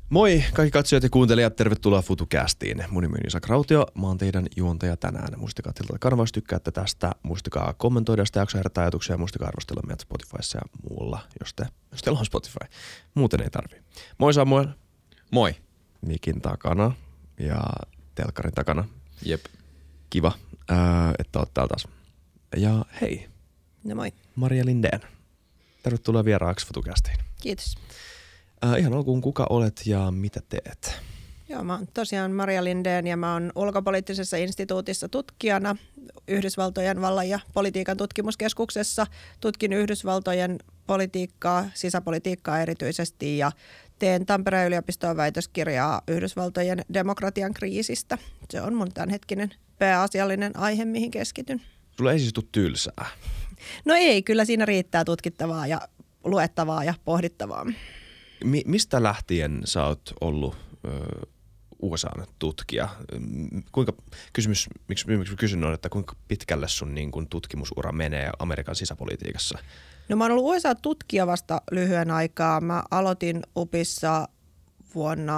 Moi kaikki katsojat ja kuuntelijat, tervetuloa FutuCastiin. Mun nimi on Isak Rautio, mä oon teidän juontaja tänään. Muistakaa tilata kanava, jos tykkäätte tästä. Muistakaa kommentoida sitä jaksoa, herättää ajatuksia ja muistakaa arvostella meitä Spotifyssa ja muulla, jos teillä on Spotify. Muuten ei tarvii. Moi Samuel. Moi. Mikin takana ja telkkarin takana. Jep. Kiva, että oot täällä taas. Ja hei. No moi. Maria Lindén. Tervetuloa vieraaksi FutuCastiin. Kiitos. Ihan alkuun, kuka olet ja mitä teet? Joo, mä oon tosiaan Maria Lindén ja mä oon ulkopoliittisessa instituutissa tutkijana Yhdysvaltojen vallan ja politiikan tutkimuskeskuksessa. Tutkin Yhdysvaltojen politiikkaa, sisäpolitiikkaa erityisesti ja teen Tampereen yliopistoon väitöskirjaa Yhdysvaltojen demokratian kriisistä. Se on mun tämänhetkinen pääasiallinen aihe, mihin keskityn. Sulla ei siis tule tylsää? No ei, kyllä siinä riittää tutkittavaa ja luettavaa ja pohdittavaa. Mistä lähtien sä oot ollut USA:n tutkija? Miksi kysyn on, että kuinka pitkälle sun niin kun tutkimusura menee Amerikan sisäpolitiikassa? No mä oon ollut USA-tutkija vasta lyhyen aikaa. Mä aloitin UPissa vuonna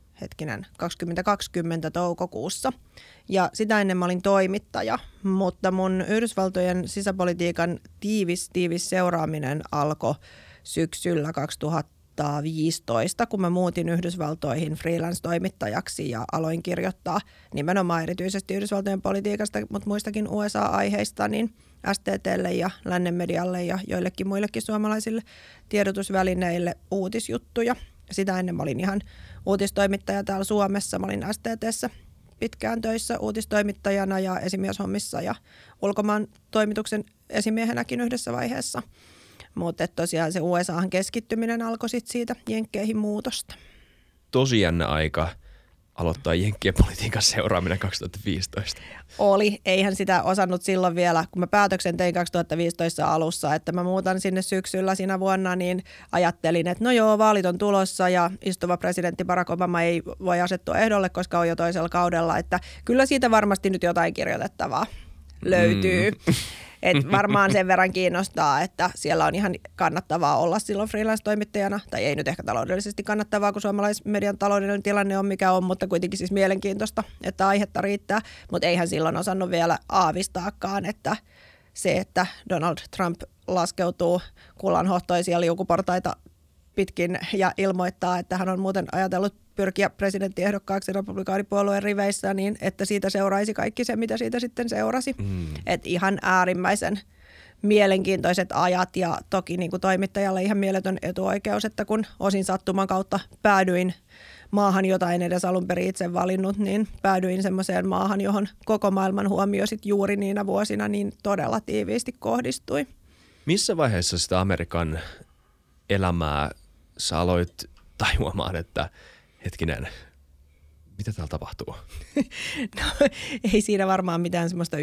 2020 toukokuussa ja sitä ennen mä olin toimittaja, mutta mun Yhdysvaltojen sisäpolitiikan tiivis seuraaminen alkoi syksyllä 2015, kun mä muutin Yhdysvaltoihin freelance-toimittajaksi ja aloin kirjoittaa nimenomaan erityisesti Yhdysvaltojen politiikasta, mutta muistakin USA-aiheista, niin STT:lle ja lännen medialle ja joillekin muillekin suomalaisille tiedotusvälineille uutisjuttuja. Sitä ennen mä olin ihan uutistoimittaja täällä Suomessa. Mä olin STT:ssä pitkään töissä uutistoimittajana ja esimieshommissa ja ulkomaan toimituksen esimiehenäkin yhdessä vaiheessa. Mutta tosiaan se USA:han keskittyminen alkoi sitten siitä jenkkeihin muutosta. Tosi jännä aika aloittaa jenkkien politiikan seuraaminen 2015. Oli. Eihän sitä osannut silloin vielä, kun mä päätöksen tein 2015 alussa, että mä muutan sinne syksyllä siinä vuonna, niin ajattelin, että no joo, vaalit on tulossa ja istuva presidentti Barack Obama ei voi asettua ehdolle, koska on jo toisella kaudella, että kyllä siitä varmasti nyt jotain kirjoitettavaa löytyy. Et varmaan sen verran kiinnostaa, että siellä on ihan kannattavaa olla silloin freelance-toimittajana, tai ei nyt ehkä taloudellisesti kannattavaa, kun suomalaismedian taloudellinen tilanne on mikä on, mutta kuitenkin siis mielenkiintoista, että aihetta riittää. Mutta eihän silloin osannut vielä aavistaakaan, että se, että Donald Trump laskeutuu kullanhohtoisia liukuportaita pitkin ja ilmoittaa, että hän on muuten ajatellut pyrkiä presidenttiehdokkaaksi republikaanipuolueen riveissä, niin että siitä seuraisi kaikki se, mitä siitä sitten seurasi. Että ihan äärimmäisen mielenkiintoiset ajat ja toki niin kuin toimittajalle ihan mieletön etuoikeus, että kun osin sattuman kautta päädyin maahan, jota en edes alun perin itse valinnut, niin päädyin semmoiseen maahan, johon koko maailman huomio sit juuri niinä vuosina niin todella tiiviisti kohdistui. Missä vaiheessa sitä Amerikan elämää sä aloit tajuamaan, että hetkinen, mitä täällä tapahtuu? No, ei siinä varmaan mitään semmoista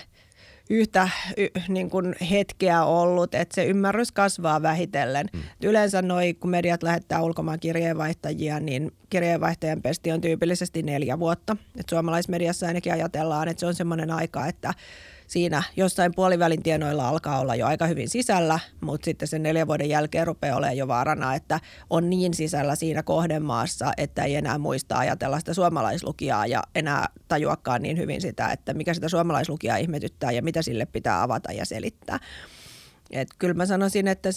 yhtä niin kuin hetkeä ollut, että se ymmärrys kasvaa vähitellen. Yleensä kun mediat lähettää ulkomaan kirjeenvaihtajia, niin kirjeenvaihtajan pesti on tyypillisesti 4 vuotta. Et suomalaismediassa ainakin ajatellaan, että se on semmoinen aika, että siinä jossain puolivälin tienoilla alkaa olla jo aika hyvin sisällä, mutta sitten sen 4 vuoden jälkeen rupeaa olemaan jo vaarana, että on niin sisällä siinä kohdemaassa, että ei enää muista ajatella sitä suomalaislukijaa ja enää tajuakaan niin hyvin sitä, että mikä sitä suomalaislukijaa ihmetyttää ja mitä sille pitää avata ja selittää. Et kyllä mä sanoisin, että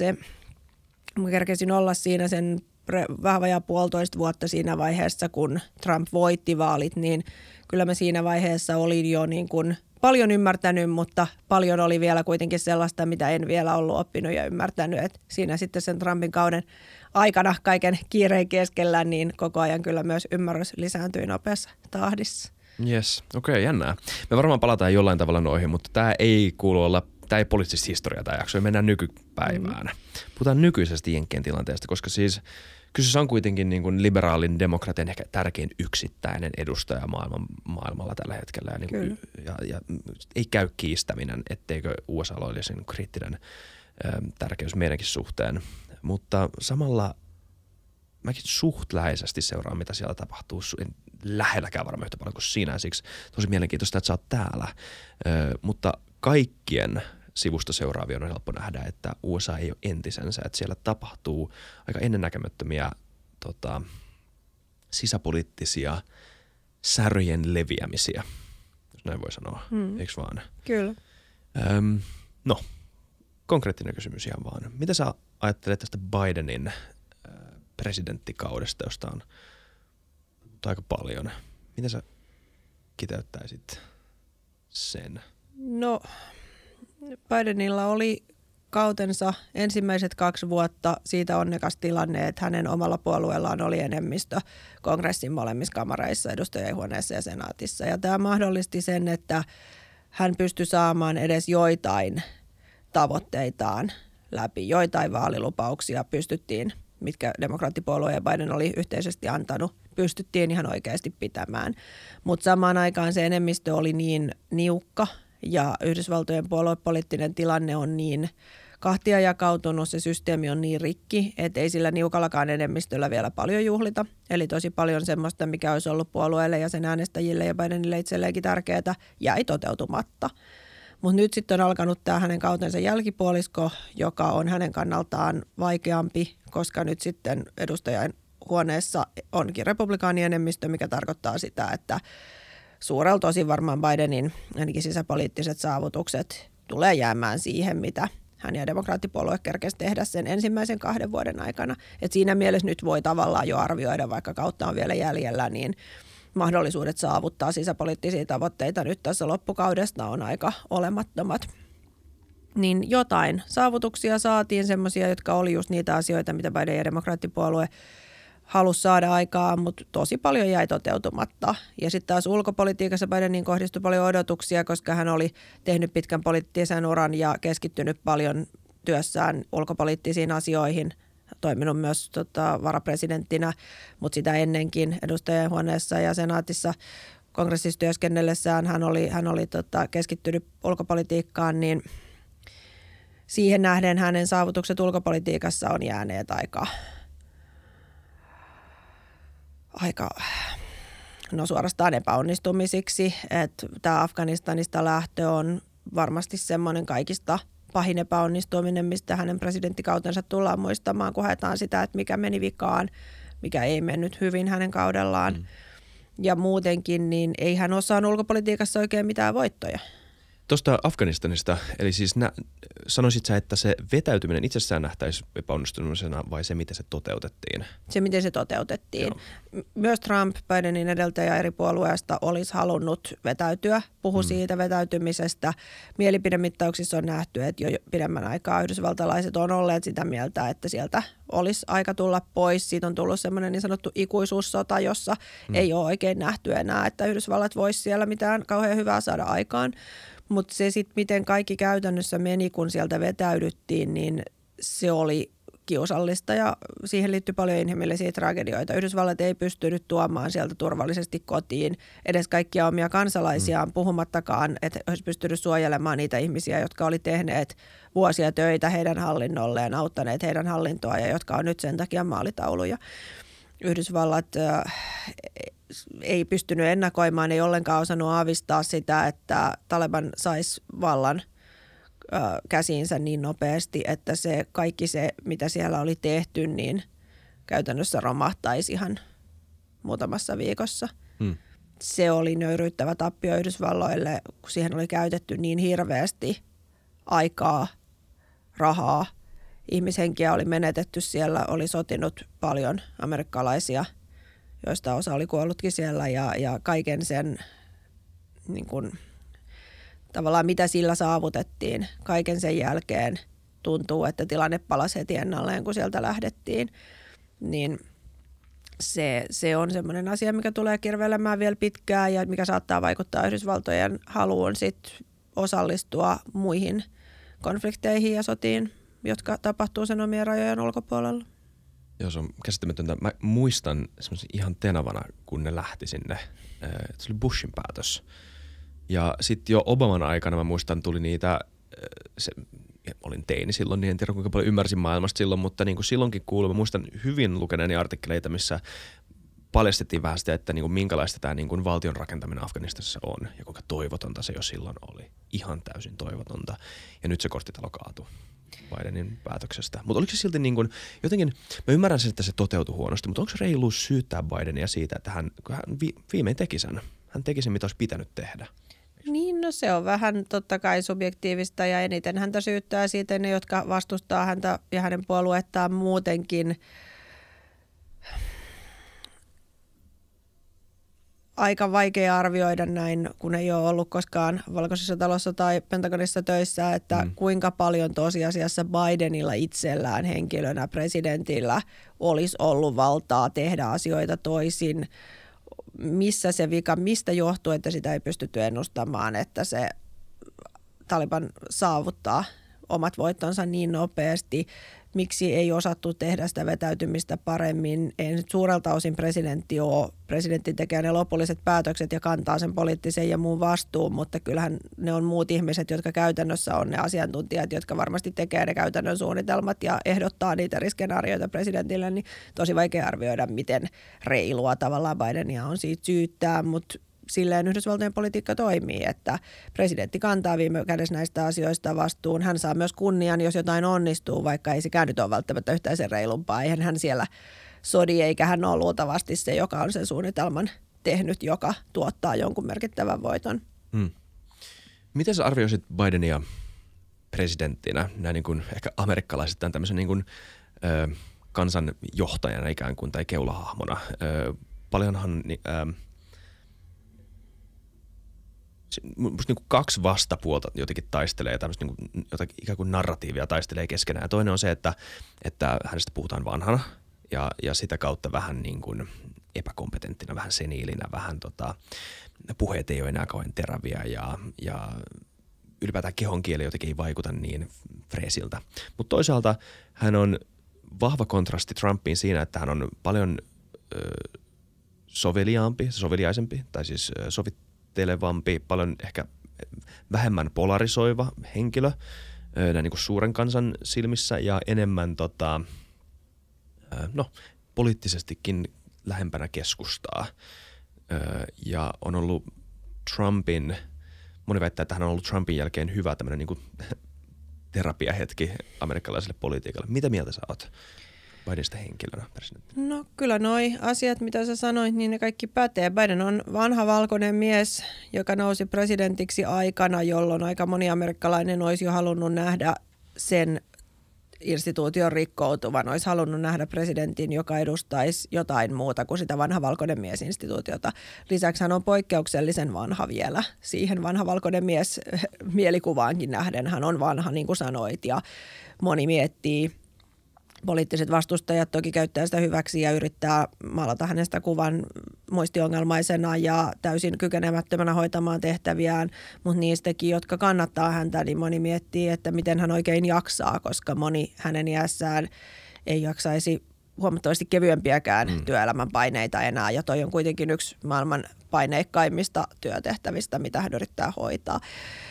mä kerkesin olla siinä sen vähän vajaa 1,5 vuotta siinä vaiheessa, kun Trump voitti vaalit, niin kyllä mä siinä vaiheessa olin jo niin kuin paljon ymmärtänyt, mutta paljon oli vielä kuitenkin sellaista, mitä en vielä ollut oppinut ja ymmärtänyt. Et siinä sitten sen Trumpin kauden aikana kaiken kiireen keskellä, niin koko ajan kyllä myös ymmärrys lisääntyi nopeassa tahdissa. Yes, okei, jännää. Me varmaan palataan jollain tavalla noihin, mutta tämä ei poliittista historiaa tämä jakso, mennään nykypäivään. Puhutaan nykyisestä jenkkien tilanteesta, koska siis kyseessä on kuitenkin niin kuin liberaalin demokratian ehkä tärkein yksittäinen edustaja maailmalla tällä hetkellä. Ja ei käy kiistäminen, etteikö USA olisi kriittinen tärkeys meidänkin suhteen. Mutta samalla mäkin suht läheisesti seuraan, mitä siellä tapahtuu. En lähelläkään varmaan yhtä paljon kuin sinä, siksi tosi mielenkiintoista, että sä oot täällä. Mutta kaikkien sivusta seuraavia on helppo nähdä, että USA ei ole entisensä, että siellä tapahtuu aika ennennäkemättömiä sisäpoliittisia säröjen leviämisiä, jos näin voi sanoa, eikö vaan? Kyllä. No, konkreettinen kysymys ihan vaan. Mitä sä ajattelet tästä Bidenin presidenttikaudesta, josta on aika paljon? Miten sä kiteyttäisit sen? No, Bidenilla oli kautensa ensimmäiset 2 vuotta siitä onnekas tilanne, että hänen omalla puolueellaan oli enemmistö kongressin molemmissa kamareissa, edustajainhuoneessa ja senaatissa. Ja tämä mahdollisti sen, että hän pystyi saamaan edes joitain tavoitteitaan läpi, joitain vaalilupauksia pystyttiin, mitkä demokraattipuolue ja Biden oli yhteisesti antanut, pystyttiin ihan oikeasti pitämään. Mutta samaan aikaan se enemmistö oli niin niukka ja Yhdysvaltojen puoluepoliittinen tilanne on niin kahtia jakautunut, se systeemi on niin rikki, että ei sillä niukallakaan enemmistöllä vielä paljon juhlita. Eli tosi paljon semmoista, mikä olisi ollut puolueelle ja sen äänestäjille ja Bidenille itselleenkin tärkeää, jäi toteutumatta. Mutta nyt sitten on alkanut tämä hänen kautensa jälkipuolisko, joka on hänen kannaltaan vaikeampi, koska nyt sitten edustajain huoneessa onkin republikaanienemmistö, mikä tarkoittaa sitä, että suurelta osin varmaan Bidenin ainakin sisäpoliittiset saavutukset tulee jäämään siihen, mitä hän ja demokraattipuolue kerkesi tehdä sen ensimmäisen 2 vuoden aikana. Et siinä mielessä nyt voi tavallaan jo arvioida, vaikka kautta on vielä jäljellä, niin mahdollisuudet saavuttaa sisäpoliittisia tavoitteita nyt tässä loppukaudesta on aika olemattomat. Niin jotain saavutuksia saatiin, semmoisia, jotka oli just niitä asioita, mitä Biden ja demokraattipuolue halusi saada aikaan, mutta tosi paljon jäi toteutumatta. Ja sitten taas ulkopolitiikassa Bidenin kohdistui paljon odotuksia, koska hän oli tehnyt pitkän poliittisen uran ja keskittynyt paljon työssään ulkopoliittisiin asioihin, toiminut myös varapresidenttinä, mutta sitä ennenkin edustajainhuoneessa ja senaatissa kongressissa työskennellessään hän oli keskittynyt ulkopolitiikkaan, niin siihen nähden hänen saavutukset ulkopolitiikassa on jääneet aika suorastaan epäonnistumisiksi, että tämä Afganistanista lähtö on varmasti semmoinen kaikista pahin epäonnistuminen, mistä hänen presidenttikautensa tullaan muistamaan, kun haetaan sitä, että mikä meni vikaan, mikä ei mennyt hyvin hänen kaudellaan. Ja muutenkin, niin ei hän ole saanut ulkopolitiikassa oikein mitään voittoja. Tuosta Afganistanista, eli siis sanoisit sä, että se vetäytyminen itsessään nähtäisi epäonnistumisena vai se, miten se toteutettiin? Se, miten se toteutettiin. Joo. Myös Trump, Bidenin edeltäjä eri puolueesta, olisi halunnut vetäytyä, puhu siitä vetäytymisestä. Mielipidemittauksissa on nähty, että jo pidemmän aikaa yhdysvaltalaiset on olleet sitä mieltä, että sieltä olisi aika tulla pois. Siitä on tullut semmoinen niin sanottu ikuisuussota, jossa ei ole oikein nähty enää, että Yhdysvallat voisi siellä mitään kauhean hyvää saada aikaan. Mutta se sitten, miten kaikki käytännössä meni, kun sieltä vetäydyttiin, niin se oli kiusallista ja siihen liittyy paljon inhimillisiä tragedioita. Yhdysvallat ei pystynyt tuomaan sieltä turvallisesti kotiin edes kaikkia omia kansalaisiaan, puhumattakaan, että olisi pystynyt suojelemaan niitä ihmisiä, jotka oli tehneet vuosia töitä heidän hallinnolleen, auttaneet heidän hallintoa ja jotka on nyt sen takia maalitauluja. Yhdysvallat ei pystynyt ennakoimaan, ei ollenkaan osannut aavistaa sitä, että Taliban saisi vallan käsiinsä niin nopeasti, että se kaikki se, mitä siellä oli tehty, niin käytännössä romahtaisi ihan muutamassa viikossa. Se oli nöyryyttävä tappio Yhdysvalloille, kun siihen oli käytetty niin hirveästi aikaa, rahaa. Ihmishenkiä oli menetetty siellä, oli sotinut paljon amerikkalaisia, joista osa oli kuollutkin siellä ja kaiken sen niin kuin, tavallaan mitä sillä saavutettiin. Kaiken sen jälkeen tuntuu, että tilanne palasi heti ennalleen, kun sieltä lähdettiin. Niin se on semmoinen asia, mikä tulee kirvelemään vielä pitkään ja mikä saattaa vaikuttaa Yhdysvaltojen haluun sit osallistua muihin konflikteihin ja sotiin, jotka tapahtuu sen omien rajojen ulkopuolella. Joo, se on käsittämätöntä. Mä muistan semmoisen ihan tenavana, kun ne lähti sinne. Se oli Bushin päätös. Ja sitten jo Obaman aikana mä muistan tuli niitä, olin teini silloin, niin en tiedä kuinka paljon ymmärsin maailmasta silloin, mutta niin kuin silloinkin kuului, mä muistan hyvin lukeneeni artikkeleita, missä paljastettiin vähän sitä, että niin kuin minkälaista tämä niin kuin valtion rakentaminen Afganistanissa on ja kuinka toivotonta se jo silloin oli. Ihan täysin toivotonta. Ja nyt se korttitalo kaatui. Bidenin päätöksestä. Mutta oliko se silti niin kuin, jotenkin, mä ymmärrän sen, että se toteutui huonosti, mutta onko se reilu syyttää Bidenia siitä, että hän viimein teki sen? Hän teki sen, mitä olisi pitänyt tehdä. Niin, no se on vähän totta kai subjektiivista ja eniten häntä syyttää siitä ne, jotka vastustaa häntä ja hänen puoluettaan muutenkin. Aika vaikea arvioida näin, kun ei ole ollut koskaan Valkoisessa talossa tai Pentagonissa töissä, että kuinka paljon tosiasiassa Bidenilla itsellään henkilönä, presidentillä olisi ollut valtaa tehdä asioita toisin. Missä se vika, mistä johtuu, että sitä ei pystytty ennustamaan, että se Taliban saavuttaa omat voittonsa niin nopeasti. Miksi ei osattu tehdä sitä vetäytymistä paremmin? Ei nyt suurelta osin presidentti ole. Presidentti tekee ne lopulliset päätökset ja kantaa sen poliittisen ja muun vastuun, mutta kyllähän ne on muut ihmiset, jotka käytännössä on ne asiantuntijat, jotka varmasti tekee ne käytännön suunnitelmat ja ehdottaa niitä riskenaarioita presidentille, niin tosi vaikea arvioida, miten reilua tavallaan Bidenia on siitä syyttää, mutta silleen Yhdysvaltojen politiikka toimii, että presidentti kantaa viime kädessä näistä asioista vastuun. Hän saa myös kunnian, jos jotain onnistuu, vaikka ei sekään nyt ole välttämättä yhtään sen reilumpaa. Eihän hän siellä sodi, eikä hän ole luultavasti se, joka on sen suunnitelman tehnyt, joka tuottaa jonkun merkittävän voiton. Miten sä arvioisit Bidenia presidenttinä, näin niin kuin ehkä amerikkalaisittain tämmöisen niin kuin, kansanjohtajana ikään kuin tai keulahahmona? Paljonhan musta niin kuin kaksi vastapuolta jotenkin taistelee ja tämmöistä niin kuin, jotakin ikään kuin narratiivia taistelee keskenään. Ja toinen on se, että hänestä puhutaan vanhana ja sitä kautta vähän niin kuin epäkompetenttina, vähän seniilinä, vähän puheet ei ole enää kauhean teräviä ja ylipäätään kehonkieli jotenkin ei vaikuta niin freesiltä. Mutta toisaalta hän on vahva kontrasti Trumpiin siinä, että hän on paljon soveliaisempi tai siis sovittelevampi, paljon ehkä vähemmän polarisoiva henkilö näin niin kuin suuren kansan silmissä ja enemmän poliittisestikin lähempänä keskustaa. Ja on ollut moni väittää, että hän on ollut Trumpin jälkeen hyvä tämmöinen niin kuin terapiahetki amerikkalaiselle politiikalle. Mitä mieltä sä oot Bidenista henkilönä, presidentti? No kyllä noi asiat, mitä sä sanoit, niin ne kaikki pätee. Biden on vanha valkoinen mies, joka nousi presidentiksi aikana, jolloin aika moni amerikkalainen olisi jo halunnut nähdä sen instituution rikkoutuvan, olisi halunnut nähdä presidentin, joka edustaisi jotain muuta kuin sitä vanha valkoinen mies-instituutiota. Lisäksi hän on poikkeuksellisen vanha vielä siihen vanha valkoinen mies mielikuvaankin nähden. Hän on vanha, niin kuin sanoit, ja moni miettii. Poliittiset vastustajat toki käyttää sitä hyväksi ja yrittää maalata hänestä kuvan muistiongelmaisena ja täysin kykenemättömänä hoitamaan tehtäviään, mutta niistäkin, jotka kannattaa häntä, niin moni miettii, että miten hän oikein jaksaa, koska moni hänen iässään ei jaksaisi huomattavasti kevyempiäkään työelämän paineita enää, ja toi on kuitenkin yksi maailman paineikkaimmista työtehtävistä, mitä hän yrittää hoitaa.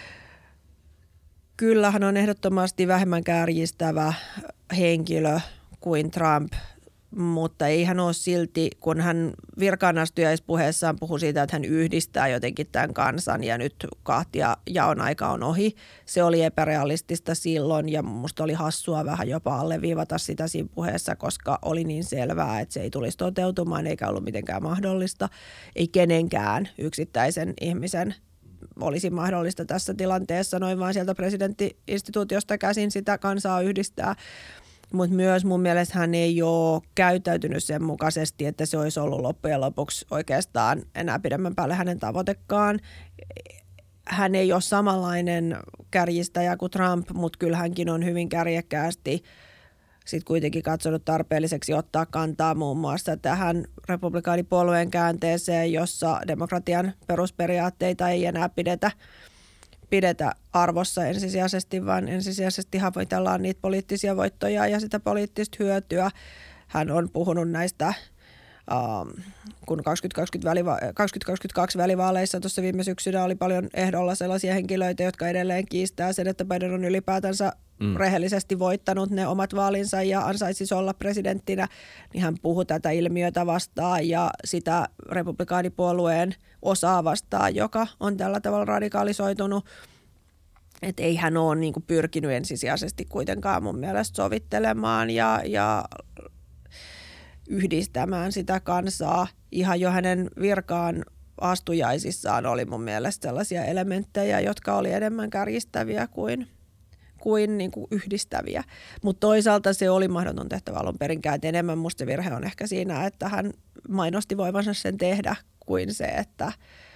Kyllä hän on ehdottomasti vähemmän kärjistävä henkilö kuin Trump, mutta ei hän ole silti, kun hän virkaanastujaispuheessaan puhui siitä, että hän yhdistää jotenkin tämän kansan ja nyt kahtia jaon aika on ohi. Se oli epärealistista silloin ja musta oli hassua vähän jopa alleviivata sitä siinä puheessa, koska oli niin selvää, että se ei tulisi toteutumaan eikä ollut mitenkään mahdollista. Ei kenenkään yksittäisen ihmisen olisi mahdollista tässä tilanteessa noin vaan sieltä presidentti-instituutiosta käsin sitä kansaa yhdistää. Mutta myös mun mielestä hän ei ole käyttäytynyt sen mukaisesti, että se olisi ollut loppujen lopuksi oikeastaan enää pidemmän päälle hänen tavoitekaan. Hän ei ole samanlainen kärjistäjä kuin Trump, mutta kyllä hänkin on hyvin kärjekkäästi sitten kuitenkin katsonut tarpeelliseksi ottaa kantaa muun muassa tähän republikaanipuolueen käänteeseen, jossa demokratian perusperiaatteita ei enää pidetä arvossa ensisijaisesti, vaan ensisijaisesti havitellaan niitä poliittisia voittoja ja sitä poliittista hyötyä. Hän on puhunut näistä, kun 2022 välivaaleissa tuossa viime syksynä oli paljon ehdolla sellaisia henkilöitä, jotka edelleen kiistää sen, että Biden on ylipäätänsä rehellisesti voittanut ne omat vaalinsa ja ansaitsisi olla presidenttinä, niin hän puhui tätä ilmiötä vastaan ja sitä republikaanipuolueen osaa vastaan, joka on tällä tavalla radikalisoitunut. Että ei hän ole niin kuin pyrkinyt ensisijaisesti kuitenkaan mun mielestä sovittelemaan ja yhdistämään sitä kansaa. Ihan jo hänen virkaan astujaisissaan oli mun mielestä sellaisia elementtejä, jotka oli enemmän kärjistäviä kuin yhdistäviä. Mutta toisaalta se oli mahdoton tehtävä alun perinkään. Et enemmän musta se virhe on ehkä siinä, että hän mainosti voivansa sen tehdä kuin se, että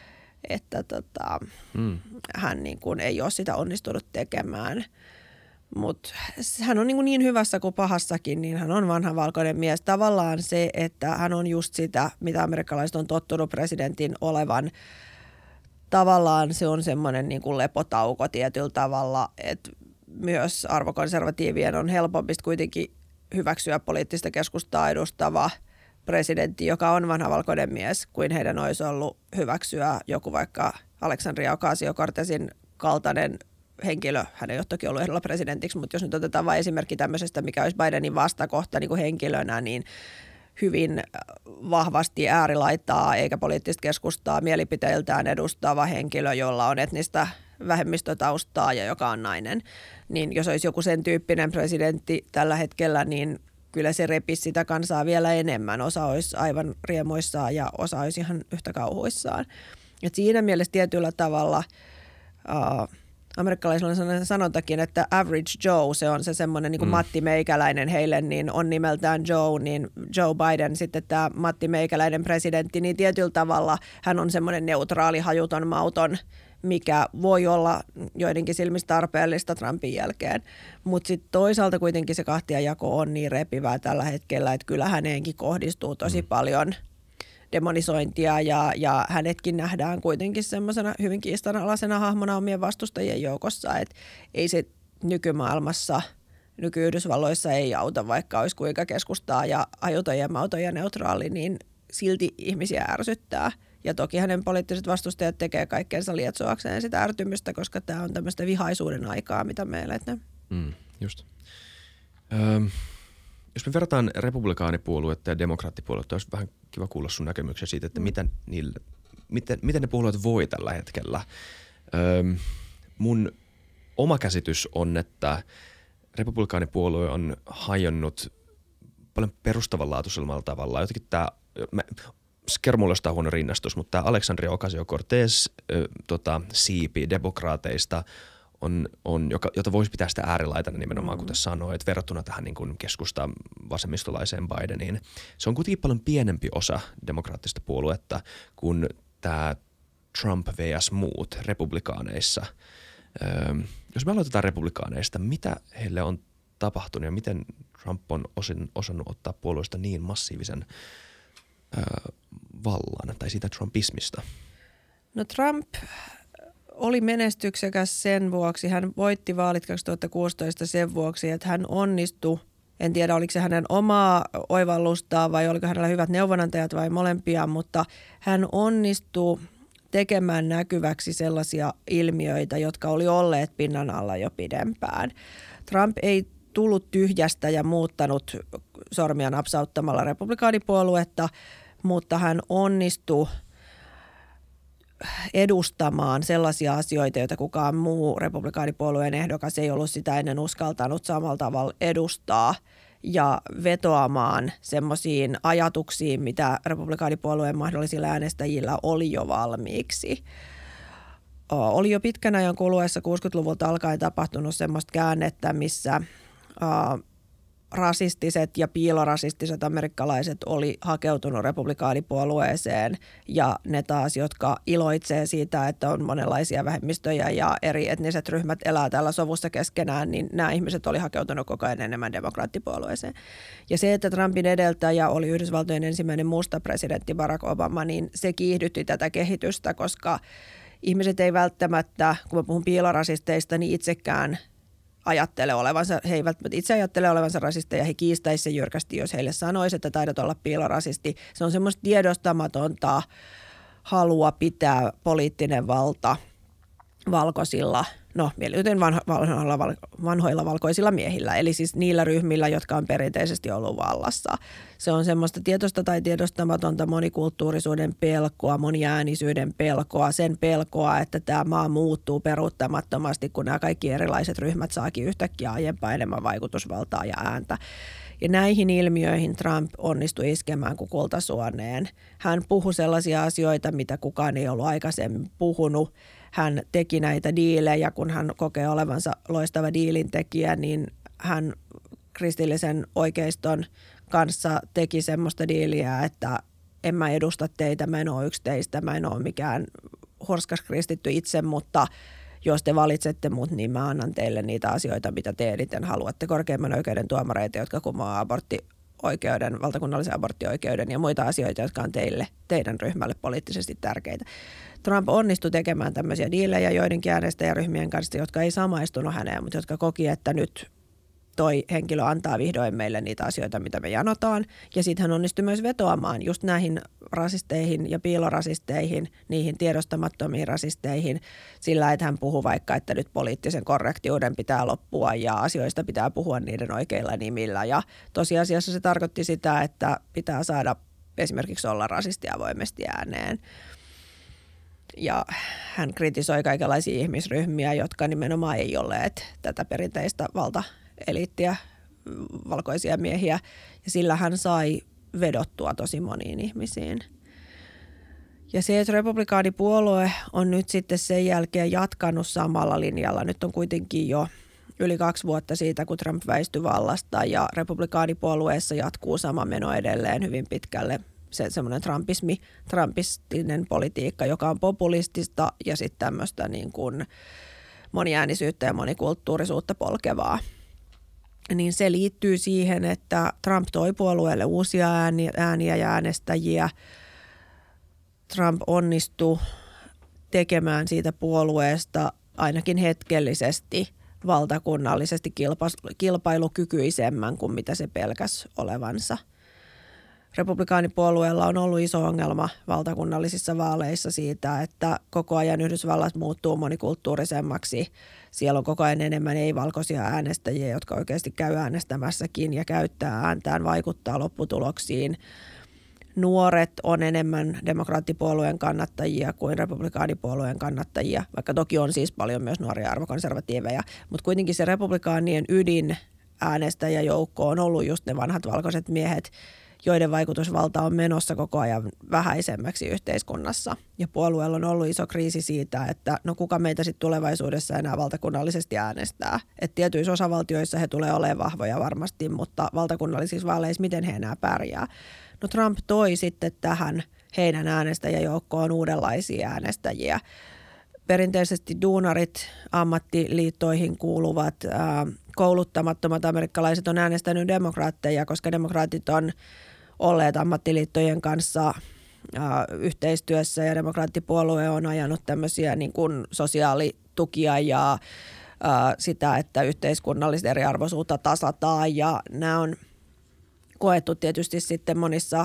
hän niin kuin ei ole sitä onnistunut tekemään. Mutta hän on niin hyvässä kuin pahassakin, niin hän on vanha valkoinen mies. Tavallaan se, että hän on just sitä, mitä amerikkalaiset on tottunut presidentin olevan. Tavallaan se on semmoinen niin kuin lepotauko tietyllä tavalla, että myös arvokonservatiivien on helpompi kuitenkin hyväksyä poliittista keskustaa edustava presidentti, joka on vanha valkoinen mies, kuin heidän olisi ollut hyväksyä joku vaikka Alexandria Ocasio-Cortezin kaltainen henkilö. Hän ei ole toki ollut ehdolla presidentiksi, mutta jos nyt otetaan vain esimerkki tämmöisestä, mikä olisi Bidenin vastakohta niin kuin henkilönä, niin hyvin vahvasti äärilaitaa eikä poliittista keskustaa mielipiteiltään edustava henkilö, jolla on etnistä vähemmistötaustaa ja joka on nainen. Niin jos olisi joku sen tyyppinen presidentti tällä hetkellä, niin kyllä se repisi sitä kansaa vielä enemmän. Osa olisi aivan riemuissaan ja osa olisi ihan yhtä kauhuissaan. Et siinä mielessä tietyllä tavalla amerikkalaisilla on sellainen sanontakin, että average Joe, se on se semmoinen niin kuin Matti Meikäläinen heille, niin on nimeltään Joe, niin Joe Biden, sitten tämä Matti Meikäläinen presidentti, niin tietyllä tavalla hän on semmoinen neutraali, hajuton, mauton, mikä voi olla joidenkin silmistä tarpeellista Trumpin jälkeen. Mutta sitten toisaalta kuitenkin se kahtiajako on niin repivää tällä hetkellä, että kyllä häneenkin kohdistuu tosi paljon demonisointia ja hänetkin nähdään kuitenkin semmoisena hyvin kiistanalaisena hahmona omien vastustajien joukossa, että ei se nykymaailmassa, nyky-Yhdysvalloissa ei auta, vaikka olisi kuinka keskustaa ja hajuton ja mauton ja neutraali, niin silti ihmisiä ärsyttää. Ja toki hänen poliittiset vastustajat tekee kaikkeensa lietsoakseen sitä ärtymystä, koska tämä on tämmöistä vihaisuuden aikaa, mitä me eletään. Just. Jos me verrataan republikaanipuoluetta ja demokraattipuoluetta, olisi vähän kiva kuulla sun näkemyksiä siitä, että miten ne puolueet voi tällä hetkellä. Mun oma käsitys on, että republikaanipuolue on hajonnut paljon perustavanlaatuisella tavalla. Jotenkin tämä, Skermulosta on huono rinnastus, mutta tämä Alexandria Ocasio-Cortez siipi demokraateista on jota voisi pitää sitä äärilaitana nimenomaan, kuten sanoit, verrattuna tähän niin kuin keskustaan vasemmistolaiseen Bideniin. Se on kuitenkin paljon pienempi osa demokraattista puoluetta kuin tämä Trump vs. muut republikaaneissa. Jos me aloitetaan republikaaneista, mitä heille on tapahtunut ja miten Trump on osannut ottaa puolueesta niin massiivisen vallan tai siitä trumpismista? No Trump oli menestyksekäs sen vuoksi, hän voitti vaalit 2016 sen vuoksi, että hän onnistui, en tiedä oliko se hänen omaa oivallustaan vai oliko hänellä hyvät neuvonantajat vai molempia, mutta hän onnistui tekemään näkyväksi sellaisia ilmiöitä, jotka oli olleet pinnan alla jo pidempään. Trump ei tullut tyhjästä ja muuttanut sormia napsauttamalla republikaanipuoluetta, mutta hän onnistui edustamaan sellaisia asioita, joita kukaan muu republikaanipuolueen ehdokas ei ollut sitä ennen uskaltanut samalla tavalla edustaa ja vetoamaan semmoisiin ajatuksiin, mitä republikaanipuolueen mahdollisilla äänestäjillä oli jo valmiiksi. Oli jo pitkän ajan kuluessa 60-luvulta alkaen tapahtunut semmoista käännettä, missä rasistiset ja piilorasistiset amerikkalaiset oli hakeutunut republikaanipuolueeseen ja ne taas, jotka iloitsee siitä, että on monenlaisia vähemmistöjä ja eri etniset ryhmät elää täällä sovussa keskenään, niin nämä ihmiset oli hakeutunut koko ajan enemmän demokraattipuolueeseen. Ja se, että Trumpin edeltäjä oli Yhdysvaltojen ensimmäinen musta presidentti Barack Obama, niin se kiihdytti tätä kehitystä, koska ihmiset ei välttämättä, kun mä puhun piilorasisteista, niin itsekään ajattele olevansa, he eivät itse ajattele olevansa rasisteja, he kiistäisivät sen jyrkästi, jos heille sanoisi, että taidat olla piilorasisti. Se on semmoista tiedostamatonta halua pitää poliittinen valta valkoisilla mieluiten vanhoilla valkoisilla miehillä, eli siis niillä ryhmillä, jotka on perinteisesti ollut vallassa. Se on semmoista tietoista tai tiedostamatonta monikulttuurisuuden pelkoa, moniäänisyyden pelkoa, sen pelkoa, että tämä maa muuttuu peruuttamattomasti, kun nämä kaikki erilaiset ryhmät saakin yhtäkkiä aiempaa enemmän vaikutusvaltaa ja ääntä. Ja näihin ilmiöihin Trump onnistui iskemään kuin kultasuoneen. Hän puhui sellaisia asioita, mitä kukaan ei ollut aikaisemmin puhunut. Hän teki näitä diilejä, kun hän kokee olevansa loistava diilintekijä, niin hän kristillisen oikeiston kanssa teki semmoista diiliä, että en mä edusta teitä, mä en ole yksi teistä, mä en ole mikään hurskas kristitty itse, mutta jos te valitsette mut, niin mä annan teille niitä asioita, mitä te eniten haluatte. Korkeimman oikeuden tuomareita, jotka kumoaa aborttioikeuden, valtakunnallisen aborttioikeuden ja muita asioita, jotka on teidän ryhmälle poliittisesti tärkeitä. Trump onnistui tekemään tämmöisiä diilejä joidenkin äänestäjäryhmien kanssa, jotka ei samaistunut häneen, mutta jotka koki, että nyt toi henkilö antaa vihdoin meille niitä asioita, mitä me janotaan. Ja sitten hän onnistui myös vetoamaan just näihin rasisteihin ja piilorasisteihin, niihin tiedostamattomiin rasisteihin, sillä että hän puhuu vaikka, että nyt poliittisen korrektiuden pitää loppua ja asioista pitää puhua niiden oikeilla nimillä. Ja tosiasiassa se tarkoitti sitä, että pitää saada esimerkiksi olla rasisti avoimesti ääneen. Ja hän kritisoi kaikenlaisia ihmisryhmiä, jotka nimenomaan ei olleet tätä perinteistä valtaeliittiä, valkoisia miehiä. Ja sillä hän sai vedottua tosi moniin ihmisiin. Ja se, että republikaanipuolue on nyt sitten sen jälkeen jatkanut samalla linjalla. Nyt on kuitenkin jo yli 2 vuotta siitä, kun Trump väistyi vallasta ja republikaanipuolueessa jatkuu sama meno edelleen hyvin pitkälle. Se semmoinen trumpistinen politiikka, joka on populistista ja sitten tämmöistä niin kuin moniäänisyyttä ja monikulttuurisuutta polkevaa. Niin se liittyy siihen, että Trump toi puolueelle uusia ääniä ja äänestäjiä. Trump onnistui tekemään siitä puolueesta ainakin hetkellisesti valtakunnallisesti kilpailukykyisemmän kuin mitä se pelkäsi olevansa. Republikaanipuolueella on ollut iso ongelma valtakunnallisissa vaaleissa siitä, että koko ajan Yhdysvallat muuttuu monikulttuurisemmaksi. Siellä on koko ajan enemmän ei-valkoisia äänestäjiä, jotka oikeasti käy äänestämässäkin ja käyttää ääntään, vaikuttaa lopputuloksiin. Nuoret on enemmän demokraattipuolueen kannattajia kuin republikaanipuolueen kannattajia, vaikka toki on siis paljon myös nuoria arvokonservatiiveja, mutta kuitenkin se republikaanien ydin äänestäjäjoukko on ollut just ne vanhat valkoiset miehet, joiden vaikutusvalta on menossa koko ajan vähäisemmäksi yhteiskunnassa. Ja puolueella on ollut iso kriisi siitä, että no kuka meitä sitten tulevaisuudessa enää valtakunnallisesti äänestää. Että tietyissä osavaltioissa he tulee olemaan vahvoja varmasti, mutta valtakunnallisissa vaaleissa miten he enää pärjää. No Trump toi sitten tähän heidän äänestäjäjoukkoon uudenlaisia äänestäjiä. Perinteisesti duunarit, ammattiliittoihin kuuluvat, kouluttamattomat amerikkalaiset on äänestänyt demokraatteja, koska demokraatit on olleet ammattiliittojen kanssa yhteistyössä ja demokraattipuolue on ajanut tämmöisiä niin kuin sosiaalitukia ja sitä, että yhteiskunnallista eriarvoisuutta tasataan ja nämä on koettu tietysti sitten monissa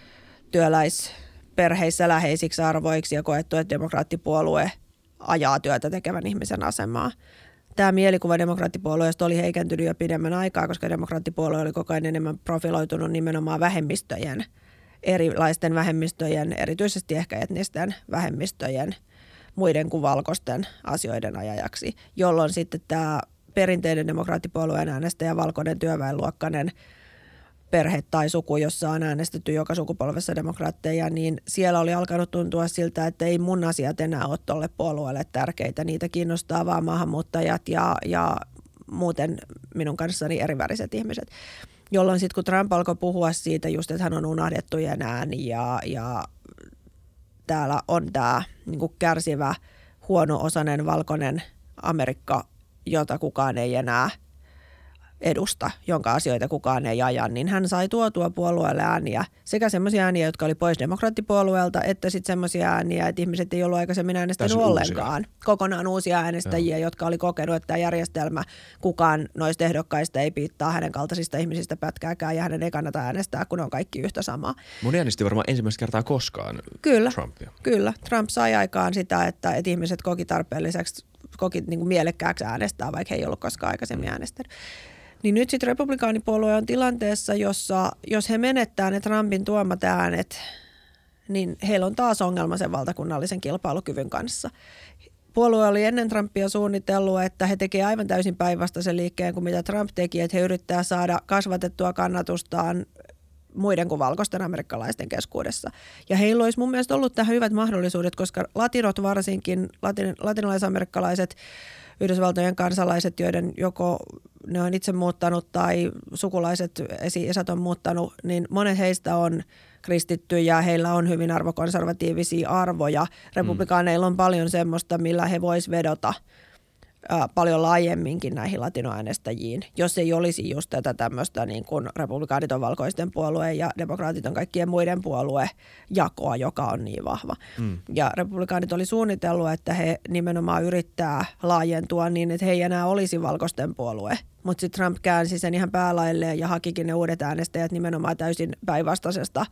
työläisperheissä läheisiksi arvoiksi ja koettu, että demokraattipuolue ajaa työtä tekevän ihmisen asemaa. Tämä mielikuva demokraattipuolueesta oli heikentynyt jo pidemmän aikaa, koska demokraattipuolue oli koko ajan enemmän profiloitunut nimenomaan vähemmistöjen, erilaisten vähemmistöjen, erityisesti ehkä etnisten vähemmistöjen, muiden kuin valkoisten asioiden ajajaksi, jolloin sitten tämä perinteinen demokraattipuolueen äänestäjä, valkoinen työväenluokkainen perhe tai suku, jossa on äänestetty joka sukupolvessa demokraatteja, niin siellä oli alkanut tuntua siltä, että ei mun asiat enää ole tolle puolueelle tärkeitä. Niitä kiinnostaa vaan maahanmuuttajat ja muuten minun kanssani eriväriset ihmiset. Jolloin sitten kun Trump alkoi puhua siitä just, että hän on unohdettujen ääni ja täällä on tämä niin kuin kärsivä, huono-osainen valkoinen Amerikka, jota kukaan ei enää edusta, jonka asioita kukaan ei aja, niin hän sai tuotua puolueelle ääniä, sekä semmoisia ääniä, jotka oli pois demokraattipuolueelta, että sitten semmoisia ääniä, että ihmiset ei ollut aikaisemmin äänestänyt ollenkaan. Kokonaan uusia äänestäjiä, jotka oli kokenut, että tämä järjestelmä, kukaan noista ehdokkaista ei piittaa hänen kaltaisista ihmisistä pätkääkään ja hänen ei kannata äänestää, kun on kaikki yhtä samaa. Moni äänesti varmaan ensimmäistä kertaa koskaan kyllä, Trumpia. Kyllä. Trump sai aikaan sitä, että ihmiset koki tarpeelliseksi koki niin kuin mielekkääksi äänestää, vaikka he ei ollut koskaan aikaisemmin äänestänyt. Niin nyt sitten republikaanipuolue on tilanteessa, jossa jos he menettää ne Trumpin tuomat äänet, niin heillä on taas ongelma sen valtakunnallisen kilpailukyvyn kanssa. Puolue oli ennen Trumpia suunnitellut, että he tekevät aivan täysin päinvastaisen liikkeen kuin mitä Trump teki, että he yrittää saada kasvatettua kannatustaan muiden kuin valkoisten amerikkalaisten keskuudessa. Ja heillä olisi mun mielestä ollut tähän hyvät mahdollisuudet, koska latinot varsinkin, latinalaisamerikkalaiset Yhdysvaltojen kansalaiset, joiden joko ne on itse muuttanut tai sukulaiset esi-isät on muuttanut, niin monet heistä on kristittyjä, heillä on hyvin arvokonservatiivisia arvoja. Republikaaneilla on paljon semmoista, millä he vois vedota paljon laajemminkin näihin latinoäänestäjiin, jos ei olisi just tätä tämmöistä niin kuin republikaanit on valkoisten puolue ja demokraatit on kaikkien muiden puoluejakoa, joka on niin vahva. Ja republikaanit oli suunnitellut, että he nimenomaan yrittää laajentua niin, että he ei enää olisi valkoisten puolue. Mutta sitten Trump käänsi sen ihan päälailleen ja hakikin ne uudet äänestäjät nimenomaan täysin päinvastaisesta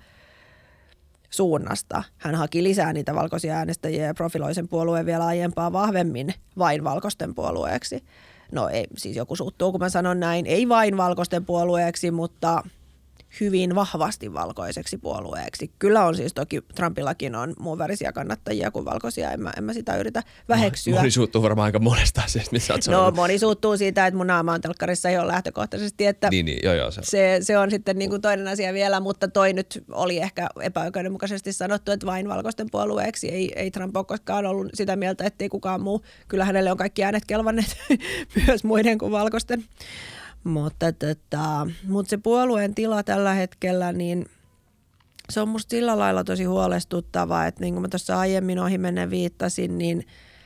suunnasta. Hän haki lisää niitä valkoisia äänestäjiä ja profiloi sen puolueen vielä aiempaa vahvemmin vain valkoisten puolueeksi. No ei, siis joku suuttuu, kun mä sanon näin, ei vain valkoisten puolueeksi, mutta hyvin vahvasti valkoiseksi puolueeksi. Kyllä on siis toki, Trumpillakin on muun värisiä kannattajia kuin valkoisia, en mä sitä yritä väheksyä. Moni suuttuu varmaan aika monesta asiasta, missä olet sanonut. No moni suuttuu siitä, että mun naama on telkkarissa jo lähtökohtaisesti, että joo, se on sitten niin kuin toinen asia vielä, mutta toi nyt oli ehkä epäoikeudenmukaisesti sanottu, että vain valkoisten puolueeksi. Ei Trump ole koskaan ollut sitä mieltä, ettei kukaan muu. Kyllä hänelle on kaikki äänet kelvanneet myös muiden kuin valkoisten. Mutta se puolueen tila tällä hetkellä, niin se on musta sillä lailla tosi huolestuttavaa, että niin kuin mä tuossa aiemmin ohimennen viittasin, niin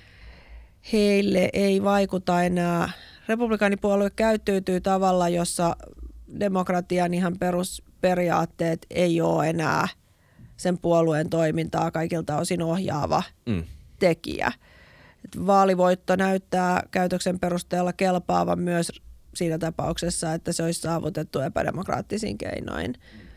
heille ei vaikuta enää. Republikaanipuolue käyttäytyy tavalla, jossa demokratian ihan perusperiaatteet ei ole enää sen puolueen toimintaa kaikilta osin ohjaava tekijä. Et vaalivoitto näyttää käytöksen perusteella kelpaavan myös siinä tapauksessa, että se olisi saavutettu epädemokraattisin keinoin.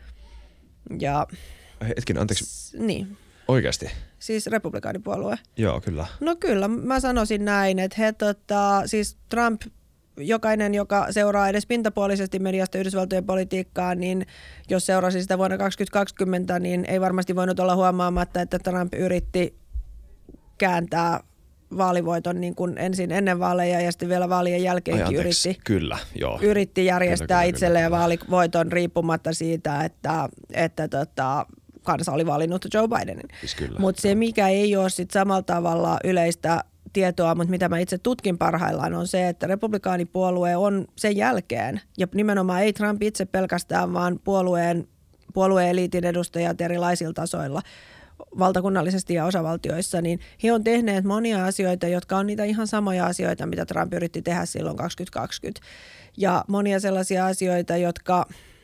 Ja hetkinen, anteeksi. Niin. Oikeasti? Siis republikaanipuolue. Joo, kyllä. No kyllä, mä sanoisin näin, että siis Trump, jokainen, joka seuraa edes pintapuolisesti mediasta Yhdysvaltojen politiikkaa, niin jos seurasi sitä vuonna 2020, niin ei varmasti voinut olla huomaamatta, että Trump yritti kääntää vaalivoiton niin kuin ensin ennen vaaleja ja sitten vielä vaalien jälkeenkin yritti järjestää itselleen vaalivoiton riippumatta siitä, että kansa oli valinnut Joe Bidenin. Mutta se, mikä ei ole sit samalla tavalla yleistä tietoa, mutta mitä mä itse tutkin parhaillaan, on se, että republikaanipuolue on sen jälkeen, ja nimenomaan ei Trump itse pelkästään, vaan puolueen-eliitin edustajat erilaisilla tasoilla, valtakunnallisesti ja osavaltioissa, niin he on tehneet monia asioita, jotka on niitä ihan samoja asioita, mitä Trump yritti tehdä silloin 2020. Ja monia sellaisia asioita, jotka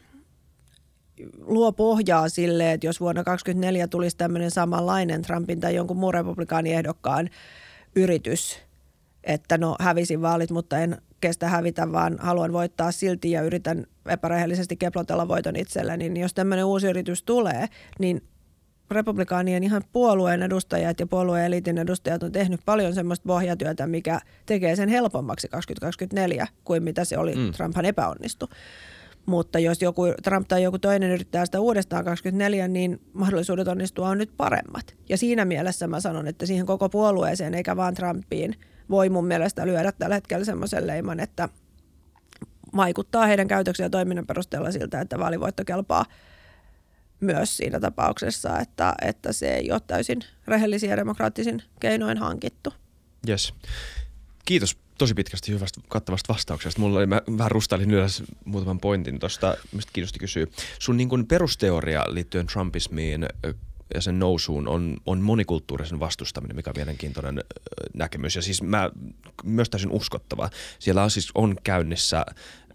luo pohjaa sille, että jos vuonna 2024 tulisi tämmöinen samanlainen Trumpin tai jonkun muun republikaaniehdokkaan yritys, että no hävisin vaalit, mutta en kestä hävitä, vaan haluan voittaa silti ja yritän epärehellisesti keplotella voiton itselleni, niin jos tämmöinen uusi yritys tulee, niin republikaanien ihan puolueen edustajat ja puolueen eliitin edustajat on tehnyt paljon semmoista pohjatyötä, mikä tekee sen helpommaksi 2024 kuin mitä se oli. Trumphan epäonnistui. Mutta jos Trump tai joku toinen yrittää sitä uudestaan 2024, niin mahdollisuudet onnistua on nyt paremmat. Ja siinä mielessä mä sanon, että siihen koko puolueeseen eikä vaan Trumpiin voi mun mielestä lyödä tällä hetkellä semmoisen leiman, että vaikuttaa heidän käytöksen ja toiminnan perusteella siltä, että vaalivoitto kelpaa myös siinä tapauksessa, että se ei ole täysin rehellisiä ja demokraattisin keinoin hankittu. Yes. Kiitos tosi pitkästi hyvästä kattavasta vastauksesta. Mulla oli, mä vähän rustailin ylös muutaman pointin tuosta, mistä kiinnosti kysyä. Sun niin kuin perusteoria liittyen trumpismiin ja sen nousuun on monikulttuurisen vastustaminen, mikä on mielenkiintoinen näkemys. Ja siis mä myös täysin uskottava. Siellä on käynnissä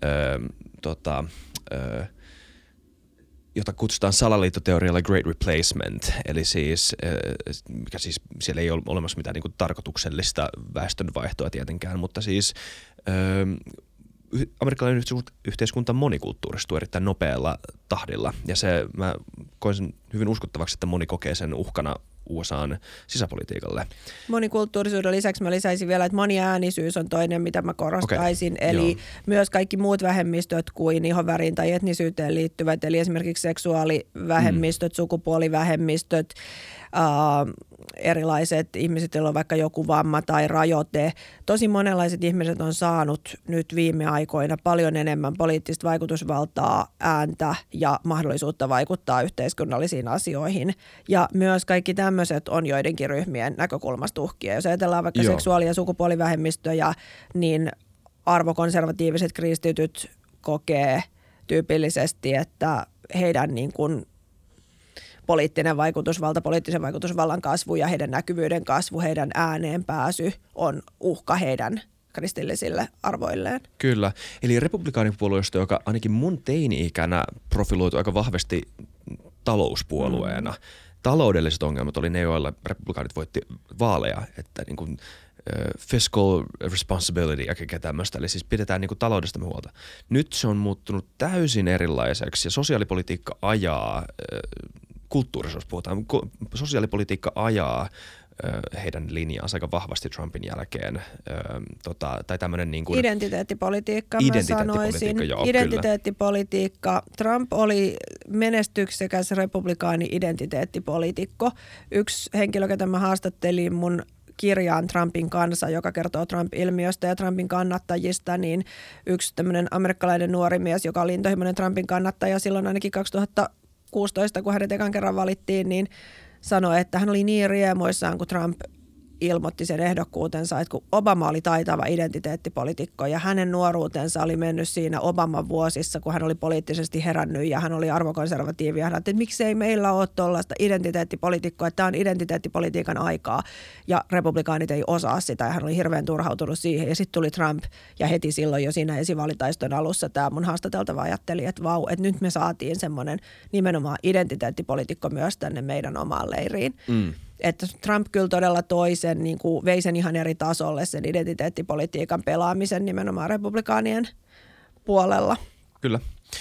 jota kutsutaan salaliittoteorialla Great Replacement, eli siis, mikä siis siellä ei ole olemassa mitään niin kuin tarkoituksellista väestönvaihtoa tietenkään, mutta siis amerikkalainen yhteiskunta monikulttuuristuu erittäin nopealla tahdilla, ja se mä koin sen hyvin uskottavaksi, että moni kokee sen uhkana USAn sisäpolitiikalle. Monikulttuurisuuden lisäksi mä lisäisin vielä, että moniäänisyys on toinen, mitä mä korostaisin. Okay, eli myös kaikki muut vähemmistöt kuin ihonväriin tai etnisyyteen liittyvät, eli esimerkiksi seksuaalivähemmistöt, sukupuolivähemmistöt, erilaiset ihmiset, joilla on vaikka joku vamma tai rajoite. Tosi monenlaiset ihmiset on saanut nyt viime aikoina paljon enemmän poliittista vaikutusvaltaa, ääntä ja mahdollisuutta vaikuttaa yhteiskunnallisiin asioihin. Ja myös kaikki tämmöiset on joidenkin ryhmien näkökulmasta uhkia. Jos ajatellaan vaikka seksuaali- ja sukupuolivähemmistöjä, niin arvokonservatiiviset kristityt kokee tyypillisesti, että heidän niin kuin poliittisen vaikutusvallan kasvu ja heidän näkyvyyden kasvu, heidän ääneen pääsy on uhka heidän kristillisille arvoilleen. Kyllä. Eli republikaanipuolueesta, joka ainakin mun teini-ikänä profiloitu aika vahvasti talouspuolueena. Taloudelliset ongelmat oli ne, joilla republikaanit voitti vaaleja, että niin kuin fiscal responsibility ja kaikkea tämmöistä, eli siis pidetään niin kuin taloudesta huolta. Nyt se on muuttunut täysin erilaiseksi ja sosiaalipolitiikka ajaa kulttuurisuus puhutaan. Sosiaalipolitiikka ajaa heidän linjaansa aika vahvasti Trumpin jälkeen. Tai tämmöinen niin kuin identiteettipolitiikka, mä sanoisin. Joo, identiteettipolitiikka. Trump oli menestyksekäs republikaani identiteettipoliitikko. Yksi henkilö, ketä mä haastattelin mun kirjaan Trumpin kanssa, joka kertoo Trump-ilmiöstä ja Trumpin kannattajista, niin yksi tämmöinen amerikkalainen nuori mies, joka oli intohimoinen Trumpin kannattaja silloin ainakin 2016, kun hänet ekan kerran valittiin, niin sanoi, että hän oli niin riemuissaan, kun Trump ilmoitti sen ehdokkuutensa, että kun Obama oli taitava identiteettipoliitikko ja hänen nuoruutensa oli mennyt siinä Obaman vuosissa, kun hän oli poliittisesti herännyt ja hän oli arvokonservatiivi ja hän ajatteli, että miksei meillä ole tuollaista identiteettipolitiikkoa, että tämä on identiteettipolitiikan aikaa ja republikaanit ei osaa sitä ja hän oli hirveän turhautunut siihen ja sitten tuli Trump ja heti silloin jo siinä esivaalitaiston alussa tämä mun haastateltava ajatteli, että vau, että nyt me saatiin semmoinen nimenomaan identiteettipoliitikko myös tänne meidän omaan leiriin. Että Trump kyllä todella toi sen, niin kuin vei sen ihan eri tasolle sen identiteettipolitiikan pelaamisen nimenomaan republikaanien puolella. Kyllä.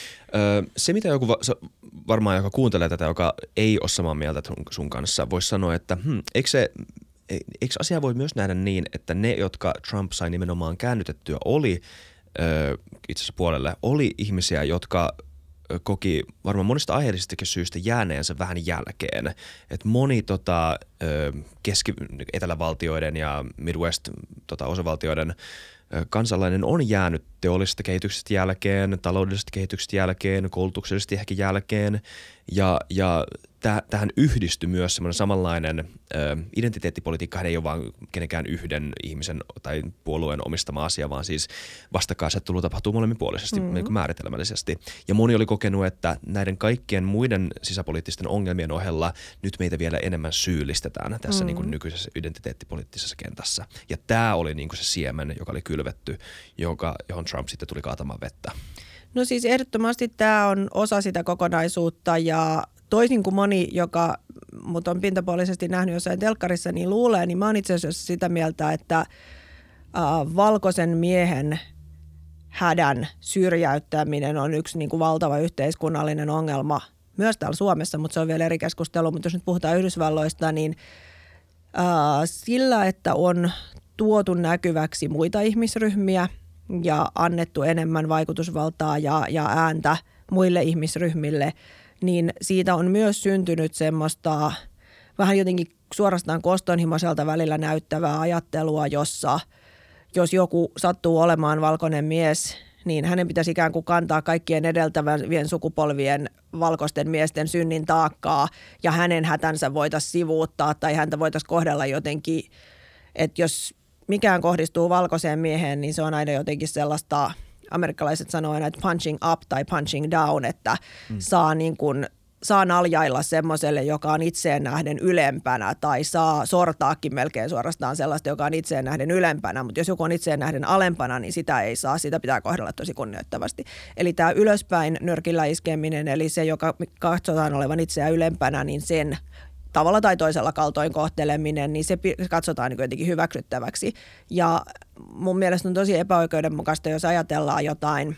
Se, mitä joku varmaan, joka kuuntelee tätä, joka ei ole samaa mieltä sun kanssa, voisi sanoa, että eikö asia voi myös nähdä niin, että ne, jotka Trump sai nimenomaan käännytettyä, oli itse asiassa puolelle, oli ihmisiä, jotka koki varmaan monista aiheellisistakin syistä jääneensä vähän jälkeen. Et moni etelävaltioiden ja Midwest osavaltioiden kansalainen on jäänyt teollisesta kehityksestä jälkeen, taloudellisesta kehityksestä jälkeen, koulutuksellisesti ehkä jälkeen ja tähän yhdistyi myös semmoinen samanlainen identiteettipolitiikka, ei ole vaan kenenkään yhden ihmisen tai puolueen omistama asia, vaan siis vastakkainasettelu tapahtuu molemminpuolisesti, määritelmällisesti. Ja moni oli kokenut, että näiden kaikkien muiden sisäpoliittisten ongelmien ohella nyt meitä vielä enemmän syyllistetään tässä niin kuin nykyisessä identiteettipoliittisessa kentässä. Ja tämä oli niin kuin se siemen, joka oli kylvetty, johon Trump sitten tuli kaatamaan vettä. No siis ehdottomasti tämä on osa sitä kokonaisuutta ja toisin kuin moni, joka mut on pintapuolisesti nähnyt jossain telkkarissa, niin luulee, niin mä oon itse asiassa sitä mieltä, että valkoisen miehen hädän syrjäyttäminen on yksi niin kuin valtava yhteiskunnallinen ongelma myös täällä Suomessa, mutta se on vielä eri keskustelu. Mutta jos nyt puhutaan Yhdysvalloista, niin sillä, että on tuotu näkyväksi muita ihmisryhmiä ja annettu enemmän vaikutusvaltaa ja ääntä muille ihmisryhmille, niin siitä on myös syntynyt semmoista vähän jotenkin suorastaan kostonhimoiselta välillä näyttävää ajattelua, jossa jos joku sattuu olemaan valkoinen mies, niin hänen pitäisi ikään kuin kantaa kaikkien edeltävien sukupolvien valkoisten miesten synnin taakkaa ja hänen hätänsä voitaisiin sivuuttaa tai häntä voitaisiin kohdella jotenkin, että jos mikään kohdistuu valkoiseen mieheen, niin se on aina jotenkin sellaista, amerikkalaiset sanoo aina, että punching up tai punching down, että saa naljailla semmoiselle, joka on itseen nähden ylempänä tai saa sortaakin melkein suorastaan sellaista, joka on itseen nähden ylempänä, mutta jos joku on itseen nähden alempana, niin sitä ei saa, sitä pitää kohdella tosi kunnioittavasti. Eli tämä ylöspäin nyrkillä iskeminen, eli se, joka katsotaan olevan itseään ylempänä, niin sen tavalla tai toisella kaltoin kohteleminen, niin se katsotaan niin jotenkin hyväksyttäväksi. Ja mun mielestä on tosi epäoikeudenmukaista, jos ajatellaan jotain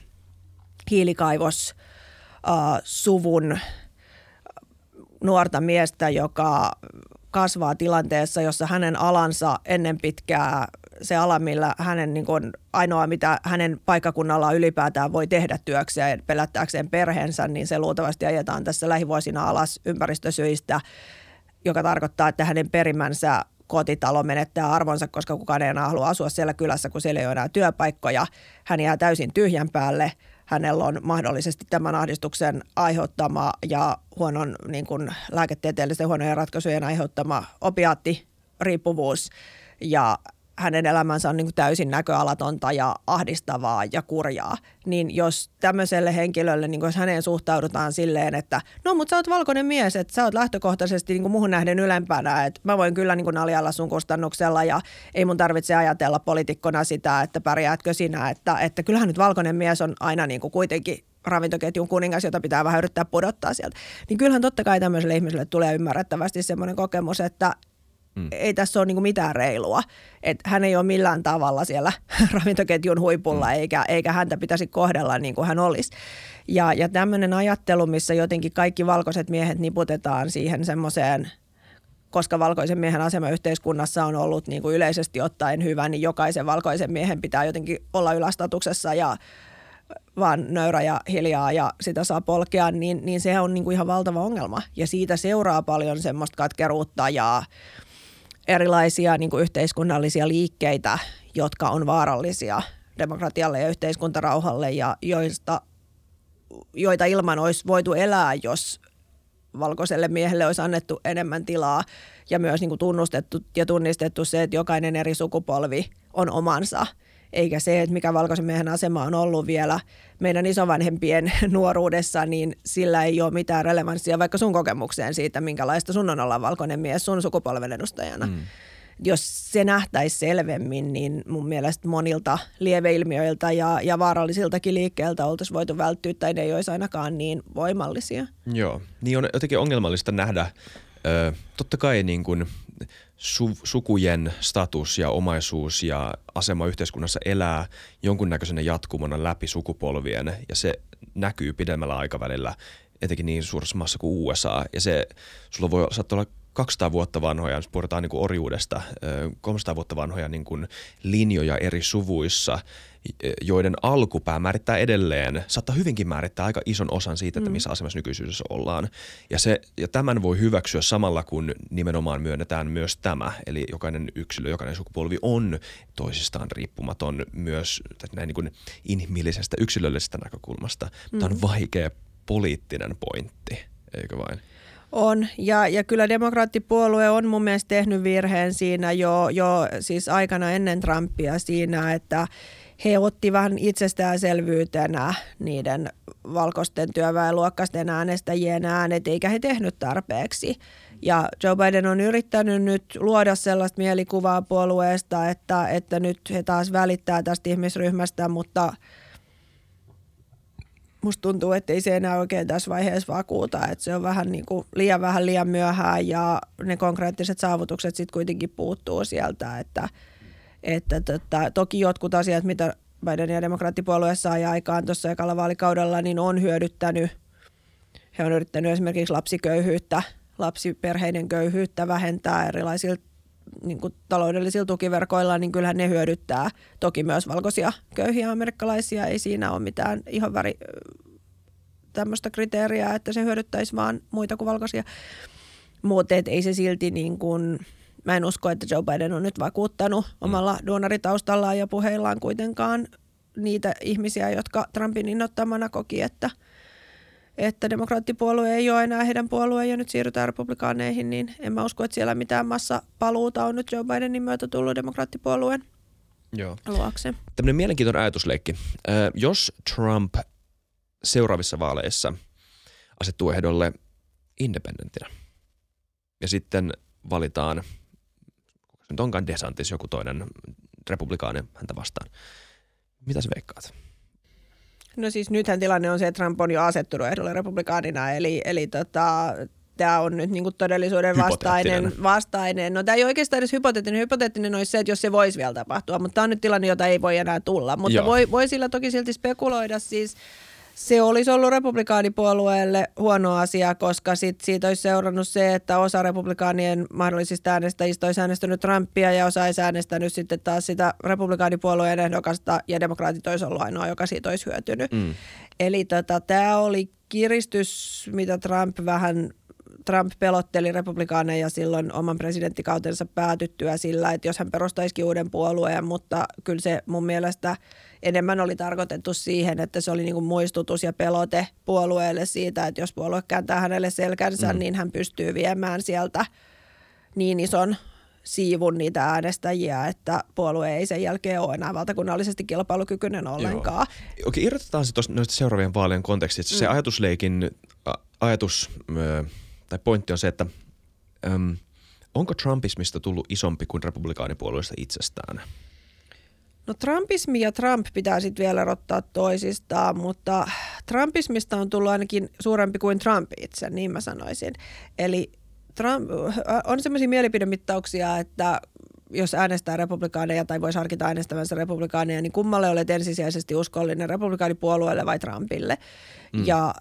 hiilikaivos suvun nuorta miestä, joka kasvaa tilanteessa, jossa hänen alansa ennen pitkää, se ala, millä hänen niin kuin ainoa, mitä hänen paikkakunnallaan ylipäätään voi tehdä työkseen ja pelättääkseen perheensä, niin se luultavasti ajetaan tässä lähivuosina alas ympäristösyistä, joka tarkoittaa, että hänen perimänsä kotitalo menettää arvonsa, koska kukaan ei enää halua asua siellä kylässä, kun siellä ei ole enää työpaikkoja. Hän jää täysin tyhjän päälle. Hänellä on mahdollisesti tämän ahdistuksen aiheuttama ja huonon niin kuin lääketieteellisten huonojen ratkaisujen aiheuttama opiaattiriippuvuus ja hänen elämänsä on niin kuin täysin näköalatonta ja ahdistavaa ja kurjaa, niin jos tämmöiselle henkilölle, niin jos häneen suhtaudutaan silleen, että no mutta sä oot valkoinen mies, että sä oot lähtökohtaisesti niin kuin muhun nähden ylempänä, että mä voin kyllä niin kuin naljailla sun kustannuksella ja ei mun tarvitse ajatella poliitikkona sitä, että pärjäätkö sinä, että kyllähän nyt valkoinen mies on aina niin kuin kuitenkin ravintoketjun kuningas, jota pitää vähän yrittää pudottaa sieltä. Niin kyllähän totta kai tämmöiselle ihmiselle tulee ymmärrettävästi semmoinen kokemus, että ei tässä ole niinku mitään reilua. Että hän ei ole millään tavalla siellä ravintoketjun huipulla eikä häntä pitäisi kohdella niin kuin hän olisi. Ja tämmöinen ajattelu, missä jotenkin kaikki valkoiset miehet niputetaan siihen semmoiseen, koska valkoisen miehen asema yhteiskunnassa on ollut niin kuin yleisesti ottaen hyvä, niin jokaisen valkoisen miehen pitää jotenkin olla ylästatuksessa ja vaan nöyrä ja hiljaa ja sitä saa polkea, niin se on niin kuin ihan valtava ongelma. Ja siitä seuraa paljon semmoista katkeruutta ja erilaisia niin kuin yhteiskunnallisia liikkeitä, jotka on vaarallisia demokratialle ja yhteiskuntarauhalle ja joita ilman olisi voitu elää, jos valkoiselle miehelle olisi annettu enemmän tilaa ja myös niin kuin tunnustettu ja tunnistettu se, että jokainen eri sukupolvi on omansa. Eikä se, että mikä valkoisen miehen asema on ollut vielä meidän isovanhempien nuoruudessa, niin sillä ei ole mitään relevanssia vaikka sun kokemukseen siitä, minkälaista sun on olla valkoinen mies sun sukupolven edustajana. Jos se nähtäisi selvemmin, niin mun mielestä monilta lieveilmiöiltä ja vaarallisiltakin liikkeiltä oltaisiin voitu välttyä tai ne ei olisi ainakaan niin voimallisia. Joo, niin on jotenkin ongelmallista nähdä totta kai niin kuin sukujen status ja omaisuus ja asema yhteiskunnassa elää jonkunnäköisenä jatkumona läpi sukupolvien ja se näkyy pidemmällä aikavälillä etenkin niin suuressa maassa kuin USA ja se sulla voi saattaa olla 200 vuotta vanhoja, jos puhutaan niin kuin orjuudesta, 300 vuotta vanhoja niin kuin linjoja eri suvuissa, joiden alkupää määrittää edelleen, saattaa hyvinkin määrittää aika ison osan siitä, että missä asemassa nykyisyydessä ollaan. Ja tämän voi hyväksyä samalla, kun nimenomaan myönnetään myös tämä, eli jokainen yksilö, jokainen sukupolvi on toisistaan riippumaton myös näin niin kuin inhimillisestä yksilöllisestä näkökulmasta. Tämä on vaikea poliittinen pointti, eikö vain? On, ja kyllä demokraattipuolue on mun mielestä tehnyt virheen siinä jo siis aikana ennen Trumpia siinä, että he otti vähän itsestäänselvyytenä niiden valkoisten työväenluokkaisten äänestäjien äänet, eikä he tehnyt tarpeeksi. Ja Joe Biden on yrittänyt nyt luoda sellaista mielikuvaa puolueesta, että nyt he taas välittää tästä ihmisryhmästä, mutta musta tuntuu, että ei se enää oikein tässä vaiheessa vakuuta, että se on vähän niin kuin liian myöhään ja ne konkreettiset saavutukset sitten kuitenkin puuttuu sieltä, että toki jotkut asiat, mitä Biden ja demokraattipuolue sai aikaan tuossa ekalla vaalikaudella, niin on hyödyttänyt. He on yrittänyt esimerkiksi lapsiperheiden köyhyyttä vähentää erilaisilla niin kuin taloudellisilla tukiverkoilla, niin kyllähän ne hyödyttää toki myös valkoisia köyhiä amerikkalaisia. Ei siinä ole mitään ihan tämmöistä kriteeriä, että se hyödyttäisi vaan muita kuin valkoisia. Mutta ei se silti niin kuin, mä en usko, että Joe Biden on nyt vakuuttanut omalla duunaritaustallaan ja puheillaan kuitenkaan niitä ihmisiä, jotka Trumpin innoittamana koki, että demokraattipuolue ei ole enää heidän puolueen ja nyt siirrytään republikaaneihin, niin en mä usko, että siellä mitään massapaluuta on nyt Joe Bidenin myötä tullut demokraattipuolueen luokse. Tämmöinen mielenkiintoinen ajatusleikki. Jos Trump seuraavissa vaaleissa asettuu ehdolle independenttinä ja sitten valitaan, kuka nyt onkaan DeSantis, joku toinen republikaani häntä vastaan, mitä sä veikkaat? No siis nythän tilanne on se, että Trump on jo asettunut ehdolle republikaanina, eli tämä on nyt niin kuin todellisuuden vastainen. No tämä ei oikeastaan edes hypoteettinen. Hypoteettinen olisi se, että jos se voisi vielä tapahtua, mutta tämä on nyt tilanne, jota ei voi enää tulla. Mutta voi sillä toki silti spekuloida siis Se olisi ollut republikaanipuolueelle huono asia, koska siitä olisi seurannut se, että osa republikaanien mahdollisista äänestäjistä olisi äänestänyt Trumpia ja osa olisi äänestänyt sitten taas sitä republikaanipuolueen ehdokasta ja demokraatit olisi ollut ainoa, joka siitä olisi hyötynyt. Eli tämä oli kiristys, mitä Trump pelotteli republikaaneja silloin oman presidenttikautensa päätyttyä sillä, että jos hän perustaisikin uuden puolueen, mutta kyllä se mun mielestä enemmän oli tarkoitettu siihen, että se oli niin kuin muistutus ja pelote puolueelle siitä, että jos puolue kääntää hänelle selkänsä, niin hän pystyy viemään sieltä niin ison siivun niitä äänestäjiä, että puolue ei sen jälkeen ole enää valtakunnallisesti kilpailukykyinen ollenkaan. Okei, irrotetaan se noista seuraavien vaalien kontekstista. Se ajatusleikin tai pointti on se, että onko trumpismista tullut isompi kuin republikaanipuolueesta itsestään? No trumpismi ja Trump pitää sitten vielä erottaa toisistaan, mutta trumpismista on tullut ainakin suurempi kuin Trump itse, niin mä sanoisin. Eli on sellaisia mielipidemittauksia, että jos äänestää republikaaneja tai voisi harkita äänestävänsä republikaaneja, niin kummalle olet ensisijaisesti uskollinen, republikaanipuolueelle vai Trumpille. Ja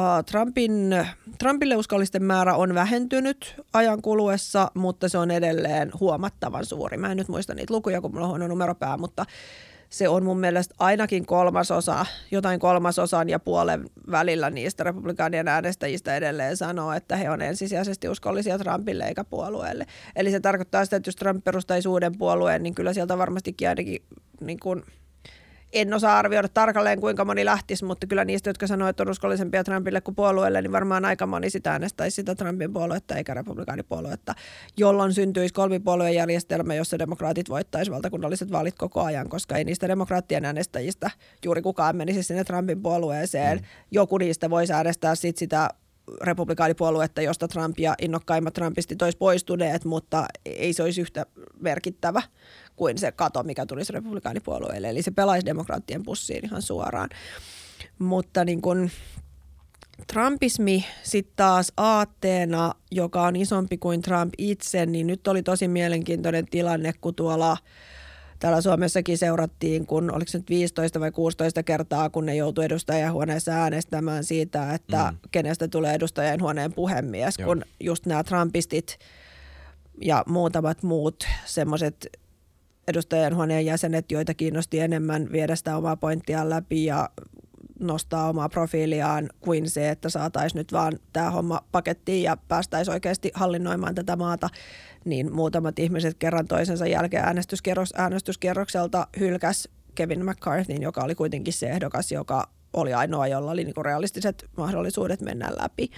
Trumpille uskollisten määrä on vähentynyt ajan kuluessa, mutta se on edelleen huomattavan suuri. Mä en nyt muista niitä lukuja, kun mulla on huono numeropää, mutta se on mun mielestä ainakin jotain kolmasosan ja puolen välillä niistä republikaanien äänestäjistä edelleen sanoo, että he on ensisijaisesti uskollisia Trumpille eikä puolueelle. Eli se tarkoittaa sitä, että jos Trump perustaisi uuden puolueen, niin kyllä sieltä varmastikin ainakin niin kuin, en osaa arvioida tarkalleen, kuinka moni lähtisi, mutta kyllä niistä, jotka sanoo, että on uskollisempia Trumpille kuin puolueelle, niin varmaan aika moni sitä äänestäisi sitä Trumpin puoluetta eikä republikaanipuoluetta, jolloin syntyisi kolmipuoluejärjestelmä, jossa demokraatit voittaisi valtakunnalliset vaalit koko ajan, koska ei niistä demokraattien äänestäjistä juuri kukaan menisi sinne Trumpin puolueeseen. Joku niistä voisi äänestää sitä republikaanipuoluetta, josta Trump ja innokkaimmat trumpistit olisi poistuneet, mutta ei se olisi yhtä merkittävä kuin se kato, mikä tulisi republikaanipuolueelle. Eli se pelaisi demokraattien pussiin ihan suoraan. Mutta niin kun trumpismi sitten taas aatteena, joka on isompi kuin Trump itse, niin nyt oli tosi mielenkiintoinen tilanne, kun täällä Suomessakin seurattiin, kun oliko se nyt 15 vai 16 kertaa, kun ne joutui edustajainhuoneessa äänestämään siitä, että kenestä tulee edustajainhuoneen puhemies, kun just nämä trumpistit ja muutamat muut semmoiset edustajainhuoneen jäsenet, joita kiinnosti enemmän viedä sitä omaa pointtiaan läpi ja nostaa omaa profiiliaan kuin se, että saataisiin nyt vaan tämä homma pakettiin ja päästäisiin oikeasti hallinnoimaan tätä maata, niin muutamat ihmiset kerran toisensa jälkeen äänestyskierrokselta hylkäs Kevin McCarthyn, joka oli kuitenkin se ehdokas, joka oli ainoa, jolla oli niinku realistiset mahdollisuudet mennä läpi.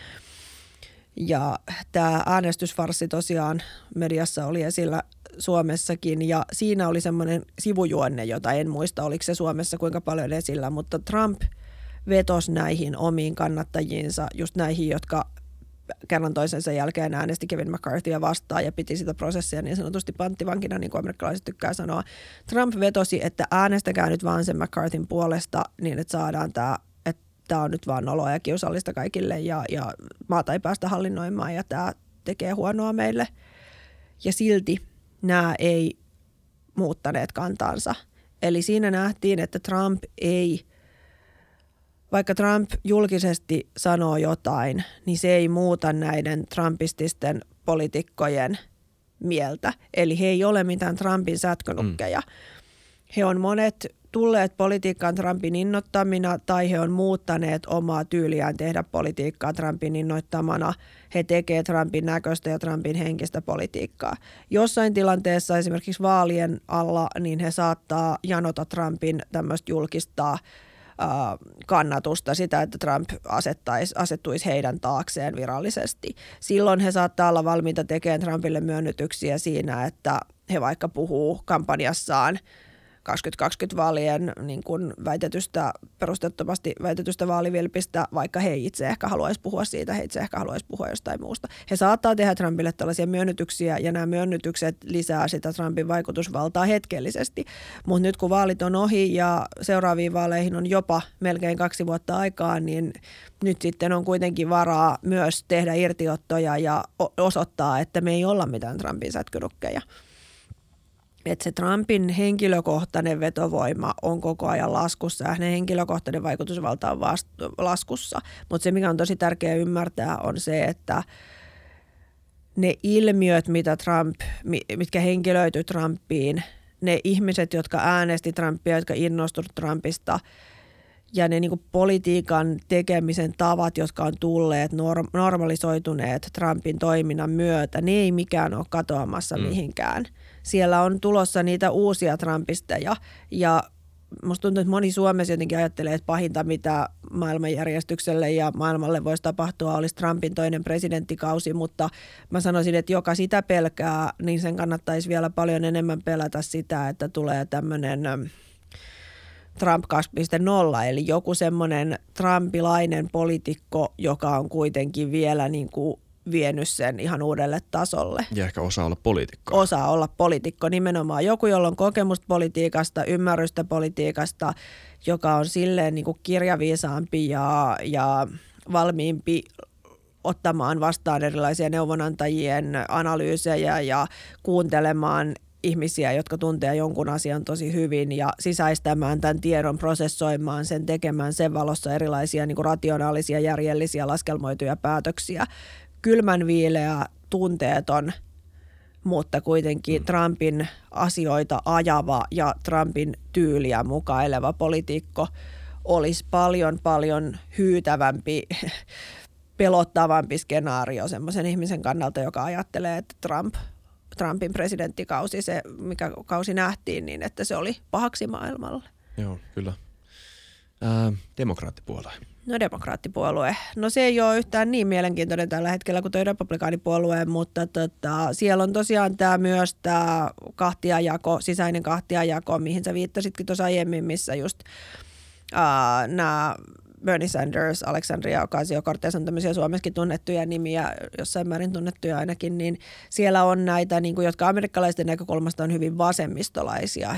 Ja tämä äänestysfarssi tosiaan mediassa oli esillä Suomessakin ja siinä oli semmoinen sivujuonne, jota en muista, oliko se Suomessa kuinka paljon esillä, mutta Trump vetosi näihin omiin kannattajiinsa, just näihin, jotka kerran toisensa jälkeen äänesti Kevin McCarthyä vastaan ja piti sitä prosessia niin sanotusti panttivankina, niin kuin amerikkalaiset tykkää sanoa. Trump vetosi, että äänestäkää nyt vaan sen McCarthyn puolesta niin, että saadaan tämä on nyt vaan noloa ja kiusallista kaikille ja maata ei päästä hallinnoimaan ja tämä tekee huonoa meille. Ja silti nämä ei muuttaneet kantaansa. Eli siinä nähtiin, että vaikka Trump julkisesti sanoo jotain, niin se ei muuta näiden trumpististen poliitikkojen mieltä. Eli he ei ole mitään Trumpin sätkönukkeja. He on monet tulleet politiikkaan Trumpin innoittamina tai he on muuttaneet omaa tyyliään tehdä politiikkaa Trumpin innoittamana. He tekevät Trumpin näköistä ja Trumpin henkistä politiikkaa. Jossain tilanteessa esimerkiksi vaalien alla niin he saattaa janota Trumpin tämmöistä julkista kannatusta, sitä, että Trump asettuisi heidän taakseen virallisesti. Silloin he saattaa olla valmiita tekemään Trumpille myönnytyksiä siinä, että he vaikka puhuu kampanjassaan 2020 vaalien niin kuin perusteettomasti väitetystä vaalivilpistä, vaikka he itse ehkä haluaisi puhua siitä, he itse ehkä haluaisi puhua jostain muusta. He saattaa tehdä Trumpille tällaisia myönnytyksiä ja nämä myönnytykset lisää sitä Trumpin vaikutusvaltaa hetkellisesti. Mutta nyt kun vaalit on ohi ja seuraaviin vaaleihin on jopa melkein 2 vuotta aikaa, niin nyt sitten on kuitenkin varaa myös tehdä irtiottoja ja osoittaa, että me ei olla mitään Trumpin sätkynukkeja. että se Trumpin henkilökohtainen vetovoima on koko ajan laskussa ja hänen henkilökohtainen vaikutusvalta on laskussa. Mutta se, mikä on tosi tärkeää ymmärtää, on se, että ne ilmiöt, mitkä henkilöityy Trumpiin, ne ihmiset, jotka äänesti Trumpia, jotka innostuivat Trumpista ja ne niin kuin politiikan tekemisen tavat, jotka on tulleet normalisoituneet Trumpin toiminnan myötä, ne ei mikään ole katoamassa mihinkään. Siellä on tulossa niitä uusia Trumpisteja ja musta tuntuu, että moni Suomessa jotenkin ajattelee, että pahinta mitä maailmanjärjestykselle ja maailmalle voisi tapahtua olisi Trumpin toinen presidenttikausi, mutta mä sanoisin, että joka sitä pelkää, niin sen kannattaisi vielä paljon enemmän pelätä sitä, että tulee tämmöinen Trump 2.0, eli joku semmoinen trumpilainen poliitikko, joka on kuitenkin vielä niin kuin vienyt sen ihan uudelle tasolle. Ja ehkä osaa olla poliitikko. Osaa olla poliitikko nimenomaan. Joku, jolla on kokemusta politiikasta, ymmärrystä politiikasta, joka on silleen niin kuin kirjaviisaampi ja valmiimpi ottamaan vastaan erilaisia neuvonantajien analyysejä ja kuuntelemaan ihmisiä, jotka tuntee jonkun asian tosi hyvin ja sisäistämään tämän tiedon, prosessoimaan sen, tekemään sen valossa erilaisia niin kuin rationaalisia, järjellisiä, laskelmoituja päätöksiä. Kylmän viileä, tunteeton, mutta kuitenkin Trumpin asioita ajava ja Trumpin tyyliä mukaileva poliitikko olisi paljon hyytävämpi, pelottavampi skenaario semmoisen ihmisen kannalta, joka ajattelee, että Trumpin presidenttikausi, se mikä kausi nähtiin, niin että se oli pahaksi maailmalle. Joo, kyllä. Demokraattipuolue. No demokraattipuolue. No se ei ole yhtään niin mielenkiintoinen tällä hetkellä kuin tuo republikaanipuolue, mutta siellä on tosiaan myös tämä kahtiajako, sisäinen kahtiajako, mihin sä viittasitkin tuossa aiemmin, missä just nämä Bernie Sanders, Alexandria Ocasio-Cortez on tämmöisiä Suomessakin tunnettuja nimiä, jossain määrin tunnettuja ainakin, niin siellä on näitä, niin kuin, jotka amerikkalaisten näkökulmasta on hyvin vasemmistolaisia.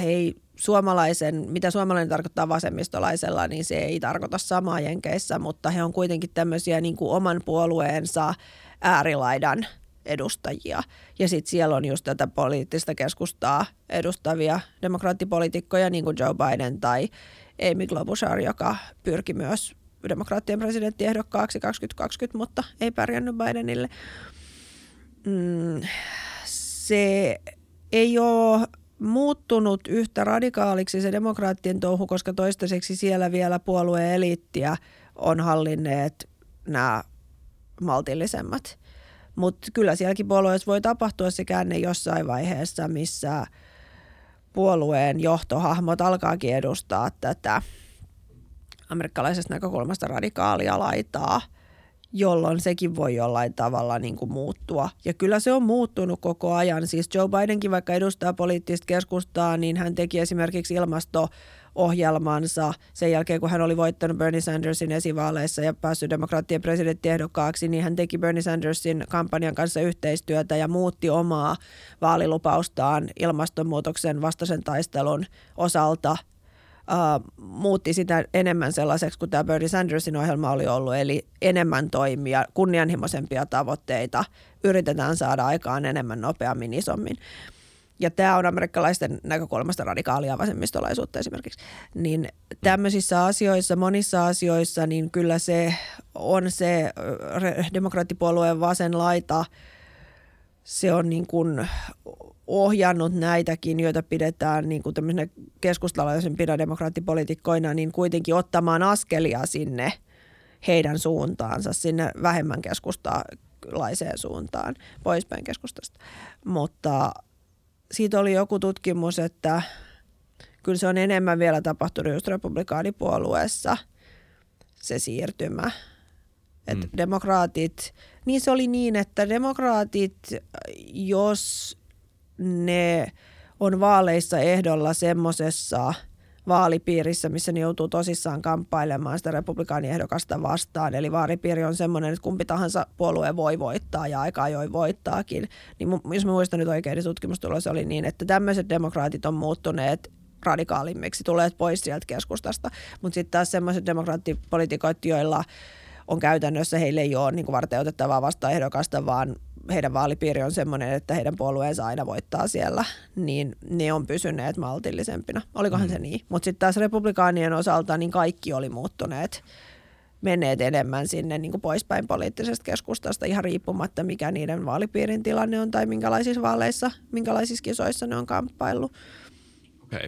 Mitä suomalainen tarkoittaa vasemmistolaisella, niin se ei tarkoita samaa Jenkeissä, mutta he on kuitenkin tämmöisiä niin kuin oman puolueensa äärilaidan edustajia. Ja sitten siellä on just tätä poliittista keskustaa edustavia demokraattipoliitikkoja, niin kuin Joe Biden tai Amy Klobuchar, joka pyrki myös demokraattien presidenttiehdokkaaksi 2020, mutta ei pärjännyt Bidenille. Se ei ole muuttunut yhtä radikaaliksi se demokraattien touhu, koska toistaiseksi siellä vielä puolueen eliittiä on hallinneet nämä maltillisemmat. Mutta kyllä sielläkin puolueessa voi tapahtua se käänne jossain vaiheessa, missä puolueen johtohahmot alkaakin edustaa tätä amerikkalaisesta näkökulmasta radikaalia laitaa, jolloin sekin voi jollain tavalla niin kuin muuttua. Ja kyllä se on muuttunut koko ajan. Siis Joe Bidenkin vaikka edustaa poliittista keskustaa, niin hän teki esimerkiksi ilmasto-ohjelmansa sen jälkeen, kun hän oli voittanut Bernie Sandersin esivaaleissa ja päässyt demokraattien presidenttiehdokkaaksi, niin hän teki Bernie Sandersin kampanjan kanssa yhteistyötä ja muutti omaa vaalilupaustaan ilmastonmuutoksen vastaisen taistelun osalta. Muutti sitä enemmän sellaiseksi kuin tämä Bernie Sandersin ohjelma oli ollut, eli enemmän toimia, kunnianhimoisempia tavoitteita, yritetään saada aikaan enemmän, nopeammin, isommin. Ja tämä on amerikkalaisten näkökulmasta radikaalia vasemmistolaisuutta esimerkiksi. Niin tämmöisissä asioissa, monissa asioissa, niin kyllä se on se demokraattipuolueen vasen laita, se on niin kuin ohjannut näitäkin, joita pidetään niin kuin tämmöisenä keskustalaisempina demokraattipoliitikkoina, niin kuitenkin ottamaan askelia sinne heidän suuntaansa, sinne vähemmän keskustalaiseen suuntaan, poispäin keskustasta. Mutta siitä oli joku tutkimus, että kyllä se on enemmän vielä tapahtunut just republikaanipuolueessa se siirtymä. Että demokraatit, niin se oli niin, että demokraatit, jos ne on vaaleissa ehdolla semmoisessa vaalipiirissä, missä ne joutuu tosissaan kamppailemaan sitä republikaaniehdokasta vastaan. Eli vaalipiiri on semmoinen, että kumpi tahansa puolue voi voittaa ja aika ajoin voittaakin. Niin jos mä muistan nyt oikein, niin tutkimustulos oli niin, että tämmöiset demokraatit on muuttuneet radikaalimmiksi, tulee pois sieltä keskustasta. Mutta sitten taas semmoiset demokraattipoliitikot, joilla on käytännössä, heille ei ole niin kuin varteutettavaa vastaehdokasta, vaan heidän vaalipiiri on semmoinen, että heidän puolueensa aina voittaa siellä, niin ne on pysyneet maltillisempina. Olikohan se niin? Mutta sitten taas republikaanien osalta niin kaikki oli muuttuneet, menneet enemmän sinne niin kuin poispäin poliittisesta keskustasta ihan riippumatta, mikä niiden vaalipiirin tilanne on tai minkälaisissa vaaleissa, minkälaisissa kisoissa ne on kamppaillut. Okei.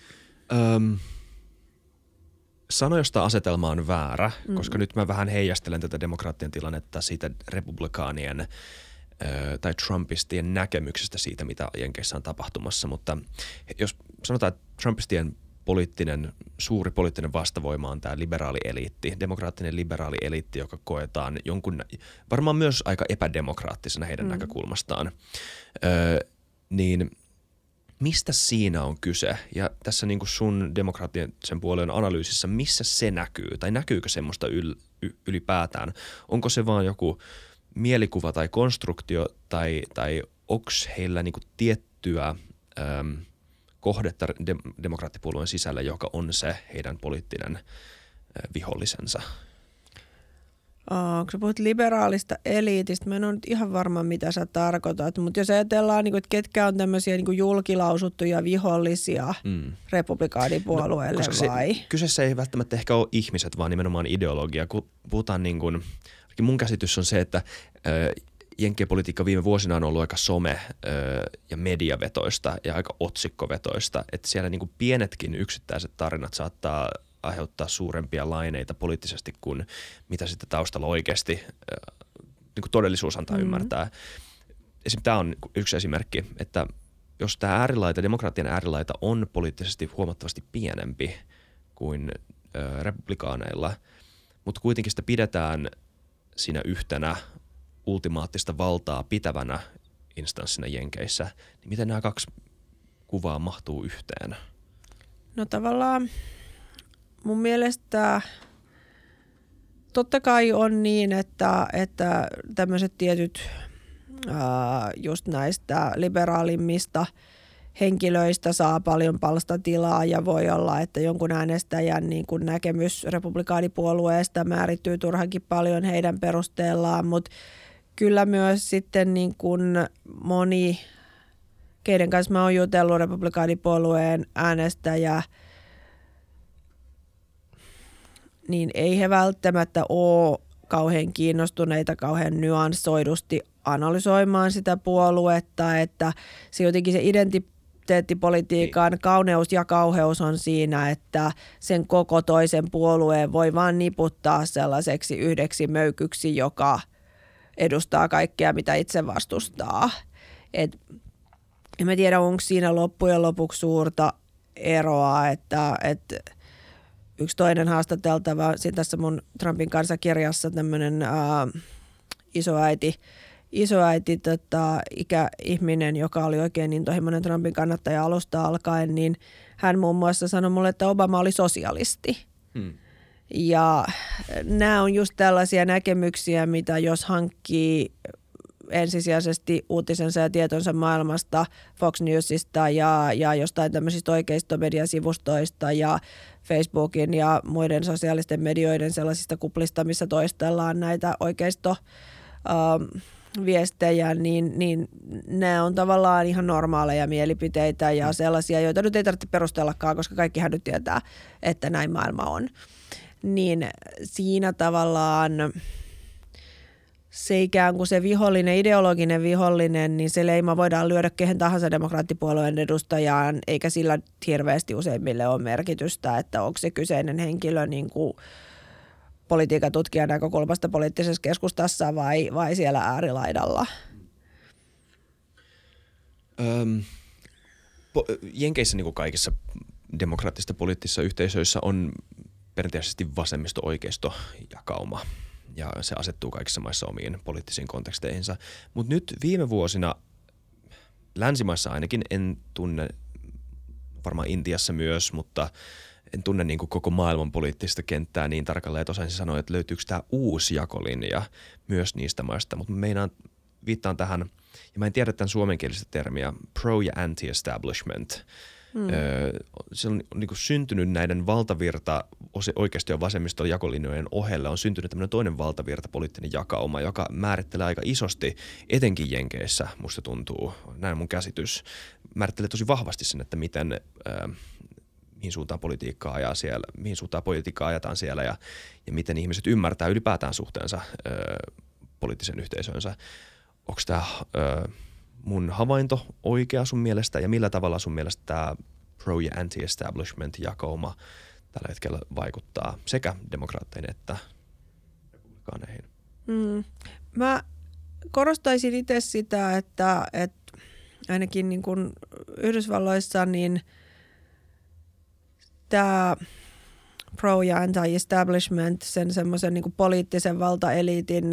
Sano, jos tämä asetelma on väärä, koska nyt mä vähän heijastelen tätä demokraattien tilannetta siitä republikaanien tai trumpistien näkemyksestä siitä, mitä Jenkeissä on tapahtumassa, mutta jos sanotaan, että trumpistien suuri poliittinen vastavoima on tämä liberaali eliitti, demokraattinen liberaali eliitti, joka koetaan varmaan myös aika epädemokraattisena heidän näkökulmastaan, niin mistä siinä on kyse? Ja tässä niin kuin sun demokraattisen puolueen analyysissä, missä se näkyy? Tai näkyykö semmoista ylipäätään? Onko se vaan joku mielikuva tai konstruktio tai onko heillä niin kuin tiettyä kohdetta demokraattipuolueen sisällä, joka on se heidän poliittinen vihollisensa? Kun sä puhut liberaalista eliitistä, mä en ole nyt ihan varma, mitä sä tarkoitat, mutta jos ajatellaan, että ketkä on tämmöisiä julkilausuttuja vihollisia republikaanipuolueelle vai? Kyseessä ei välttämättä ehkä ole ihmiset, vaan nimenomaan ideologia. Kun puhutaan mun käsitys on se, että jenkkien politiikka viime vuosina on ollut aika ja mediavetoista ja aika otsikkovetoista, että siellä pienetkin yksittäiset tarinat saattaa aiheuttaa suurempia laineita poliittisesti kuin mitä sitten taustalla oikeasti todellisuus antaa ymmärtää. Esimerkiksi tämä on yksi esimerkki, että jos tämä demokraattien äärilaita on poliittisesti huomattavasti pienempi kuin republikaaneilla, mutta kuitenkin sitä pidetään siinä yhtenä ultimaattista valtaa pitävänä instanssina Jenkeissä, niin miten nämä kaksi kuvaa mahtuu yhteen? No tavallaan mun mielestä totta kai on niin, että tämmöiset tietyt just näistä liberaalimmista henkilöistä saa paljon palstatilaa ja voi olla, että jonkun äänestäjän niin kuin näkemys republikaanipuolueesta määrittyy turhankin paljon heidän perusteellaan, mutta kyllä myös sitten niin kuin moni, keiden kanssa mä oon jutellut republikaanipuolueen äänestäjä, niin ei he välttämättä ole kauhean kiinnostuneita kauhean nyanssoidusti analysoimaan sitä puoluetta, että se jotenkin se identiteettipolitiikan kauneus ja kauheus on siinä, että sen koko toisen puolueen voi vaan niputtaa sellaiseksi yhdeksi möykyksi, joka edustaa kaikkea, mitä itse vastustaa. En mä tiedä, onko siinä loppujen lopuksi suurta eroa, että yksi haastateltava, tässä mun Trumpin kanssa kirjassa tämmöinen isoäiti ikäihminen, joka oli oikein intohimoinen Trumpin kannattaja alusta alkaen, niin hän muun muassa sanoi mulle, että Obama oli sosialisti. Ja nämä on just tällaisia näkemyksiä, mitä jos hankkii ensisijaisesti uutisensa ja tietonsa maailmasta, Fox Newsista ja jostain tämmöisistä oikeistomediasivustoista ja Facebookin ja muiden sosiaalisten medioiden sellaisista kuplista, missä toistellaan näitä oikeistoviestejä, niin nämä on tavallaan ihan normaaleja mielipiteitä ja sellaisia, joita nyt ei tarvitse perustellakaan, koska kaikkihan nyt tietää, että näin maailma on. Niin siinä tavallaan se ikään kuin se vihollinen, ideologinen vihollinen, niin se leima voidaan lyödä kehen tahansa demokraattipuolueen edustajaan, eikä sillä hirveästi useimmille ole merkitystä, että onko se kyseinen henkilö niin kuin politiikan tutkijan näkökulmasta poliittisessa keskustassa vai siellä äärilaidalla. Jenkeissä niin kuin kaikissa demokraattisissa poliittisissa yhteisöissä on perinteisesti vasemmisto-oikeisto jakauma. Ja se asettuu kaikissa maissa omiin poliittisiin konteksteihinsa. Mutta nyt viime vuosina, länsimaissa ainakin, en tunne, varmaan Intiassa myös, mutta en tunne niin kuin koko maailman poliittista kenttää niin tarkalleen, että osaisin sanoa, että löytyykö tämä uusi jakolinja myös niistä maista. Mutta viittaan tähän, ja mä en tiedä tämän suomenkielistä termiä, pro- ja anti-establishment. Se on niin kuin syntynyt näiden valtavirta oikeisto- ja vasemmiston jakolinjojen ohelle on syntynyt tämmöinen toinen valtavirta poliittinen jakauma, joka määrittelee aika isosti, etenkin Jenkeissä, musta tuntuu, näin mun käsitys, määrittelee tosi vahvasti sen, että mihin suuntaan politiikkaa ajaa siellä, mihin suuntaan politiikkaa ajetaan siellä ja miten ihmiset ymmärtää ylipäätään suhteensa poliittisen yhteisönsä. Onko tämä mun havainto oikea sun mielestä ja millä tavalla sun mielestä tämä pro- ja anti-establishment jakauma tällä hetkellä vaikuttaa sekä demokraatteihin että republikaaneihin? Mä korostaisin itse sitä, että ainakin niin kuin Yhdysvalloissa niin tämä pro- ja anti-establishment, sen semmoisen niin kuin poliittisen valtaeliitin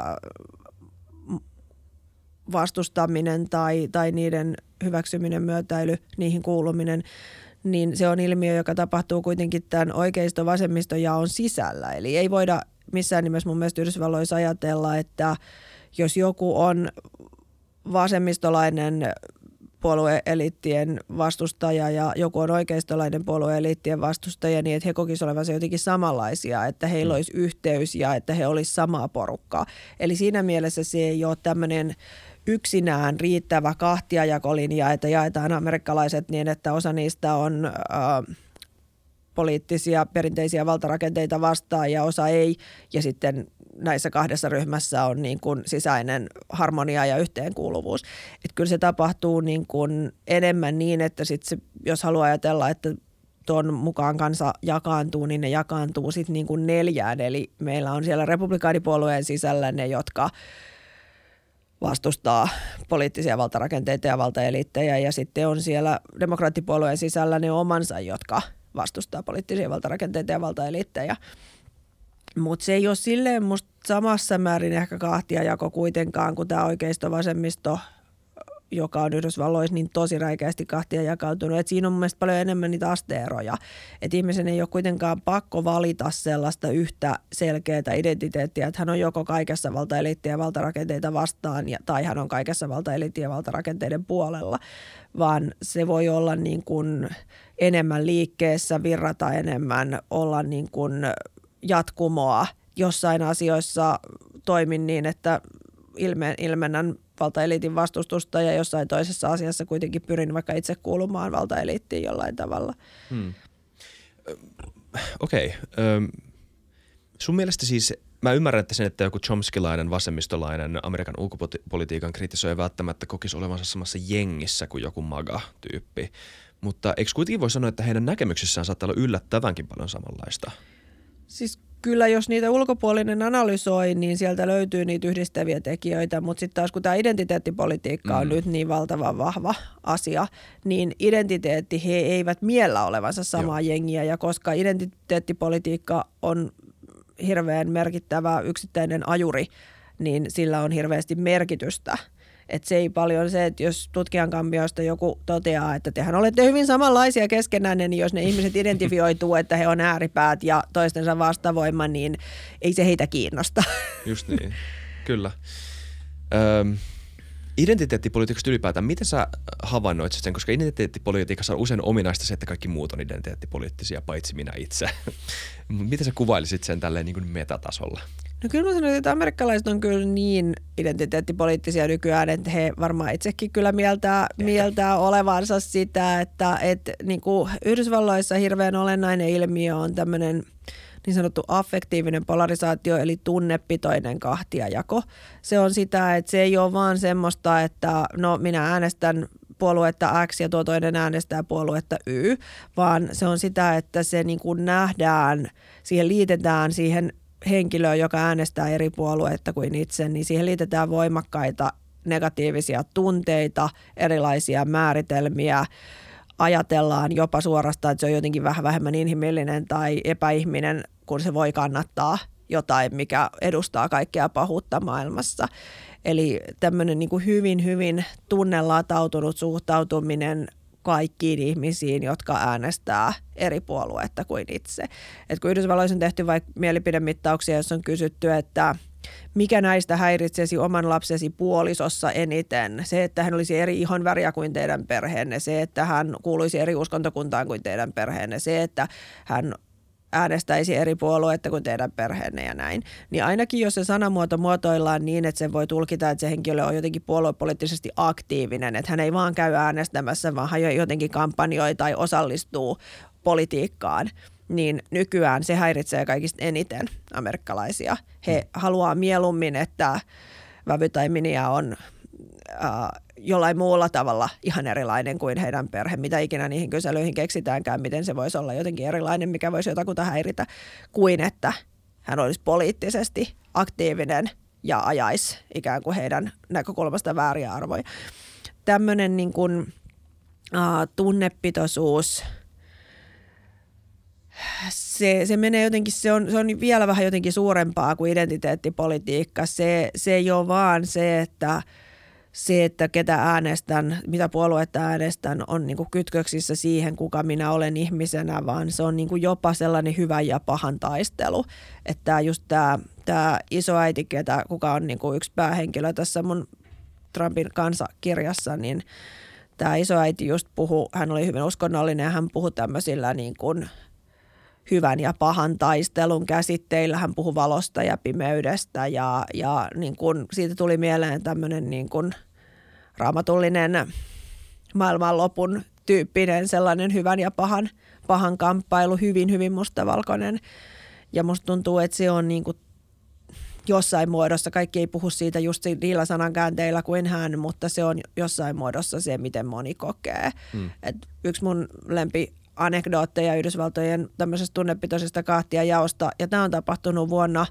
vastustaminen tai niiden hyväksyminen, myötäily, niihin kuuluminen, niin se on ilmiö, joka tapahtuu kuitenkin tämän oikeisto-vasemmistojaon sisällä. Eli ei voida missään nimessä mun mielestä Yhdysvalloissa ajatella, että jos joku on vasemmistolainen puolueeliittien vastustaja ja joku on oikeistolainen puolueeliittien vastustaja, niin että he kokisivat olevansa jotenkin samanlaisia, että heillä olisi yhteys ja että he olisivat samaa porukkaa. Eli siinä mielessä se ei ole tämmöinen yksinään riittävä kahtiajakolinja, että jaetaan amerikkalaiset niin, että osa niistä on poliittisia perinteisiä valtarakenteita vastaan ja osa ei. Ja sitten näissä kahdessa ryhmässä on niin kuin sisäinen harmonia ja yhteenkuuluvuus. Että kyllä se tapahtuu niin kuin enemmän niin, että sit jos haluaa ajatella, että tuon mukaan kansa jakaantuu, niin ne jakaantuu sitten niin kuin 4. Eli meillä on siellä republikaanipuolueen sisällä ne, jotka vastustaa poliittisia valtarakenteita ja valtaeliittejä, ja sitten on siellä demokraattipuolueen sisällä ne omansa, jotka vastustaa poliittisia valtarakenteita ja valtaeliittejä. Mutta se ei ole silleen musta samassa määrin ehkä kahtiajako kuitenkaan kuin tämä oikeisto-vasemmisto, joka on Yhdysvalloissa niin tosi räikeästi kahtia jakautunut. Et siinä on mun mielestä paljon enemmän niitä asteeroja. Että ihmisen ei ole kuitenkaan pakko valita sellaista yhtä selkeää identiteettiä, että hän on joko kaikessa valtaeliittien ja valtarakenteita vastaan tai hän on kaikessa valtaeliittien ja valtarakenteiden puolella, vaan se voi olla niin kuin enemmän liikkeessä, virrata enemmän, olla niin kuin jatkumoa. Jossain asioissa toimin niin, että ilmennän valtaeliitin vastustusta ja jossain toisessa asiassa kuitenkin pyrin vaikka itse kuulumaan valtaeliittiin jollain tavalla. Okei. Sun mielestä siis, mä ymmärrän, että sen, että joku chomskylainen, vasemmistolainen, Amerikan ulkopolitiikan kritisoija välttämättä kokisi olevansa samassa jengissä kuin joku MAGA-tyyppi. Mutta eikö kuitenkin voi sanoa, että heidän näkemyksissään saattaa olla yllättävänkin paljon samanlaista? Siis kyllä, jos niitä ulkopuolinen analysoi, niin sieltä löytyy niitä yhdistäviä tekijöitä, mutta sitten taas kun tämä identiteettipolitiikka on nyt niin valtavan vahva asia, niin identiteetti he eivät miellä olevansa samaa jengiä, ja koska identiteettipolitiikka on hirveän merkittävä yksittäinen ajuri, niin sillä on hirveästi merkitystä. Että se ei paljon se, että jos tutkijan kammioista joku toteaa, että tehän olette hyvin samanlaisia keskenään, niin jos ne ihmiset identifioituu, että he on ääripäät ja toistensa vastavoima, niin ei se heitä kiinnosta. Just niin, kyllä. Identiteettipolitiikasta ylipäätään, miten sä havainnoit sen, koska identiteettipolitiikassa on usein ominaista se, että kaikki muut on identiteettipoliittisia, paitsi minä itse. Miten sä kuvailisit sen tälleen niin kuin metatasolla? No kyllä mä sanoin, että amerikkalaiset on kyllä niin identiteettipoliittisia nykyään, että he varmaan itsekin kyllä mieltää olevansa sitä, että niin kuin Yhdysvalloissa hirveän olennainen ilmiö on tämmöinen niin sanottu affektiivinen polarisaatio, eli tunnepitoinen kahtiajako. Se on sitä, että se ei ole vaan semmoista, että no minä äänestän puoluetta X ja tuo toinen äänestää puoluetta Y, vaan se on sitä, että se niin kuin nähdään, siihen liitetään siihen henkilöön, joka äänestää eri puolueita kuin itse, niin siihen liitetään voimakkaita negatiivisia tunteita, erilaisia määritelmiä. Ajatellaan jopa suorastaan, että se on jotenkin vähän vähemmän inhimillinen tai epäihminen, kun se voi kannattaa jotain, mikä edustaa kaikkea pahuutta maailmassa. Eli tämmöinen niin kuin hyvin, hyvin tunnelatautunut suhtautuminen kaikkiin ihmisiin, jotka äänestää eri puolueetta kuin itse. Et kun Yhdysvalloissa on tehty vaikka mielipidemittauksia, joissa on kysytty, että mikä näistä häiritsesi oman lapsesi puolisossa eniten? Se, että hän olisi eri ihonväriä kuin teidän perheenne, se, että hän kuuluisi eri uskontokuntaan kuin teidän perheenne, se, että hän äänestäisi eri puolueita kuin teidän perheenne ja näin. Niin ainakin jos se sanamuoto muotoillaan niin, että se voi tulkita, että se henkilö on jotenkin puoluepoliittisesti aktiivinen, että hän ei vaan käy äänestämässä, vaan hän jotenkin kampanjoi tai osallistuu politiikkaan, niin nykyään se häiritsee kaikista eniten amerikkalaisia. He haluaa mieluummin, että Vävy tai Miniä on jollain muulla tavalla ihan erilainen kuin heidän perhe, mitä ikinä niihin kyselyihin keksitäänkään, miten se voisi olla jotenkin erilainen, mikä voisi jotakuta häiritä, kuin että hän olisi poliittisesti aktiivinen ja ajaisi ikään kuin heidän näkökulmasta vääriä arvoja. Tämmöinen niin kuin, tunnepitoisuus, se menee jotenkin, se on vielä vähän jotenkin suurempaa kuin identiteettipolitiikka. Se ei ole vaan se, että ketä äänestän, mitä puoluetta äänestän, on niin kuin kytköksissä siihen, kuka minä olen ihmisenä, vaan se on niin kuin jopa sellainen hyvän ja pahan taistelu. Että just tämä isoäiti, kuka on niin kuin yksi päähenkilö tässä mun Trumpin kansakirjassa, niin tämä isoäiti just puhui, hän oli hyvin uskonnollinen ja hän puhui tämmöisillä niin kuin hyvän ja pahan taistelun käsitteillä. Hän puhui valosta ja pimeydestä ja niin kuin siitä tuli mieleen tämmöinen niin kuin raamatullinen maailmanlopun tyyppinen sellainen hyvän ja pahan kamppailu, hyvin, hyvin mustavalkoinen. Ja musta tuntuu, että se on niin kuin jossain muodossa, kaikki ei puhu siitä just niillä sanankäänteillä kuin hän, mutta se on jossain muodossa se, miten moni kokee. Et yksi mun anekdootteja Yhdysvaltojen tämmöisestä tunnepitoisesta kahtiajaosta, ja tämä on tapahtunut vuonna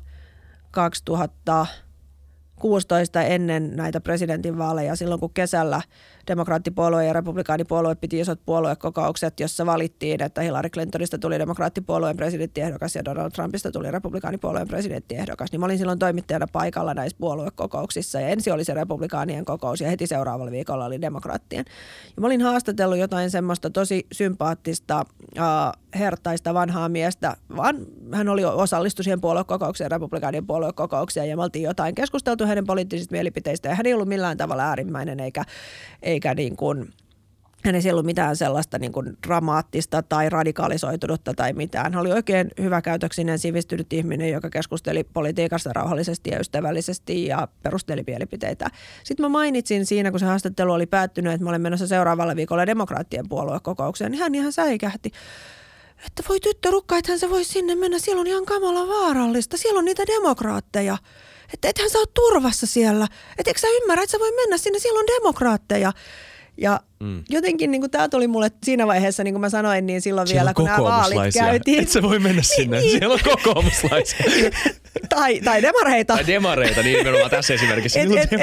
2016 ennen näitä presidentinvaaleja, silloin kun kesällä demokraattipuolue ja republikaanipuolue piti isot puoluekokoukset, jossa valittiin, että Hillary Clintonista tuli demokraattipuolueen presidenttiehdokas ja Donald Trumpista tuli republikaanipuolueen presidenttiehdokas, niin mä olin silloin toimittajana paikalla näissä puoluekokouksissa, ja ensin oli se republikaanien kokous ja heti seuraavalla viikolla oli demokraattien. Ja mä olin haastatellut jotain semmoista tosi sympaattista, hertaista vanhaa miestä, vaan hän osallistui siihen puoluekokoukseen, republikaanien puoluekokoukseen, ja me oltiin jotain keskusteltu hänen poliittisista mielipiteistä, ja hän ei ollut millään tavalla äärimmäinen eikä niin kuin, hänessä ei ollut mitään sellaista niin kuin dramaattista tai radikalisoitunutta tai mitään. Hän oli oikein hyväkäytöksinen, sivistynyt ihminen, joka keskusteli politiikasta rauhallisesti ja ystävällisesti ja perusteli mielipiteitä. Sitten mä mainitsin siinä, kun se haastattelu oli päättynyt, että mä olen menossa seuraavalla viikolla demokraattien puoluekokoukseen, niin hän ihan säikähti, että voi tyttörukka, ethän sä voi sinne mennä, siellä on ihan kamala vaarallista, siellä on niitä demokraatteja. Että ethän sä ole turvassa siellä. Että eikö sä ymmärrä, että sä voi mennä sinne, siellä on demokraatteja. Ja jotenkin niin tämä tuli mulle siinä vaiheessa, niin kuin mä sanoin, niin silloin siellä, kun nämä vaalit käytiin. Et sä voi mennä sinne, niin. Siellä on kokoomuslaisia. tai demareita. Tai demareita, niin nimenomaan tässä esimerkissä.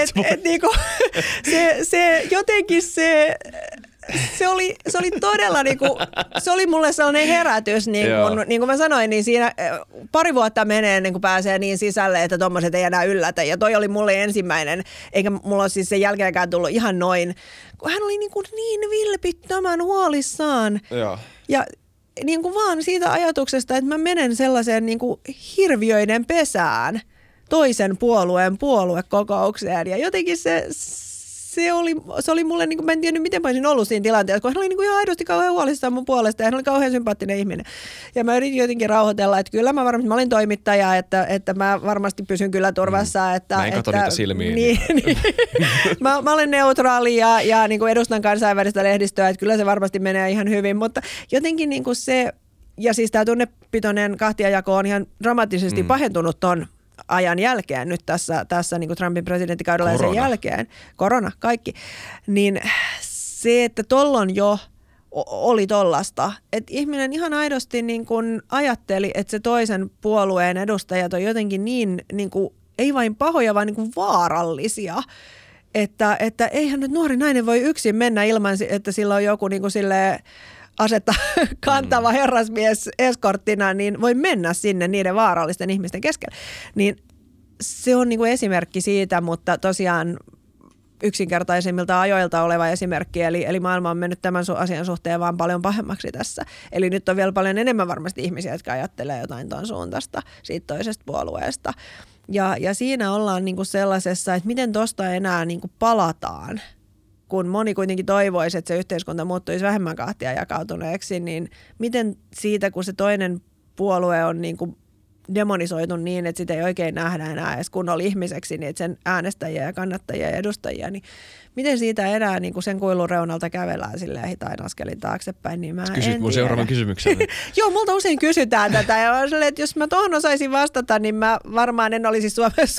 Se jotenkin se oli todella niinku, se oli mulle sellainen herätys, niin kuin mä sanoin, niin siinä pari vuotta menee ennen kuin pääsee niin sisälle, että tommoset ei enää yllätä. Ja toi oli mulle ensimmäinen, eikä mulla ole siis sen jälkeenkään tullut ihan noin, kun hän oli niin vilpittömän huolissaan. Ja niin kuin vaan siitä ajatuksesta, että mä menen sellaiseen niin kuin hirviöiden pesään toisen puolueen puoluekokoukseen. Ja jotenkin se oli mulle, niin kuin, mä en tiennyt, miten mä olisin ollut siinä tilanteessa, kun hän oli niin kuin ihan aidosti kauhean huolissaan mun puolesta ja hän oli kauhean sympaattinen ihminen. Ja mä yritin jotenkin rauhoitella, että kyllä mä olin toimittaja, että mä varmasti pysyn kyllä turvassa. Mä en katso niitä silmiin. Niin. mä olen neutraali ja niin kuin edustan kansainvälistä lehdistöä, että kyllä se varmasti menee ihan hyvin, mutta jotenkin niin kuin se, ja siis tämä tunnepitoinen kahtiajako on ihan dramaattisesti pahentunut ton ajan jälkeen nyt tässä niin kuin Trumpin presidenttikaudella ja sen jälkeen, korona, kaikki, niin se, että tollon jo oli tollasta, että ihminen ihan aidosti niin kuin ajatteli, että se toisen puolueen edustajat on jotenkin niin kuin, ei vain pahoja, vaan niin kuin vaarallisia, että eihän nyt nuori nainen voi yksin mennä ilman, että sillä on joku niin kuin silleen asetta kantava herrasmies eskorttina, niin voi mennä sinne niiden vaarallisten ihmisten keskelle. Niin se on niin kuin esimerkki siitä, mutta tosiaan yksinkertaisimmilta ajoilta oleva esimerkki, eli maailma on mennyt tämän asian suhteen vaan paljon pahemmaksi tässä. Eli nyt on vielä paljon enemmän varmasti ihmisiä, jotka ajattelee jotain tuon suuntaista siitä toisesta puolueesta. Ja siinä ollaan niin kuin sellaisessa, että miten tuosta enää niin kuin palataan, kun moni kuitenkin toivoisi, että se yhteiskunta muuttuisi vähemmän kahtia jakautuneeksi, niin miten siitä, kun se toinen puolue on niin kuin demonisoitu niin, että sitä ei oikein nähdä enää edes kunnolla ihmiseksi, niin että sen äänestäjiä ja kannattajia ja edustajia, niin miten siitä enää niin kuin sen kuilun reunalta kävellään silleen hitain askelin taaksepäin, niin mä Kysyt mun seuraavan kysymyksen. Joo, multa usein kysytään tätä ja mä silleen, että jos mä tuohon osaisin vastata, niin mä varmaan en olisi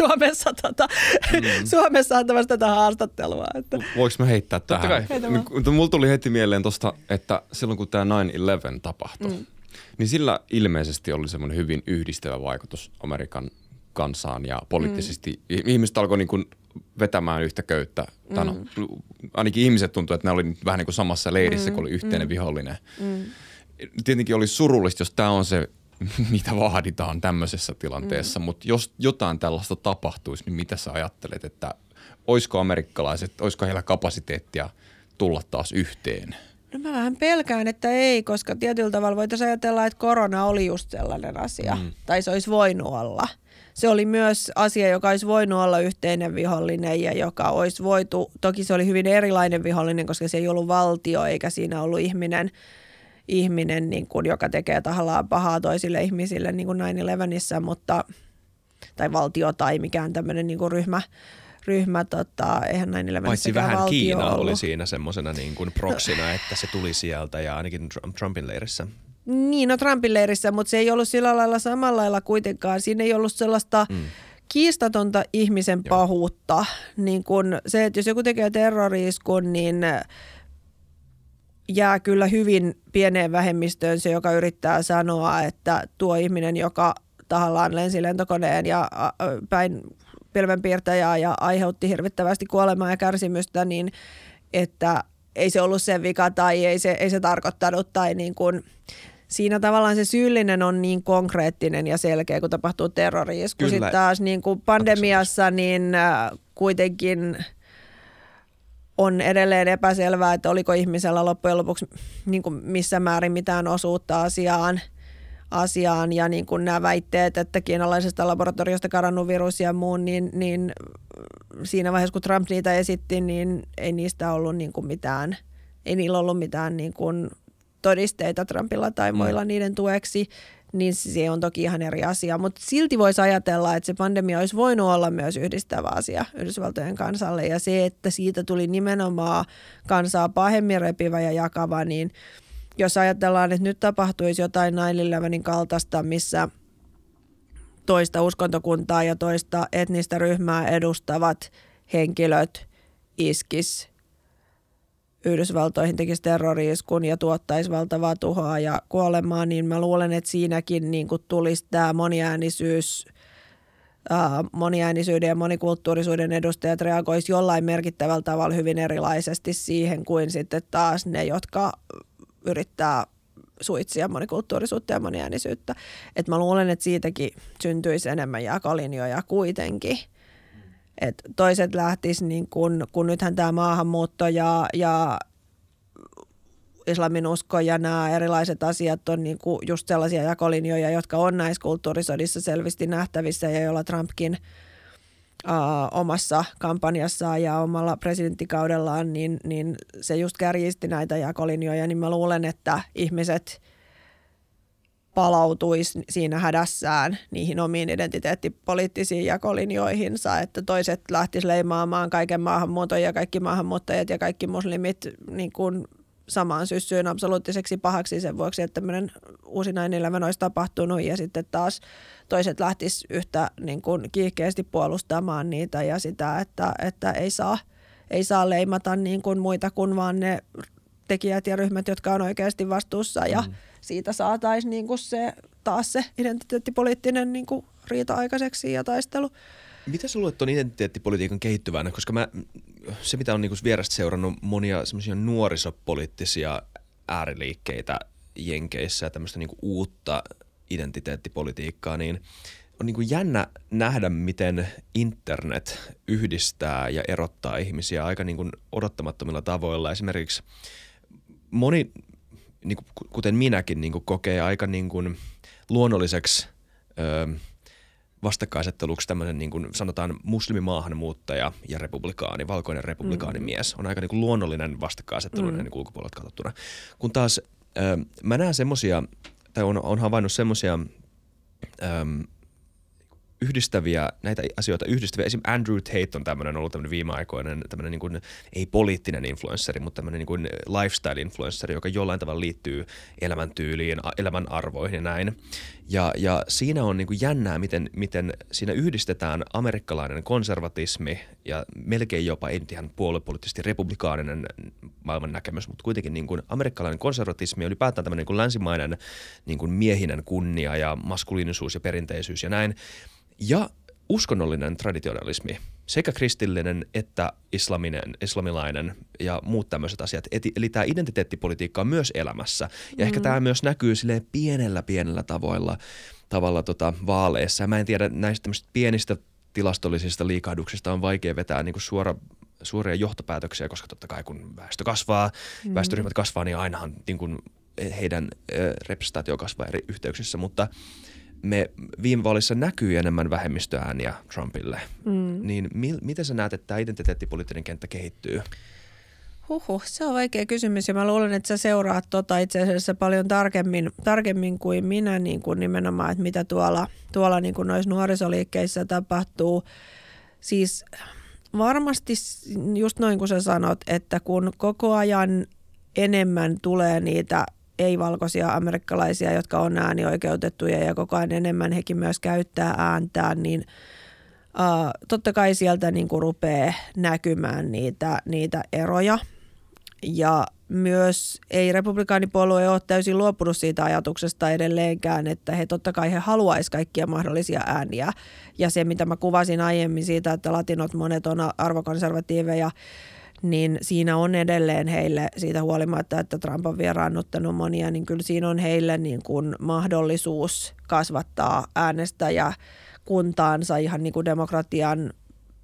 Suomessa antamassa tätä haastattelua. Että. Voinko mä heittää tähän? Mulla tuli heti mieleen tosta, että silloin kun tämä 9/11 tapahtui, niin sillä ilmeisesti oli semmoinen hyvin yhdistävä vaikutus Amerikan kansaan ja poliittisesti. Ihmiset alkoi niin kuin vetämään yhtä köyttä. Ainakin ihmiset tuntui, että ne oli vähän niin kuin samassa leirissä, kun oli yhteinen vihollinen. Tietenkin oli surullista, jos tämä on se, mitä vaaditaan tämmöisessä tilanteessa, mutta jos jotain tällaista tapahtuisi, niin mitä sä ajattelet, että olisiko amerikkalaiset, olisiko heillä kapasiteettia tulla taas yhteen? No mä vähän pelkään, että ei, koska tietyllä tavalla voitaisiin ajatella, että korona oli just sellainen asia, tai se olisi voinut olla. Se oli myös asia, joka olisi voinut olla yhteinen vihollinen ja joka olisi voitu, toki se oli hyvin erilainen vihollinen, koska se ei ollut valtio eikä siinä ollut ihminen niin kuin, joka tekee tahallaan pahaa toisille ihmisille niin kuin 9/11, mutta, tai valtio tai mikään tämmöinen niin kuin ryhmä, eihän 9/11 paitsi vähän valtio Kiina ollut. oli siinä semmoisena niin kuin proksina, että se tuli sieltä ja ainakin Trumpin leirissä. Niin, no Trumpin leirissä, mutta se ei ollut sillä lailla samalla lailla kuitenkaan. Siinä ei ollut sellaista kiistatonta ihmisen pahuutta. Niin kun se, että jos joku tekee terrori-iskun, niin jää kyllä hyvin pieneen vähemmistöön se, joka yrittää sanoa, että tuo ihminen, joka tahallaan lensi lentokoneen ja päin pilvenpiirtäjää ja aiheutti hirvittävästi kuolemaa ja kärsimystä, niin että ei se ollut sen vika tai ei se tarkoittanut tai niin kuin siinä tavallaan se syyllinen on niin konkreettinen ja selkeä, kun tapahtuu terrori-isku. Sitten taas niin kuin pandemiassa niin kuitenkin on edelleen epäselvää, että oliko ihmisellä loppujen lopuksi niin kuin missä määrin mitään osuutta asiaan ja niin kuin nämä väitteet, että kiinalaisesta laboratoriosta karannut virus ja muun, niin siinä vaiheessa, kun Trump niitä esitti, niin ei niistä ollut niin kuin mitään, ei niillä ollut mitään niin kuin todisteita Trumpilla tai muilla niiden tueksi, niin se on toki ihan eri asia. Mutta silti voisi ajatella, että se pandemia olisi voinut olla myös yhdistävä asia Yhdysvaltojen kansalle. Ja se, että siitä tuli nimenomaan kansaa pahemmin repivä ja jakava, niin jos ajatellaan, että nyt tapahtuisi jotain 9/11 kaltaista, missä toista uskontokuntaa ja toista etnistä ryhmää edustavat henkilöt iskis Yhdysvaltoihin, tekisi terrori-iskun ja tuottaisi valtavaa tuhoa ja kuolemaa, niin mä luulen, että siinäkin niin kuin tulisi tämä moniäänisyyden ja monikulttuurisuuden edustajat reagoisi jollain merkittävällä tavalla hyvin erilaisesti siihen kuin sitten taas ne, jotka yrittää suitsia monikulttuurisuutta ja moniäänisyyttä. Et mä luulen, että siitäkin syntyisi enemmän jakolinjoja kuitenkin. Et toiset lähtis, niin kun nythän tämä maahanmuutto ja islaminusko ja nämä erilaiset asiat on niin kuin just sellaisia jakolinjoja, jotka on näissä kulttuurisodissa selvästi nähtävissä ja joilla Trumpkin omassa kampanjassaan ja omalla presidenttikaudellaan, niin se just kärjisti näitä jakolinjoja, niin mä luulen, että ihmiset palautuisi siinä hädässään niihin omiin identiteettipoliittisiin jakolinjoihinsa, että toiset lähtis leimaamaan kaiken maahanmuuton ja kaikki maahanmuuttajat ja kaikki muslimit niin kuin samaan syssyyn absoluuttiseksi pahaksi sen vuoksi, että tämmöinen uusi 9/11 olisi tapahtunut ja sitten taas toiset lähtis yhtä niin kuin kiihkeästi puolustamaan niitä ja sitä, että ei saa leimata niin kuin muita kuin vaan ne tekijät ja ryhmät, jotka on oikeasti vastuussa ja siitä saataisiin niin kuin se identiteettipoliittinen niin kuin riita aikaiseksi ja taistelu. Mitä sä luulet tuon identiteettipolitiikan kehittyvänä? Koska se mitä on niinku vierestä seurannut monia semmoisia nuorisopoliittisia ääriliikkeitä Jenkeissä ja tämmöistä niinku uutta identiteettipolitiikkaa, niin on niinku jännä nähdä, miten internet yhdistää ja erottaa ihmisiä aika niinku odottamattomilla tavoilla. Esimerkiksi moni, niinku, kuten minäkin, niinku kokee aika niinku luonnolliseksi vastakkainasetteluksi tämmöinen niin kuin sanotaan muslimimaahanmuuttaja ja republikaani, valkoinen republikaanimies on aika niin kuin luonnollinen vastakkainasettelu niin kuin ulkopuolelta katsottuna. Kun taas mä näen semmoisia, tai on havainnut semmoisia yhdistäviä, näitä asioita yhdistäviä. Esimerkiksi Andrew Tate on ollut tämmöinen viimeaikoinen, tämmöinen niin kuin, ei poliittinen influenssari, mutta tämmöinen niin kuin lifestyle-influenssari, joka jollain tavalla liittyy elämäntyyliin, elämän arvoihin ja näin. Ja siinä on niin kuin jännää, miten siinä yhdistetään amerikkalainen konservatismi ja melkein jopa ei ihan puoluepoliittisesti republikaaninen maailman näkemys, mutta kuitenkin niin kuin amerikkalainen konservatismi ja ylipäätään tämmöinen niin kuin länsimainen niin kuin miehinen kunnia ja maskuliinisuus ja perinteisyys ja näin. Ja uskonnollinen traditionalismi, sekä kristillinen että islamilainen ja muut tämmöiset asiat. Eli tämä identiteettipolitiikka on myös elämässä. Ja ehkä tämä myös näkyy silleen pienellä tavalla vaaleissa. Ja mä en tiedä, näistä tämmöisistä pienistä tilastollisista liikahduksista on vaikea vetää niin kuin suoria johtopäätöksiä, koska totta kai kun väestö kasvaa, väestöryhmät kasvaa, niin ainahan niin kuin heidän representaatio kasvaa eri yhteyksissä, mutta viime vaalissa näkyy enemmän vähemmistöääniä Trumpille. Niin miten sä näet, että tämä identiteettipoliittinen kenttä kehittyy? Se on vaikea kysymys ja mä luulen, että sä seuraat itse asiassa paljon tarkemmin kuin minä niin kuin nimenomaan, että mitä tuolla niin kuin noissa nuorisoliikkeissä tapahtuu. Siis varmasti just noin kuin sä sanot, että kun koko ajan enemmän tulee niitä ei-valkoisia amerikkalaisia, jotka on äänioikeutettuja ja koko ajan enemmän hekin myös käyttää ääntään, niin totta kai sieltä niin kuin rupeaa näkymään niitä eroja. Ja myös ei republikaanipuolue ole täysin luopunut siitä ajatuksesta edelleenkään, että totta kai he haluaisi kaikkia mahdollisia ääniä. Ja se, mitä mä kuvasin aiemmin siitä, että latinot monet on arvokonservatiiveja, niin siinä on edelleen heille siitä huolimatta, että Trump on vieraannuttanut monia, niin kyllä siinä on heille niin kuin mahdollisuus kasvattaa äänestäjäkuntaansa ihan niin kuin demokratian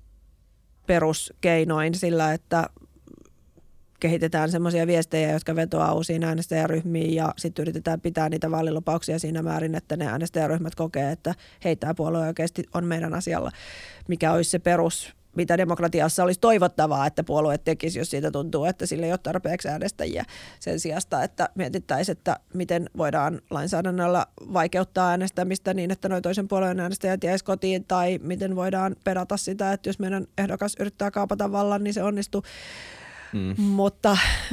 peruskeinoin sillä, että kehitetään semmoisia viestejä, jotka vetoaa uusiin äänestäjäryhmiin ja sitten yritetään pitää niitä vaalilupauksia siinä määrin, että ne äänestäjäryhmät kokee, että hei, tämä puolue oikeasti on meidän asialla, mikä olisi se perus, mitä demokratiassa olisi toivottavaa, että puolue tekisi, jos siitä tuntuu, että sillä ei ole tarpeeksi äänestäjiä sen sijasta, että mietittäisiin, että miten voidaan lainsäädännöllä vaikeuttaa äänestämistä niin, että noin toisen puolueen äänestäjät jäisi kotiin, tai miten voidaan pedata sitä, että jos meidän ehdokas yrittää kaapata vallan, niin se onnistuu. Mutta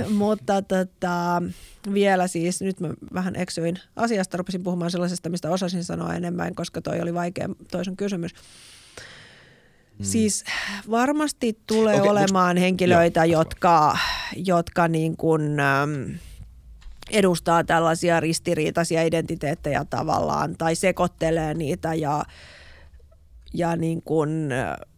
vielä siis, nyt mä vähän eksyin asiasta, rupesin puhumaan sellaisesta, mistä osasin sanoa enemmän, koska toi oli vaikea sun kysymys. Siis varmasti tulee olemaan henkilöitä, jotka niin kuin, edustaa tällaisia ristiriitaisia identiteettejä tavallaan tai sekoittelee niitä ja niin kuin,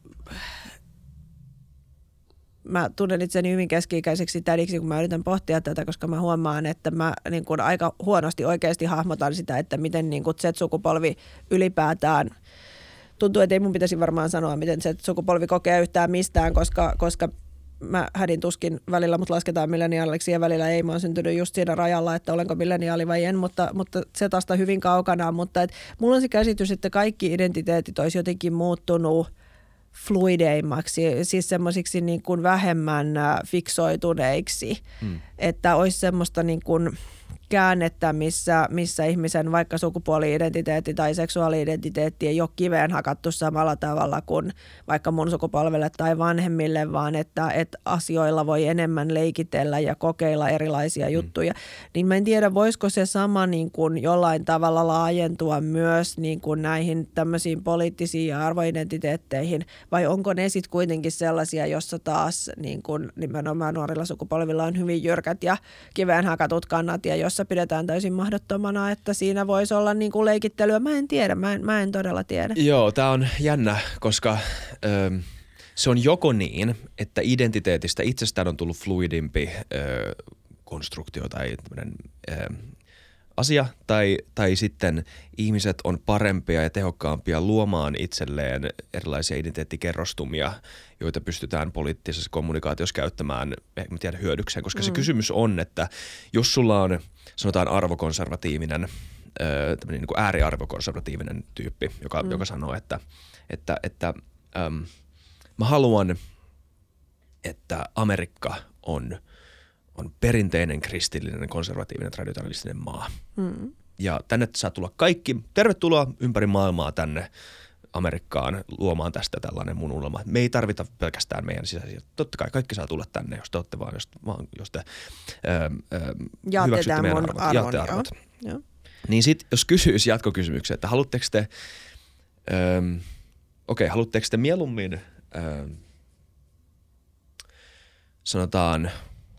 mä tunnen itseni hyvin keski-ikäiseksi tädiksi, kun mä yritän pohtia tätä, koska mä huomaan, että mä niin kuin aika huonosti oikeasti hahmotan sitä, että miten niin kuin Z-sukupolvi ylipäätään tuntuu, että ei mun pitäisi varmaan sanoa, miten se sukupolvi kokee yhtään mistään, koska mä hädin tuskin välillä, mutta lasketaan milleniaaliksi ja välillä ei. Mä oon syntynyt just siinä rajalla, että olenko milleniaali vai en, mutta se taas hyvin kaukana. Mutta mulla on se käsitys, että kaikki identiteetit olisi jotenkin muuttunut fluideimmaksi, siis semmoisiksi niin kuin vähemmän fiksoituneiksi, että olisi semmoista niin kuin käännettä, missä ihmisen vaikka sukupuoli-identiteetti tai seksuaali-identiteetti ei ole kiveen hakattu samalla tavalla kuin vaikka mun sukupolvelle tai vanhemmille, vaan että asioilla voi enemmän leikitellä ja kokeilla erilaisia juttuja. Niin mä en tiedä, voisiko se sama niin kuin jollain tavalla laajentua myös niin kuin näihin tämmöisiin poliittisiin ja arvoidentiteetteihin, vai onko ne sitten kuitenkin sellaisia, jossa taas niin kuin nimenomaan nuorilla sukupolvilla on hyvin jyrkät ja kiveen hakatut kannat ja jossa pidetään täysin mahdottomana, että siinä voisi olla niin kuin leikittelyä. Mä en tiedä, mä en todella tiedä. Joo, tää on jännä, koska se on joko niin, että identiteetistä itsestään on tullut fluidimpi konstruktio tai tämmöinen asia, tai sitten ihmiset on parempia ja tehokkaampia luomaan itselleen erilaisia identiteettikerrostumia, joita pystytään poliittisessa kommunikaatiossa käyttämään hyödykseen, koska se kysymys on, että jos sulla on sanotaan arvokonservatiivinen tämmöinen niin kuin ääriarvokonservatiivinen tyyppi, joka sanoo, että mä haluan, että Amerikka on perinteinen kristillinen, konservatiivinen, traditionalistinen maa. Ja tänne saa tulla kaikki. Tervetuloa ympäri maailmaa tänne Amerikkaan luomaan tästä tällainen mun unelma. Me ei tarvita pelkästään meidän sisäisiä. Totta kai kaikki saa tulla tänne, jos te olette jos te hyväksytte meidän arvot. Niin sit, jos kysyisi jatkokysymyksen, että haluatteko te mieluummin sanotaan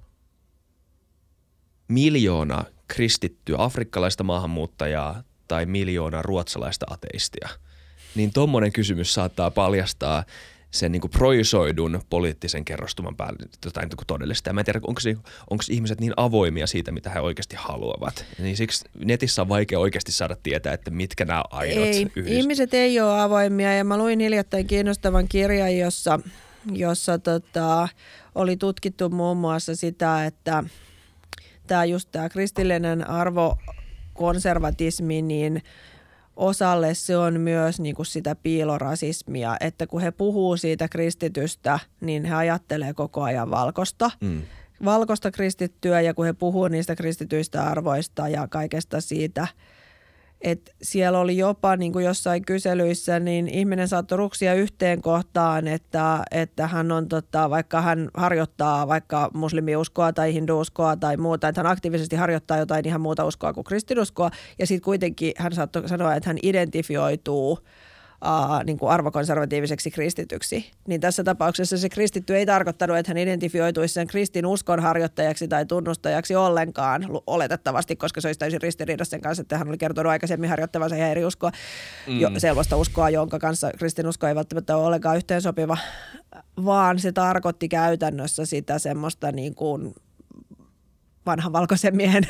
1,000,000 kristittyä afrikkalaista maahanmuuttajaa tai 1,000,000 ruotsalaista ateistia, niin tommonen kysymys saattaa paljastaa sen niin kuin projisoidun poliittisen kerrostuman päälle jotain niin kuin todellista. Ja mä en tiedä, onko ihmiset niin avoimia siitä, mitä he oikeasti haluavat. Niin siksi netissä on vaikea oikeasti saada tietää, että mitkä nämä aidot yhdistää. Ihmiset ei ole avoimia, ja mä luin hiljattain kiinnostavan kirjan, jossa oli tutkittu muun muassa sitä, että tämä kristillinen arvokonservatismi, niin osalle se on myös niin kuin sitä piilorasismia, että kun he puhuu siitä kristitystä, niin he ajattelee koko ajan valkoista kristittyä, ja kun he puhuu niistä kristityistä arvoista ja kaikesta siitä, että siellä oli jopa niin kuin jossain kyselyissä, niin ihminen saattoi ruksia yhteen kohtaan, että hän on vaikka hän harjoittaa vaikka muslimiuskoa tai hinduuskoa tai muuta, että hän aktiivisesti harjoittaa jotain ihan muuta uskoa kuin kristinuskoa, ja sitten kuitenkin hän saattoi sanoa, että hän identifioituu niin kuin arvokonservatiiviseksi kristityksi. Niin tässä tapauksessa se kristitty ei tarkoittanut, että hän identifioituisi sen kristin uskon harjoittajaksi tai tunnustajaksi ollenkaan, oletettavasti, koska se olisi täysin ristiriidassa sen kanssa, että hän oli kertonut aikaisemmin harjoittavansa ihan eri uskoa, sellaista uskoa, jonka kanssa kristinusko ei välttämättä ole ollenkaan yhteensopiva, vaan se tarkoitti käytännössä sitä semmoista niin kuin vanhan valkoisen miehen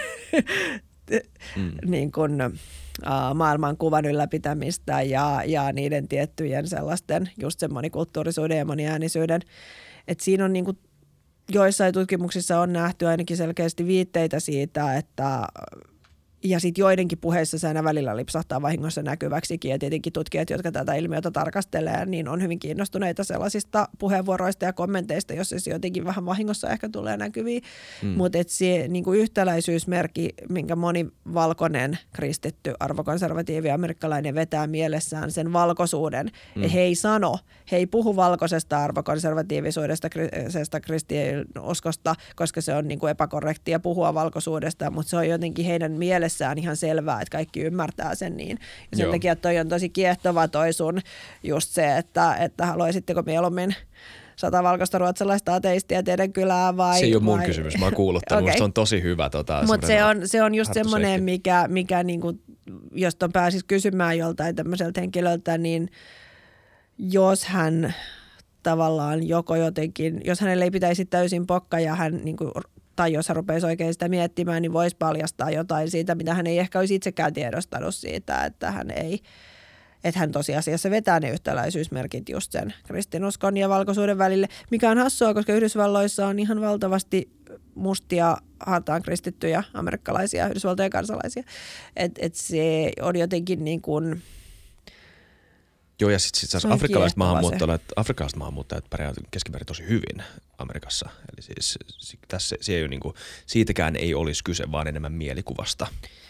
niin kuin maailmankuvan ylläpitämistä ja niiden tiettyjen sellaisten just sen monikulttuurisuuden ja moniäänisyyden. Että siinä on niinku, joissain tutkimuksissa on nähty ainakin selkeästi viitteitä siitä, että ja sitten joidenkin puheissa se aina välillä lipsahtaa vahingossa näkyväksikin, ja tietenkin tutkijat, jotka tätä ilmiötä tarkastelee, niin on hyvin kiinnostuneita sellaisista puheenvuoroista ja kommenteista, jos se jotenkin vähän vahingossa ehkä tulee näkyviin. Mutta se niinku yhtäläisyysmerkki, minkä moni valkoinen kristitty arvokonservatiivi amerikkalainen vetää mielessään sen valkoisuuden, että he ei puhu valkoisesta arvokonservatiivisuudesta, kristinuskosta, koska se on niinku epäkorrektia puhua valkoisuudesta, mutta se on jotenkin heidän mielessään ihan selvää, että kaikki ymmärtää sen niin. Ja sen takia toi on tosi kiehtova toi sun just se, että haluaisitteko mieluummin 100 valkoista ruotsalaista ateistia teidän kylään vai? Se ei ole mun kysymys, mä oon kuuluttanut. Okay. Se on tosi hyvä. Mutta se on just semmoinen, mikä niinku, jos ton pääsisi kysymään joltain tämmöiseltä henkilöltä, niin jos hän tavallaan joko jotenkin, jos hänelle ei pitäisi täysin pokka ja hän niinku, tai jos hän rupeisi oikein sitä miettimään, niin voisi paljastaa jotain siitä, mitä hän ei ehkä olisi itsekään tiedostanut siitä, että hän tosiasiassa vetää ne yhtäläisyysmerkit just sen kristinuskon ja valkoisuuden välille, mikä on hassua, koska Yhdysvalloissa on ihan valtavasti mustia hartaan kristittyjä amerikkalaisia Yhdysvaltojen kansalaisia. Et se on jotenkin niin kuin joo, ja sitten afrikkalaiset maahanmuuttajat pärjää keskimäärin tosi hyvin Amerikassa. Eli siis tässä se ei ole niinku, siitäkään ei olisi kyse, vaan enemmän mielikuvasta.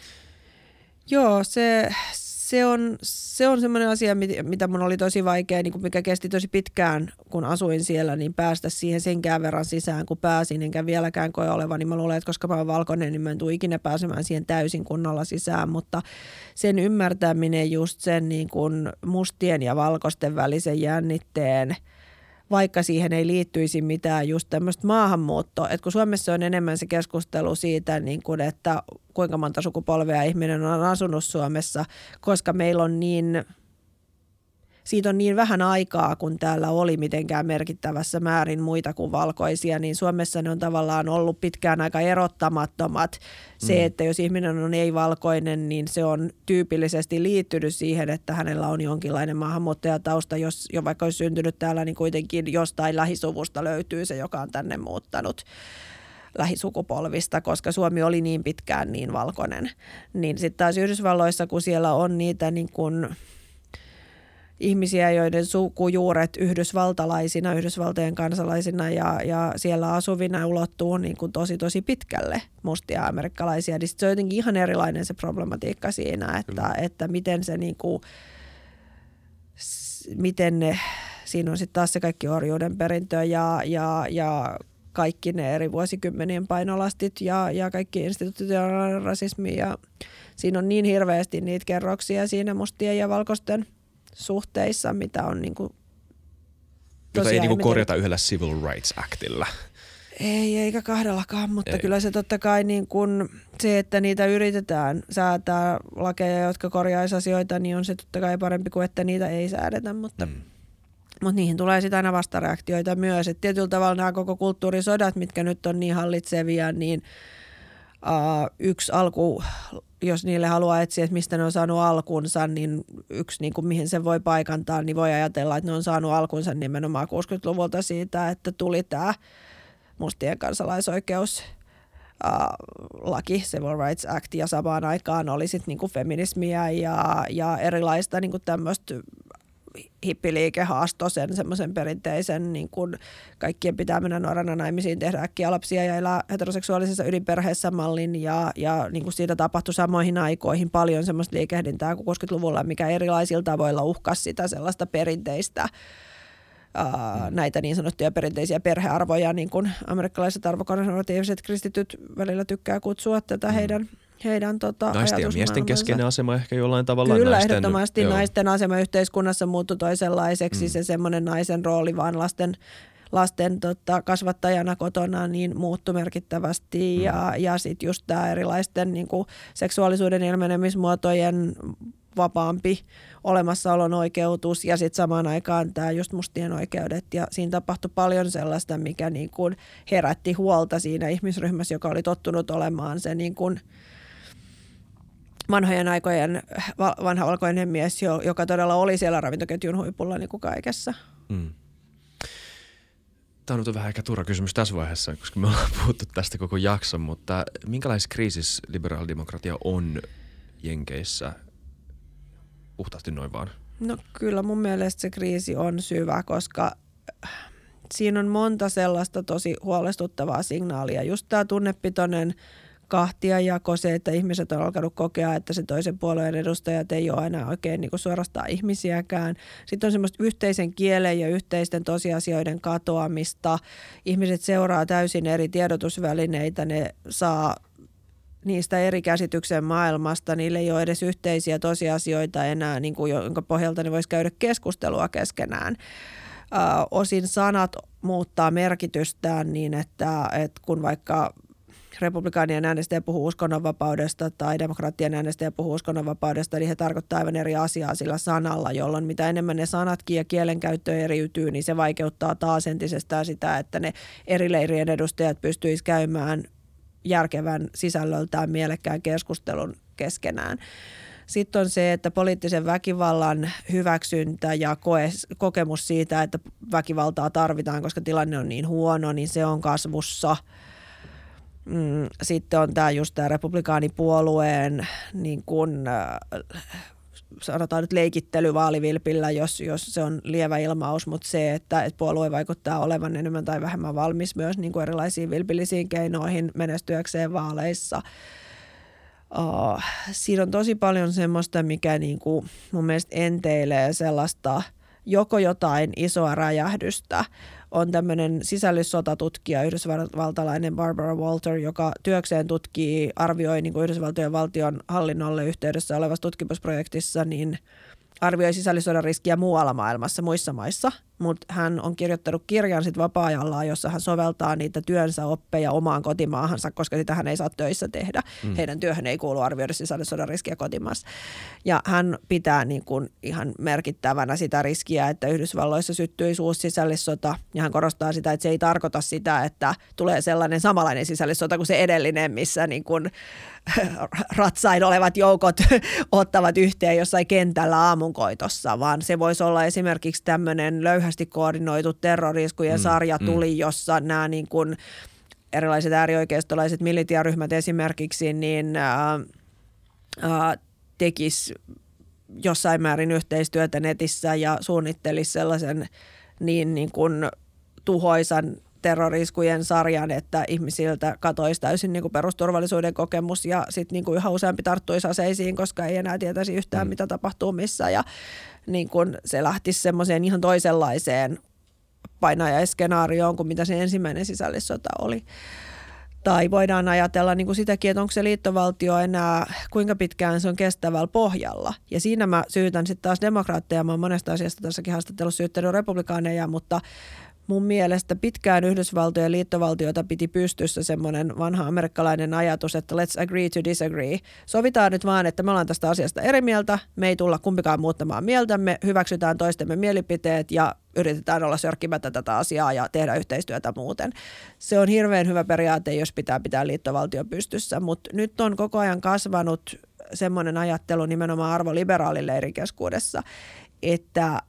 Joo, se on semmoinen asia, mitä mun oli tosi vaikea, niin mikä kesti tosi pitkään, kun asuin siellä, niin päästä siihen senkään verran sisään, kun pääsin, enkä vieläkään koe olevan. Niin mä luulen, että koska mä oon valkoinen, niin mä en tule ikinä pääsemään siihen täysin kunnolla sisään, mutta sen ymmärtäminen just sen niin kuin mustien ja valkoisten välisen jännitteen, vaikka siihen ei liittyisi mitään just tämmöistä maahanmuuttoa. Että kun Suomessa on enemmän se keskustelu siitä, niin kuin, että kuinka monta sukupolvea ihminen on asunut Suomessa, koska meillä on siitä on niin vähän aikaa, kun täällä oli mitenkään merkittävässä määrin muita kuin valkoisia, niin Suomessa ne on tavallaan ollut pitkään aika erottamattomat. Se, että jos ihminen on ei-valkoinen, niin se on tyypillisesti liittynyt siihen, että hänellä on jonkinlainen maahanmuuttajatausta. Jos jo vaikka olisi syntynyt täällä, niin kuitenkin jostain lähisuvusta löytyy se, joka on tänne muuttanut. lähisukupolvista, koska Suomi oli niin pitkään niin valkoinen. Niin sitten taas Yhdysvalloissa, kun siellä on niitä niin kuin ihmisiä, joiden sukujuuret yhdysvaltalaisina, Yhdysvaltojen kansalaisina ja siellä asuvina ulottuu niin kuin tosi pitkälle mustia amerikkalaisia. Niin se on jotenkin ihan erilainen se problematiikka siinä, että miten se niin kuin, siinä on sitten taas se kaikki orjuuden perintö ja kaikki ne eri vuosikymmenien painolastit ja kaikki institutionaalinen rasismi ja siinä on niin hirveästi niitä kerroksia siinä mustien ja valkoisten suhteissa, mitä on niinku jota ei niinku korjata yhdellä Civil Rights Actilla. Ei, eikä kahdellakaan, mutta kyllä se totta kai niin kun se, että niitä yritetään säätää lakeja, jotka korjaisi asioita, niin on se totta kai parempi kuin, että niitä ei säädetä, mutta niihin tulee sitten aina vastareaktioita myös. Et tietyllä tavalla nämä koko kulttuurisodat, mitkä nyt on niin hallitsevia, niin yksi alku, jos niille haluaa etsiä, että mistä ne on saanut alkunsa, niin yksi, niin kuin mihin se voi paikantaa, niin voi ajatella, että ne on saanut alkunsa nimenomaan 60-luvulta siitä, että tuli tämä mustien kansalaisoikeus laki, Civil Rights Act, ja samaan aikaan oli sitten niinku feminismiä ja erilaista niinku tämmöistä hippiliike haastoi sen semmoisen perinteisen, niin kuin kaikkien pitää mennä nuorena naimisiin, tehdä äkkiä lapsia ja elää heteroseksuaalisessa ydinperheessä mallin ja niin kuin siitä tapahtui samoihin aikoihin paljon semmoista liikehdintää kuin 60-luvulla, mikä erilaisilla tavoilla uhkasi sitä sellaista perinteistä näitä niin sanottuja perinteisiä perhearvoja, niin kuin amerikkalaiset arvokonservatiiviset kristityt välillä tykkää kutsua tätä heidän naisten ja miesten keskeinen asema ehkä jollain tavalla. Kyllä, ehdottomasti naisten asema yhteiskunnassa muuttui toisenlaiseksi. Se semmoinen naisen rooli vaan lasten kasvattajana kotona niin muuttui merkittävästi ja sitten just tämä erilaisten niin kuin seksuaalisuuden ilmenemismuotojen vapaampi olemassaolon oikeutus ja sitten samaan aikaan tämä just mustien oikeudet ja siinä tapahtui paljon sellaista, mikä niin kuin herätti huolta siinä ihmisryhmässä, joka oli tottunut olemaan se niin kuin vanhojen aikojen vanha valkoinen mies, joka todella oli siellä ravintoketjun huipulla niin kuin kaikessa. Tämä on nyt vähän ehkä turha kysymys tässä vaiheessa, koska me ollaan puhuttu tästä koko jakson, mutta minkälaisessa kriisissä liberaalidemokratia on Jenkeissä puhtaasti noin vaan? No kyllä mun mielestä se kriisi on syvä, koska siinä on monta sellaista tosi huolestuttavaa signaalia. Just tämä tunnepitoinen kahtiajako, se, että ihmiset on alkanut kokea, että se toisen puolueen edustajat ei ole aina oikein niin kuin suorastaan ihmisiäkään. Sitten on semmoista yhteisen kielen ja yhteisten tosiasioiden katoamista. Ihmiset seuraa täysin eri tiedotusvälineitä, ne saa niistä eri käsityksen maailmasta. Niillä ei ole edes yhteisiä tosiasioita enää, niin kuin jonka pohjalta ne voisi käydä keskustelua keskenään. Osin sanat muuttaa merkitystään niin, että kun vaikka republikaanien äänestäjä puhuu uskonnonvapaudesta tai demokraattien äänestäjä puhuu uskonnonvapaudesta, niin he tarkoittaa aivan eri asiaa sillä sanalla, jolloin mitä enemmän ne sanatkin ja kielenkäyttö eriytyy, niin se vaikeuttaa taas entisestään sitä, että ne eri leirien edustajat pystyisivät käymään järkevän sisällöltään mielekkään keskustelun keskenään. Sitten on se, että poliittisen väkivallan hyväksyntä ja kokemus siitä, että väkivaltaa tarvitaan, koska tilanne on niin huono, niin se on kasvussa. Sitten on tämä republikaanipuolueen niin kuin, sanotaan nyt leikittely vaalivilpillä, jos se on lievä ilmaus, mutta se, että puolue vaikuttaa olevan enemmän tai vähemmän valmis myös niin kuin erilaisiin vilpillisiin keinoihin menestyäkseen vaaleissa. Siinä on tosi paljon semmoista, mikä niin kuin mun mielestä enteilee sellaista joko jotain isoa räjähdystä. On tämmöinen sisällissotatutkija, yhdysvaltalainen Barbara Walter, joka työkseen arvioi niin kuin Yhdysvaltojen valtion hallinnolle yhteydessä olevassa tutkimusprojektissa, niin arvioi sisällissodan riskiä muualla maailmassa, muissa maissa. Mutta hän on kirjoittanut kirjan sit vapaa-ajallaan, jossa hän soveltaa niitä työnsä oppeja omaan kotimaahansa, koska sitä hän ei saa töissä tehdä. Heidän työhön ei kuulu arvioida sisällissodan riskiä kotimaassa. Ja hän pitää niin kuin ihan merkittävänä sitä riskiä, että Yhdysvalloissa syttyisi uusi sisällissota. Ja hän korostaa sitä, että se ei tarkoita sitä, että tulee sellainen samanlainen sisällissota kuin se edellinen, missä niin kuin ratsain olevat joukot ottavat yhteen jossain kentällä aamunkoitossa, vaan se voisi olla esimerkiksi tämmöinen löyhästi koordinoitu terroriskujen sarja tuli, jossa nämä niin kuin erilaiset äärioikeistolaiset militiaryhmät esimerkiksi, niin tekisi jossain määrin yhteistyötä netissä ja suunnittelisi sellaisen niin kuin tuhoisan terroriskujen sarjan, että ihmisiltä katoisi täysin niin kuin perusturvallisuuden kokemus ja sitten niin kuin yhä useampi tarttuisi aseisiin, koska ei enää tietäisi yhtään, mitä tapahtuu missä. Ja niin kuin se lähtisi semmoiseen ihan toisenlaiseen painajaiskenaarioon kuin mitä se ensimmäinen sisällissota oli. Tai voidaan ajatella niin kuin sitäkin, että onko se liittovaltio enää, kuinka pitkään se on kestävällä pohjalla. Ja siinä mä syytän sitten taas demokraatteja. Mä oon monesta asiasta tässäkin haastattelussa syyttänyt republikaaneja, mutta mun mielestä pitkään Yhdysvaltojen liittovaltiota piti pystyssä semmoinen vanha amerikkalainen ajatus, että let's agree to disagree. Sovitaan nyt vaan, että me ollaan tästä asiasta eri mieltä, me ei tulla kumpikaan muuttamaan mieltämme, hyväksytään toistemme mielipiteet ja yritetään olla sörkkimättä tätä asiaa ja tehdä yhteistyötä muuten. Se on hirveän hyvä periaate, jos pitää liittovaltio pystyssä, mutta nyt on koko ajan kasvanut semmoinen ajattelu nimenomaan arvoliberaalille keskuudessa, että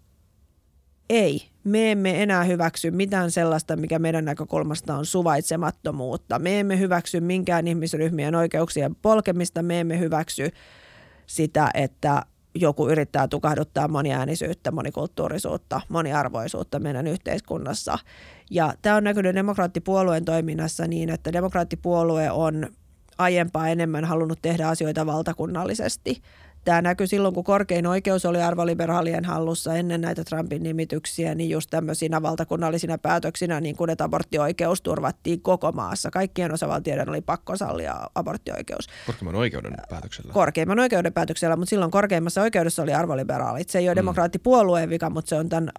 me emme enää hyväksy mitään sellaista, mikä meidän näkökulmasta on suvaitsemattomuutta. Me emme hyväksy minkään ihmisryhmien oikeuksien polkemista. Me emme hyväksy sitä, että joku yrittää tukahduttaa moniäänisyyttä, monikulttuurisuutta, moniarvoisuutta meidän yhteiskunnassa. Ja tämä on näkynyt demokraattipuolueen toiminnassa niin, että demokraattipuolue on aiempaa enemmän halunnut tehdä asioita valtakunnallisesti. Tämä näkyi silloin, kun korkein oikeus oli arvoliberaalien hallussa ennen näitä Trumpin nimityksiä, niin just tämmöisinä valtakunnallisina päätöksinä, niin kuin että aborttioikeus turvattiin koko maassa. Kaikkien osavaltioiden oli pakko sallia aborttioikeus. Korkeimman oikeuden päätöksellä? Korkeimman oikeuden päätöksellä, mutta silloin korkeimmassa oikeudessa oli arvoliberaalit. Se ei ole demokraattipuolueen vika, mutta se on tämän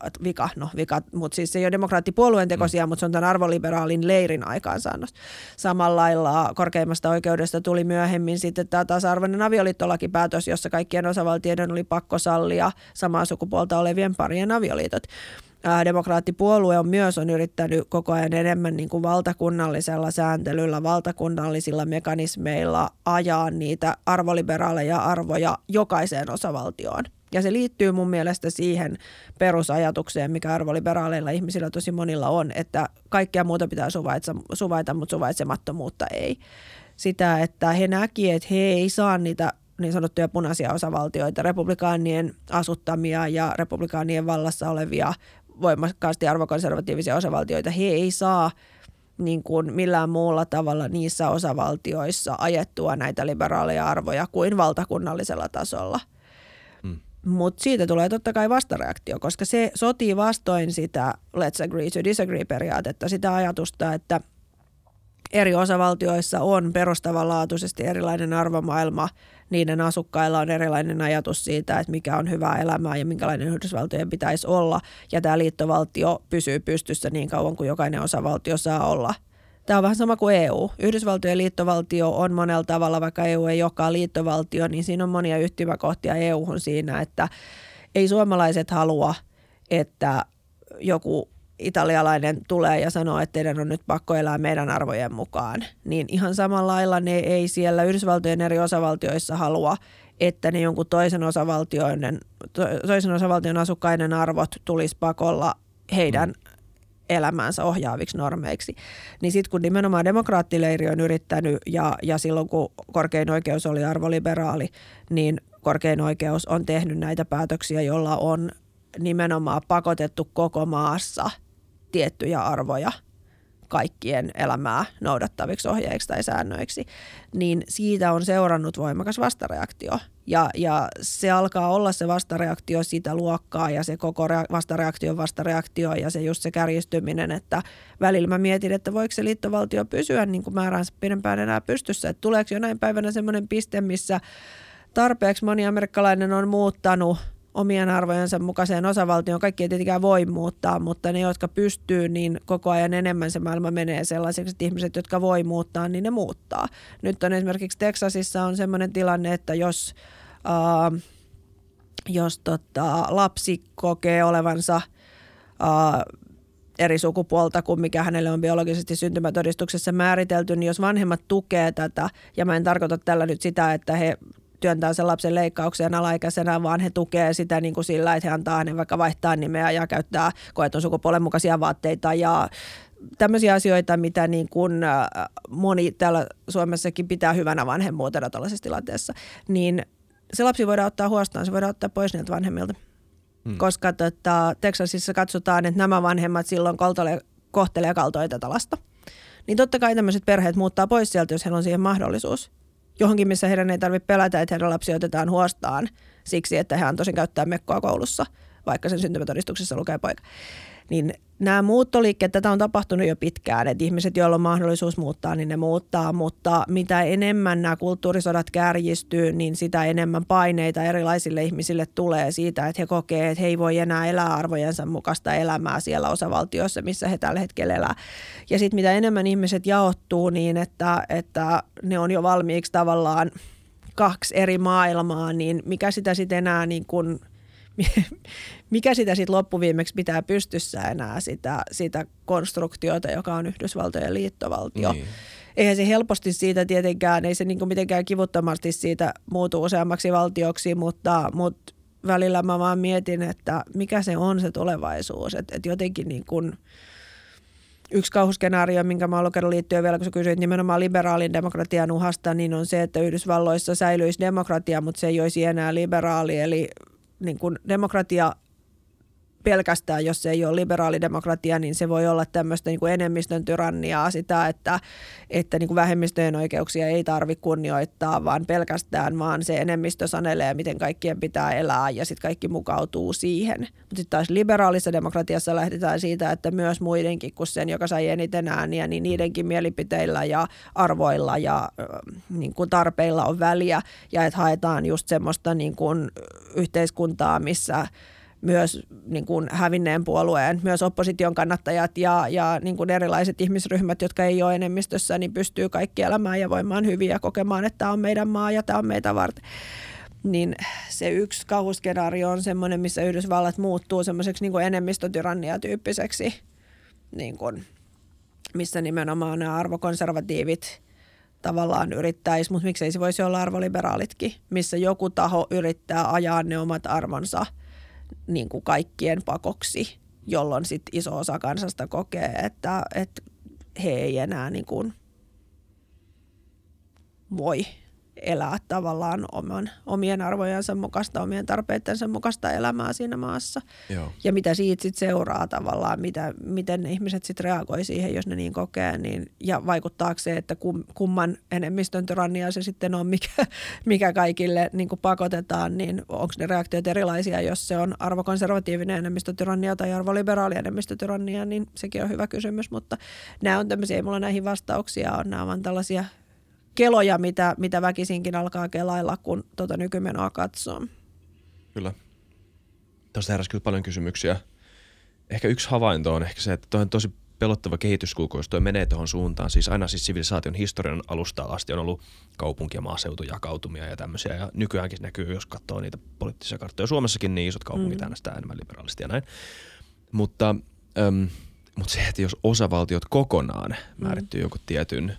mutta siis se ei ole demokraattipuolueen tekosia, mutta se on tämän arvoliberaalin leirin aikaansaannos. Samalla lailla korkeimmasta oikeudesta tuli myöhemmin sitten tämä tasa-arvoinen avioliittolakipäätös, jossa kaikkien osavaltioiden oli pakko sallia samaa sukupuolta olevien parien avioliitot. Demokraattipuolue on yrittänyt koko ajan enemmän niin kuin valtakunnallisella sääntelyllä, valtakunnallisilla mekanismeilla ajaa niitä arvoliberaaleja arvoja jokaiseen osavaltioon. Ja se liittyy mun mielestä siihen perusajatukseen, mikä arvoliberaaleilla ihmisillä tosi monilla on, että kaikkea muuta pitää suvaita, mutta suvaitsemattomuutta ei. Sitä, että he näki, että he ei saa niitä niin sanottuja punaisia osavaltioita, republikaanien asuttamia ja republikaanien vallassa olevia voimakkaasti arvokonservatiivisia osavaltioita. He ei saa niin kuin millään muulla tavalla niissä osavaltioissa ajettua näitä liberaaleja arvoja kuin valtakunnallisella tasolla. Mutta siitä tulee totta kai vastareaktio, koska se sotii vastoin sitä let's agree to disagree -periaatetta, sitä ajatusta, että eri osavaltioissa on perustavanlaatuisesti erilainen arvomaailma, niiden asukkailla on erilainen ajatus siitä, että mikä on hyvää elämää ja minkälainen Yhdysvaltojen pitäisi olla, ja tämä liittovaltio pysyy pystyssä niin kauan kuin jokainen osavaltio saa olla. Tämä on vähän sama kuin EU. Yhdysvaltojen liittovaltio on monella tavalla, vaikka EU ei olekaan liittovaltio, niin siinä on monia yhtymäkohtia EU-hun siinä, että ei suomalaiset halua, että joku italialainen tulee ja sanoo, että teidän on nyt pakko elää meidän arvojen mukaan. Niin ihan samalla lailla ne ei siellä Yhdysvaltojen eri osavaltioissa halua, että ne jonkun toisen osavaltion asukkaiden arvot tulisi pakolla heidän elämäänsä ohjaaviksi normeiksi. Niin sitten kun nimenomaan demokraattileiri on yrittänyt ja silloin kun korkein oikeus oli arvoliberaali, niin korkein oikeus on tehnyt näitä päätöksiä, joilla on nimenomaan pakotettu koko maassa tiettyjä arvoja kaikkien elämää noudattaviksi ohjeiksi tai säännöiksi, niin siitä on seurannut voimakas vastareaktio. Ja se alkaa olla se vastareaktio sitä luokkaa ja se koko vastareaktio ja se just se kärjistyminen, että välillä mä mietin, että voiko se liittovaltio pysyä niin kuin määränsä pidempään enää pystyssä. Että tuleeko jonain päivänä semmoinen piste, missä tarpeeksi moni amerikkalainen on muuttanut omien arvojensa mukaiseen osavaltioon. Kaikki ei tietenkään voi muuttaa, mutta ne, jotka pystyy, niin koko ajan enemmän se maailma menee sellaiseksi, että ihmiset, jotka voi muuttaa, niin ne muuttaa. Nyt on esimerkiksi Teksasissa on sellainen tilanne, että jos lapsi kokee olevansa eri sukupuolta kuin mikä hänelle on biologisesti syntymätodistuksessa määritelty, niin jos vanhemmat tukee tätä, ja mä en tarkoita tällä nyt sitä, että he työntää sen lapsen leikkaukseen alaikäisenä, vaan he tukee sitä niin kuin sillä, että he antaa hänen vaikka vaihtaa nimeä ja käyttää koetun sukupuolen mukaisia vaatteita ja tämmöisiä asioita, mitä niin kuin moni täällä Suomessakin pitää hyvänä vanhemmuutena tällaisessa tilanteessa, niin se lapsi voidaan ottaa huostaan, se voidaan ottaa pois niiltä vanhemmilta. Koska Texasissa katsotaan, että nämä vanhemmat silloin kohtelee kaltoin tätä lasta. Niin totta kai tämmöiset perheet muuttaa pois sieltä, jos heillä on siihen mahdollisuus. Johonkin, missä heidän ei tarvitse pelätä, että heidän lapsi otetaan huostaan siksi, että he antoisin käyttää mekkoa koulussa, vaikka sen syntymätodistuksessa lukee poika. Niin nämä muuttoliikkeet, tätä on tapahtunut jo pitkään, että ihmiset, joilla on mahdollisuus muuttaa, niin ne muuttaa, mutta mitä enemmän nämä kulttuurisodat kärjistyy, niin sitä enemmän paineita erilaisille ihmisille tulee siitä, että he kokee, että he ei voi enää elää arvojensa mukaista elämää siellä osavaltiossa, missä he tällä hetkellä elää. Ja sitten mitä enemmän ihmiset jaottuu niin, että ne on jo valmiiksi tavallaan 2 eri maailmaa, niin mikä sitä sitten enää niin kuin mikä sitä sitten loppuviimeksi pitää pystyssä enää sitä konstruktiota, joka on Yhdysvaltojen liittovaltio. Niin. Eihän se helposti siitä tietenkään, ei se niinku mitenkään kivuttomasti siitä muutu useammaksi valtioksi, mutta välillä mä vaan mietin, että mikä se on se tulevaisuus. Että jotenkin niin kuin yksi kauhuskenaario, minkä mä oon lukenut liittyen vielä, kun sä kysyit nimenomaan liberaalin demokratian uhasta, niin on se, että Yhdysvalloissa säilyisi demokratia, mutta se ei olisi enää liberaali, eli niin kuin demokratia pelkästään, jos se ei ole liberaalidemokratia, niin se voi olla tämmöistä niin kuin enemmistön tyranniaa, sitä, että niin kuin vähemmistöjen oikeuksia ei tarvitse kunnioittaa, vaan pelkästään vaan se enemmistö sanelee, miten kaikkien pitää elää ja sitten kaikki mukautuu siihen. Mutta sitten taas liberaalissa demokratiassa lähdetään siitä, että myös muidenkin kuin sen, joka sai eniten ääniä, niin niidenkin mielipiteillä ja arvoilla ja niin kuin tarpeilla on väliä ja että haetaan just semmoista niin kuin yhteiskuntaa, missä myös niin kuin hävinneen puolueen, myös opposition kannattajat ja niin kuin erilaiset ihmisryhmät, jotka ei ole enemmistössä, niin pystyy kaikki elämään ja voimaan hyvin ja kokemaan, että tämä on meidän maa ja tämä on meitä varten. Niin se yksi kauhuskenaario on semmoinen, missä Yhdysvallat muuttuu semmoiseksi niin kuin enemmistötyrannia-tyyppiseksi, niin kuin, missä nimenomaan nämä arvokonservatiivit tavallaan yrittäisi, mutta miksei se voisi olla arvoliberaalitkin, missä joku taho yrittää ajaa ne omat arvonsa niin kuin kaikkien pakoksi, jolloin sit iso osa kansasta kokee, että he ei enää niin kuin voi elää tavallaan omien arvojensa mukaista, omien tarpeittensa mukaista elämää siinä maassa. Joo. Ja mitä siitä sitten seuraa tavallaan, miten ne ihmiset sitten reagoi siihen, jos ne niin kokee, niin, ja vaikuttaako se, että kumman enemmistön tyrannia se sitten on, mikä kaikille niin kuin pakotetaan, niin onko ne reaktiot erilaisia, jos se on arvokonservatiivinen enemmistötyrannia tai arvoliberaali enemmistötyrannia, niin sekin on hyvä kysymys, mutta nämä on tämmöisiä, ei mulla näihin vastauksia on, nämä on tällaisia keloja, mitä väkisinkin alkaa kelailla, kun nykymenoa katsoo. Kyllä. Tuosta heräsi kyllä paljon kysymyksiä. Ehkä yksi havainto on ehkä se, että toi on tosi pelottava kehityskulku, jos toi menee tuohon suuntaan. Siis aina sivilisaation historian alusta asti on ollut kaupunki- ja maaseutujakautumia ja tämmöisiä. Ja nykyäänkin näkyy, jos katsoo niitä poliittisia karttoja. Suomessakin niin isot kaupungit äänestää enemmän liberaalisti ja näin. Mutta se, että jos osavaltiot kokonaan määrittyy joku tietyn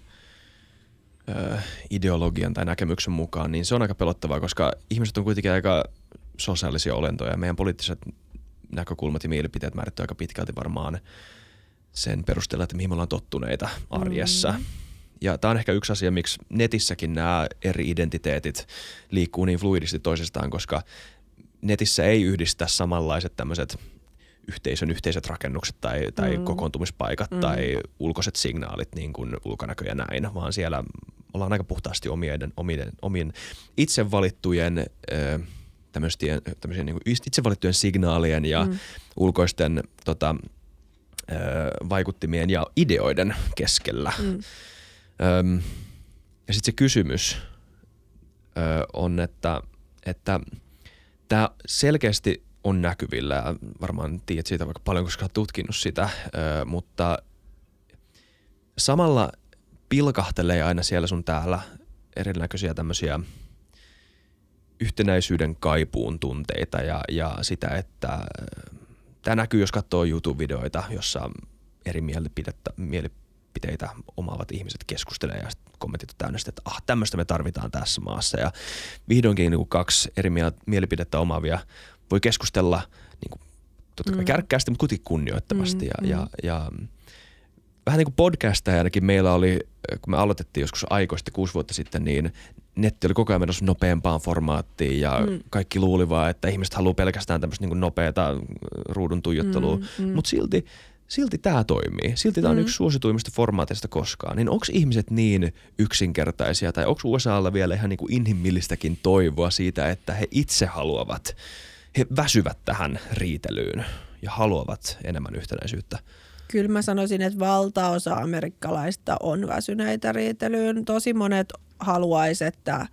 ideologian tai näkemyksen mukaan, niin se on aika pelottavaa, koska ihmiset on kuitenkin aika sosiaalisia olentoja. Meidän poliittiset näkökulmat ja mielipiteet määrittyy aika pitkälti varmaan sen perusteella, että mihin me ollaan tottuneita arjessa. Ja tämä on ehkä yksi asia, miksi netissäkin nämä eri identiteetit liikkuu niin fluidisti toisistaan, koska netissä ei yhdistä samanlaiset tämmöiset yhteiset rakennukset tai kokoontumispaikat tai ulkoiset signaalit, niin kuin ulkonäkö ja näin, vaan siellä ollaan aika puhtaasti omien itse valittujen tämmöisiä niin kuin itse valittujen signaalien ja ulkoisten vaikuttimien ja ideoiden keskellä. Ja sitten se kysymys on, että tämä selkeästi on näkyvillä ja varmaan tiedät siitä vaikka paljon, koska olet tutkinut sitä, mutta samalla pilkahtelee aina siellä sun täällä erinäköisiä tämmöisiä yhtenäisyyden kaipuun tunteita ja sitä, että tämä näkyy, jos katsoo YouTube-videoita, jossa eri mielipiteitä omaavat ihmiset keskustelee ja kommentit on täynnä, että tämmöistä me tarvitaan tässä maassa ja vihdoinkin niin kuin 2 eri mielipidettä omaavia voi keskustella niin kuin, totta kai kärkkäästi, mutta kuitenkin kunnioittavasti ja vähän niin kuin podcastajanakin meillä oli, kun me aloitettiin joskus aikoista 6 vuotta sitten, niin netti oli koko ajan menossa nopeampaan formaattiin ja kaikki luuli vaan, että ihmiset haluaa pelkästään tämmöistä niin kuin nopeata ruudun tuijottelua, mutta silti tämä toimii. Silti tämä on yksi suosituimmista formaateista koskaan. Niin onko ihmiset niin yksinkertaisia tai onko USAlla vielä ihan niin kuin inhimillistäkin toivoa siitä, että he itse haluavat, he väsyvät tähän riitelyyn ja haluavat enemmän yhtenäisyyttä? Kyllä mä sanoisin, että valtaosa amerikkalaista on väsyneitä riitelyyn. Tosi monet haluaisi, että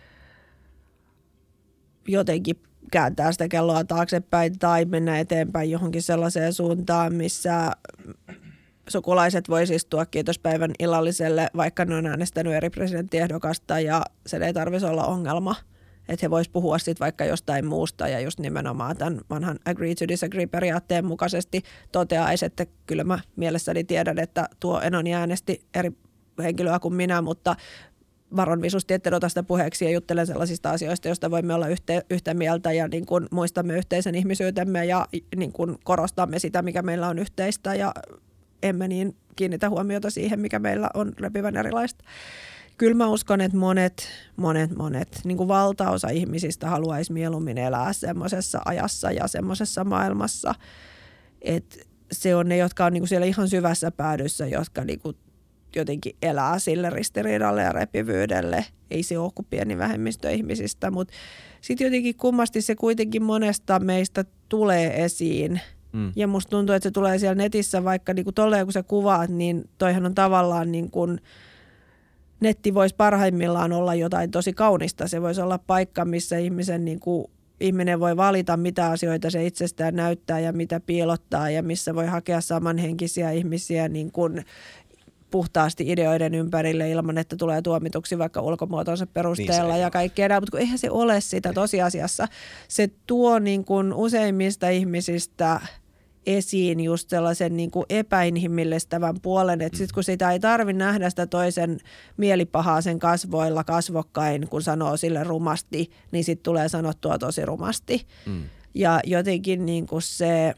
jotenkin kääntää sitä kelloa taaksepäin tai mennä eteenpäin johonkin sellaiseen suuntaan, missä sukulaiset vois istua kiitospäivän illalliselle, vaikka ne on äänestänyt eri presidenttiehdokasta ja se ei tarvitsisi olla ongelma. Että he vois puhua sitten vaikka jostain muusta ja just nimenomaan tämän vanhan agree to disagree -periaatteen mukaisesti toteaisi, että kyllä mä mielessäni tiedän, että tuo Enoni äänesti eri henkilöä kuin minä, mutta varon visusti, etten ota sitä puheeksi ja juttelen sellaisista asioista, joista voimme olla yhtä mieltä ja niin kuin muistamme yhteisen ihmisyytemme ja niin kuin korostamme sitä, mikä meillä on yhteistä ja emme niin kiinnitä huomiota siihen, mikä meillä on repivän erilaista. Kyllä mä uskon, että monet, niin kuin valtaosa ihmisistä haluaisi mieluummin elää semmoisessa ajassa ja semmoisessa maailmassa, että se on ne, jotka on niin kuin siellä ihan syvässä päädyssä, jotka niin kuin jotenkin elää sille ristiriidalle ja repivyydelle. Ei se ole kuin pieni vähemmistö ihmisistä, mutta sitten jotenkin kummasti se kuitenkin monesta meistä tulee esiin. Ja musta tuntuu, että se tulee siellä netissä, vaikka niin kuin tolleen kun sä kuvaat, niin toihan on tavallaan niin kuin netti voisi parhaimmillaan olla jotain tosi kaunista. Se voisi olla paikka, missä ihminen voi valita, mitä asioita se itsestään näyttää ja mitä piilottaa ja missä voi hakea samanhenkisiä ihmisiä niin kuin puhtaasti ideoiden ympärille ilman, että tulee tuomituksi vaikka ulkomuotonsa perusteella niin ja kaikkea näin, mutta kun eihän se ole sitä tosiasiassa. Se tuo niin kuin useimmista ihmisistä esiin just sellaisen niin kuin epäinhimillistävän puolen, että sitten kun sitä ei tarvitse nähdä sitä toisen mielipahaa sen kasvoilla kasvokkain, kun sanoo sille rumasti, niin sitten tulee sanottua tosi rumasti. Ja jotenkin niin kuin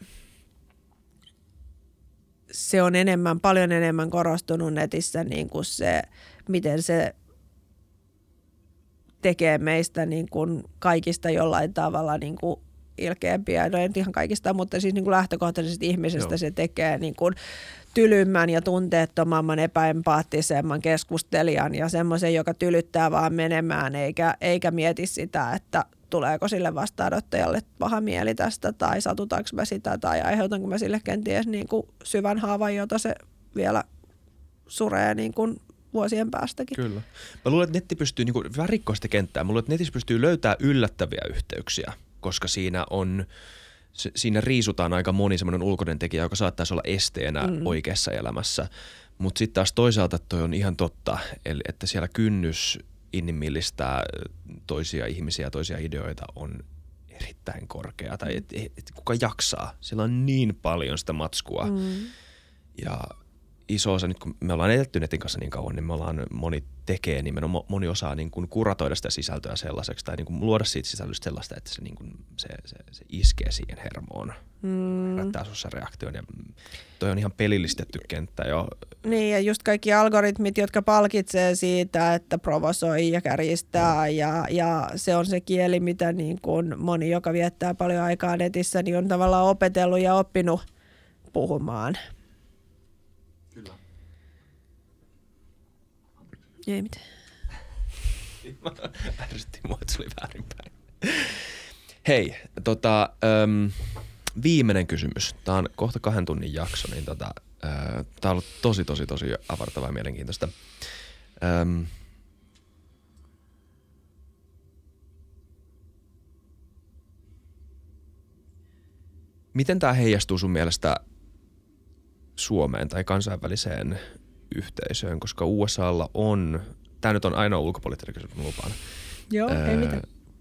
se on paljon enemmän korostunut netissä niin kuin se, miten se tekee meistä niin kuin kaikista jollain tavalla niin kuin ilkeämpiä, no en ihan kaikista, mutta siis niin kuin lähtökohtaisesti ihmisestä se tekee niin kuin tylymmän ja tunteettomamman, epäempaattisemman keskustelijan ja semmoisen, joka tylyttää vaan menemään eikä mieti sitä, että tuleeko sille vastaanottajalle paha mieli tästä tai satutaanko mä sitä tai aiheutanko mä sille kenties niin kuin syvän haavan, jota se vielä suree niin kuin vuosien päästäkin. Kyllä. Mä luulen, että netti pystyy niin kuin vähän rikkoa sitä kenttää. Mä luulen, että netissä pystyy löytämään yllättäviä yhteyksiä, koska siinä riisutaan aika moni semmoinen ulkoinen tekijä, joka saattaisi olla esteenä oikeassa elämässä. Mutta sitten taas toisaalta toi on ihan totta, eli että siellä kynnys inhimillistää toisia ihmisiä, toisia ideoita on erittäin korkea. Tai et kuka jaksaa. Siellä on niin paljon sitä matskua. Ja iso osa, nyt kun me ollaan eletty netin kanssa niin kauan, niin moni tekee nimenomaan, moni osaa niin kuin kuratoida sitä sisältöä sellaiseksi tai niin kuin luoda siitä sisällöstä sellaista, että se, niin kuin se iskee siihen hermoon, herättää sussa reaktion ja toi on ihan pelillistetty kenttä jo. Niin ja just kaikki algoritmit, jotka palkitsee siitä, että provosoi ja kärjistää ja se on se kieli, mitä niin kuin moni, joka viettää paljon aikaa netissä, niin on tavallaan opetellut ja oppinut puhumaan. Ei mitään. Ärsyttiin mua, että se oli väärinpäin. Hei, viimeinen kysymys. Tämä on kohta 2 tunnin jakso, niin tämä on ollut tosi avartavaa ja mielenkiintoista. Miten tämä heijastuu sun mielestä Suomeen tai kansainväliseen yhteisöön, koska USAlla on, tämä nyt on ainoa ulkopoliittinen kysymys, mä lupaan. Joo, ei mitään.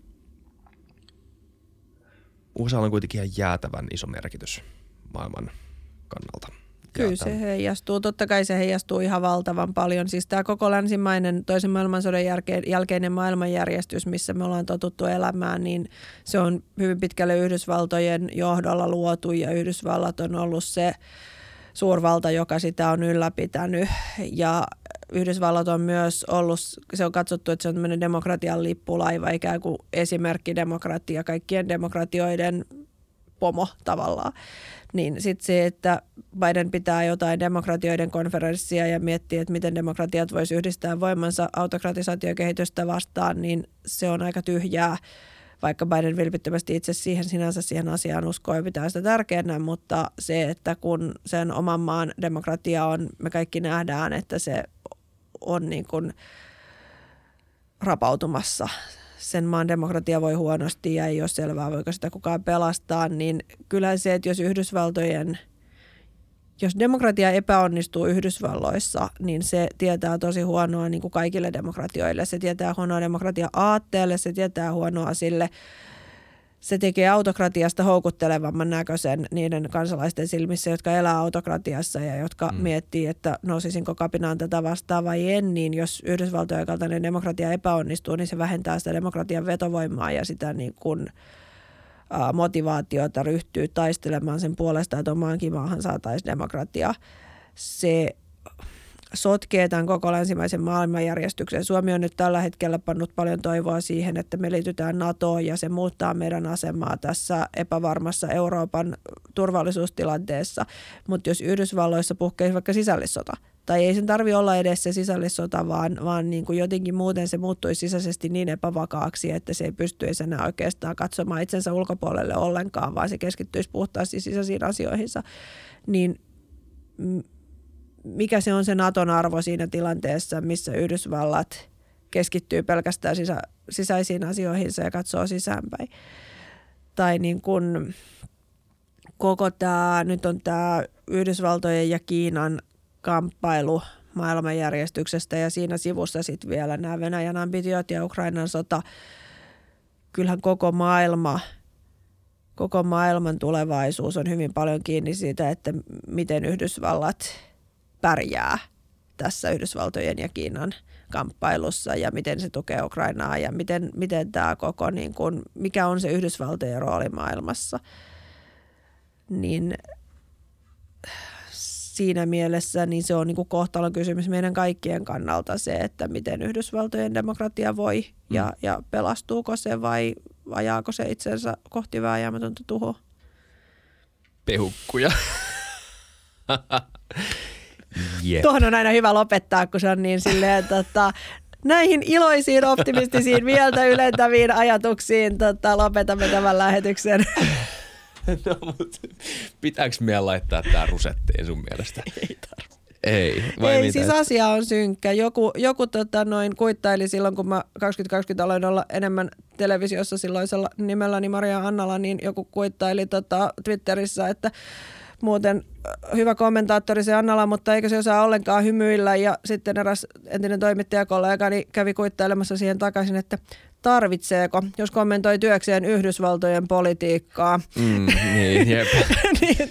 USAlla on kuitenkin ihan jäätävän iso merkitys maailman kannalta. Kyllä se heijastuu. Totta kai se heijastuu ihan valtavan paljon. Siis tämä koko länsimainen toisen maailmansodan jälkeinen maailmanjärjestys, missä me ollaan totuttu elämään, niin se on hyvin pitkälle Yhdysvaltojen johdolla luotu ja Yhdysvallat on ollut suurvalta, joka sitä on ylläpitänyt. Ja Yhdysvallat on myös ollut, se on katsottu, että se on tämmöinen demokratian lippulaiva, ikään kuin esimerkki demokratia, kaikkien demokratioiden pomo tavallaan. Niin sitten se, että Biden pitää jotain demokratioiden konferenssia ja miettii, että miten demokratiat voisi yhdistää voimansa autokratisaatiokehitystä vastaan, niin se on aika tyhjää, vaikka Biden vilpittömästi itse siihen asiaan uskoo ja pitää sitä tärkeänä, mutta se, että kun sen oman maan demokratia on, me kaikki nähdään, että se on niin kuin rapautumassa. Sen maan demokratia voi huonosti ja ei ole selvää, voiko sitä kukaan pelastaa, niin kyllä se, että jos demokratia epäonnistuu Yhdysvalloissa, niin se tietää tosi huonoa niin kuin kaikille demokratioille. Se tietää huonoa demokratia-aatteelle, se tietää huonoa sille. Se tekee autokratiasta houkuttelevamman näköisen niiden kansalaisten silmissä, jotka elää autokratiassa ja jotka miettii, että nousisinko kapinaan tätä vastaan vai en. Niin jos Yhdysvaltojen kaltainen demokratia epäonnistuu, niin se vähentää sitä demokratian vetovoimaa ja sitä niin kuin motivaatiota ryhtyy taistelemaan sen puolesta, että omaankin maahan saataisiin demokratia. Se sotkee tämän koko länsimäisen maailmanjärjestyksen. Suomi on nyt tällä hetkellä pannut paljon toivoa siihen, että me liitytään NATOon ja se muuttaa meidän asemaa tässä epävarmassa Euroopan turvallisuustilanteessa. Mutta jos Yhdysvalloissa puhkeisi vaikka sisällissota, tai ei sen tarvitse olla edes se sisällissota, vaan niin kuin jotenkin muuten se muuttuisi sisäisesti niin epävakaaksi, että se ei pystyisi enää oikeastaan katsomaan itsensä ulkopuolelle ollenkaan, vaan se keskittyisi puhtaasti sisäisiin asioihinsa, niin mikä se on se Naton arvo siinä tilanteessa, missä Yhdysvallat keskittyy pelkästään sisäisiin asioihinsa ja katsoo sisäänpäin. Tai niin kuin koko tämä, nyt on tämä Yhdysvaltojen ja Kiinan kamppailu maailmanjärjestyksestä ja siinä sivussa sitten vielä nämä Venäjän ambitiot ja Ukrainan sota. Kyllähän koko maailman tulevaisuus on hyvin paljon kiinni siitä, että miten Yhdysvallat pärjää tässä Yhdysvaltojen ja Kiinan kamppailussa ja miten se tukee Ukrainaa ja miten tämä koko, niin kuin, mikä on se Yhdysvaltojen rooli maailmassa. Niin siinä mielessä niin se on niin kuin kohtalon kysymys meidän kaikkien kannalta se, että miten Yhdysvaltojen demokratia voi ja pelastuuko se vai ajaako se itsensä kohti vääjäämätöntä tuhoa. Pehukkuja. Yep. Tuohon on aina hyvä lopettaa, kun se on niin silleen, näihin iloisiin, optimistisiin, mieltä ylentäviin ajatuksiin lopetamme tämän lähetyksen. No, mutta pitääkö meidän laittaa tää rusettiin sun mielestä? Ei tarvitse. Ei, siis asia on synkkä. Joku kuittaili silloin, kun mä 2020 aloin olla enemmän televisiossa silloisella nimelläni Maria Annala, niin joku kuittaili Twitterissä, että muuten hyvä kommentaattori se Annala, mutta eikö se osaa ollenkaan hymyillä. Ja sitten eräs entinen toimittajakollegani kävi kuittailemassa siihen takaisin, että tarvitseeko, jos kommentoi työkseen Yhdysvaltojen politiikkaa. Niin, jep. Niin,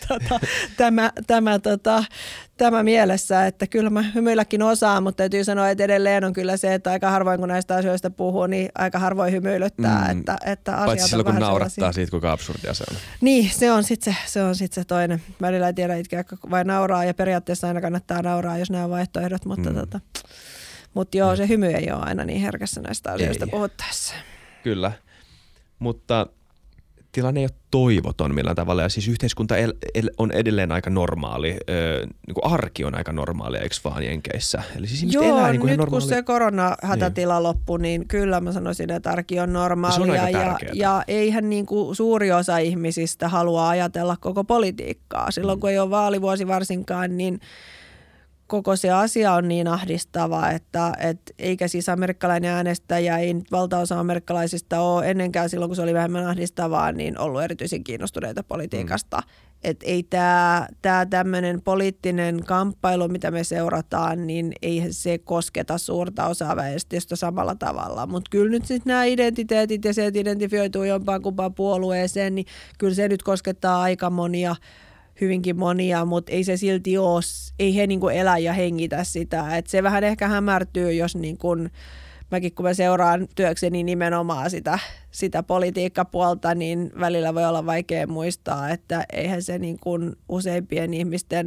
tämä mielessä, että kyllä mä hymyilläkin osaan, mutta täytyy sanoa, että edelleen on kyllä se, että aika harvoin kun näistä asioista puhuu, niin aika harvoin hymyilyttää. Että paitsi silloin kun naurattaa siitä, kuinka absurdia se on. Niin, se on sitten se toinen. Välillä ei tiedä itkeä vai nauraa ja periaatteessa aina kannattaa nauraa, jos nämä on vaihtoehdot, mutta mutta joo, se hymy ei ole aina niin herkässä näistä asioista puhuttaessa. Kyllä, mutta tilanne ei ole toivoton millään tavalla ja siis yhteiskunta on edelleen aika normaali, niin kuin arki on aika normaalia, eikö vaan Jenkeissä? Eli siis ihmiset elää niin kuin nyt normaali... kun se koronahätätila loppui, niin kyllä mä sanoisin, että arki on normaalia ja eihän niin kuin suuri osa ihmisistä halua ajatella koko politiikkaa. Silloin kun ei ole vaalivuosi varsinkaan, niin koko se asia on niin ahdistava, että eikä siis amerikkalainen äänestäjä, ei valtaosa amerikkalaisista ole ennenkään silloin, kun se oli vähemmän ahdistavaa, niin ollut erityisen kiinnostuneita politiikasta. Että ei tämä tämmöinen poliittinen kamppailu, mitä me seurataan, niin ei se kosketa suurta osaa väestöstä samalla tavalla. Mutta kyllä nyt sitten nämä identiteetit ja se, että identifioituu jompaan kumpaan puolueeseen, niin kyllä se nyt koskettaa aika hyvinkin monia, mutta ei se silti ole, ei he niinku elä ja hengitä sitä. Et se vähän ehkä hämärtyy, jos niinku, mäkin kun mä seuraan työkseni nimenomaan sitä politiikkapuolta, niin välillä voi olla vaikea muistaa, että eihän se niinku useimpien ihmisten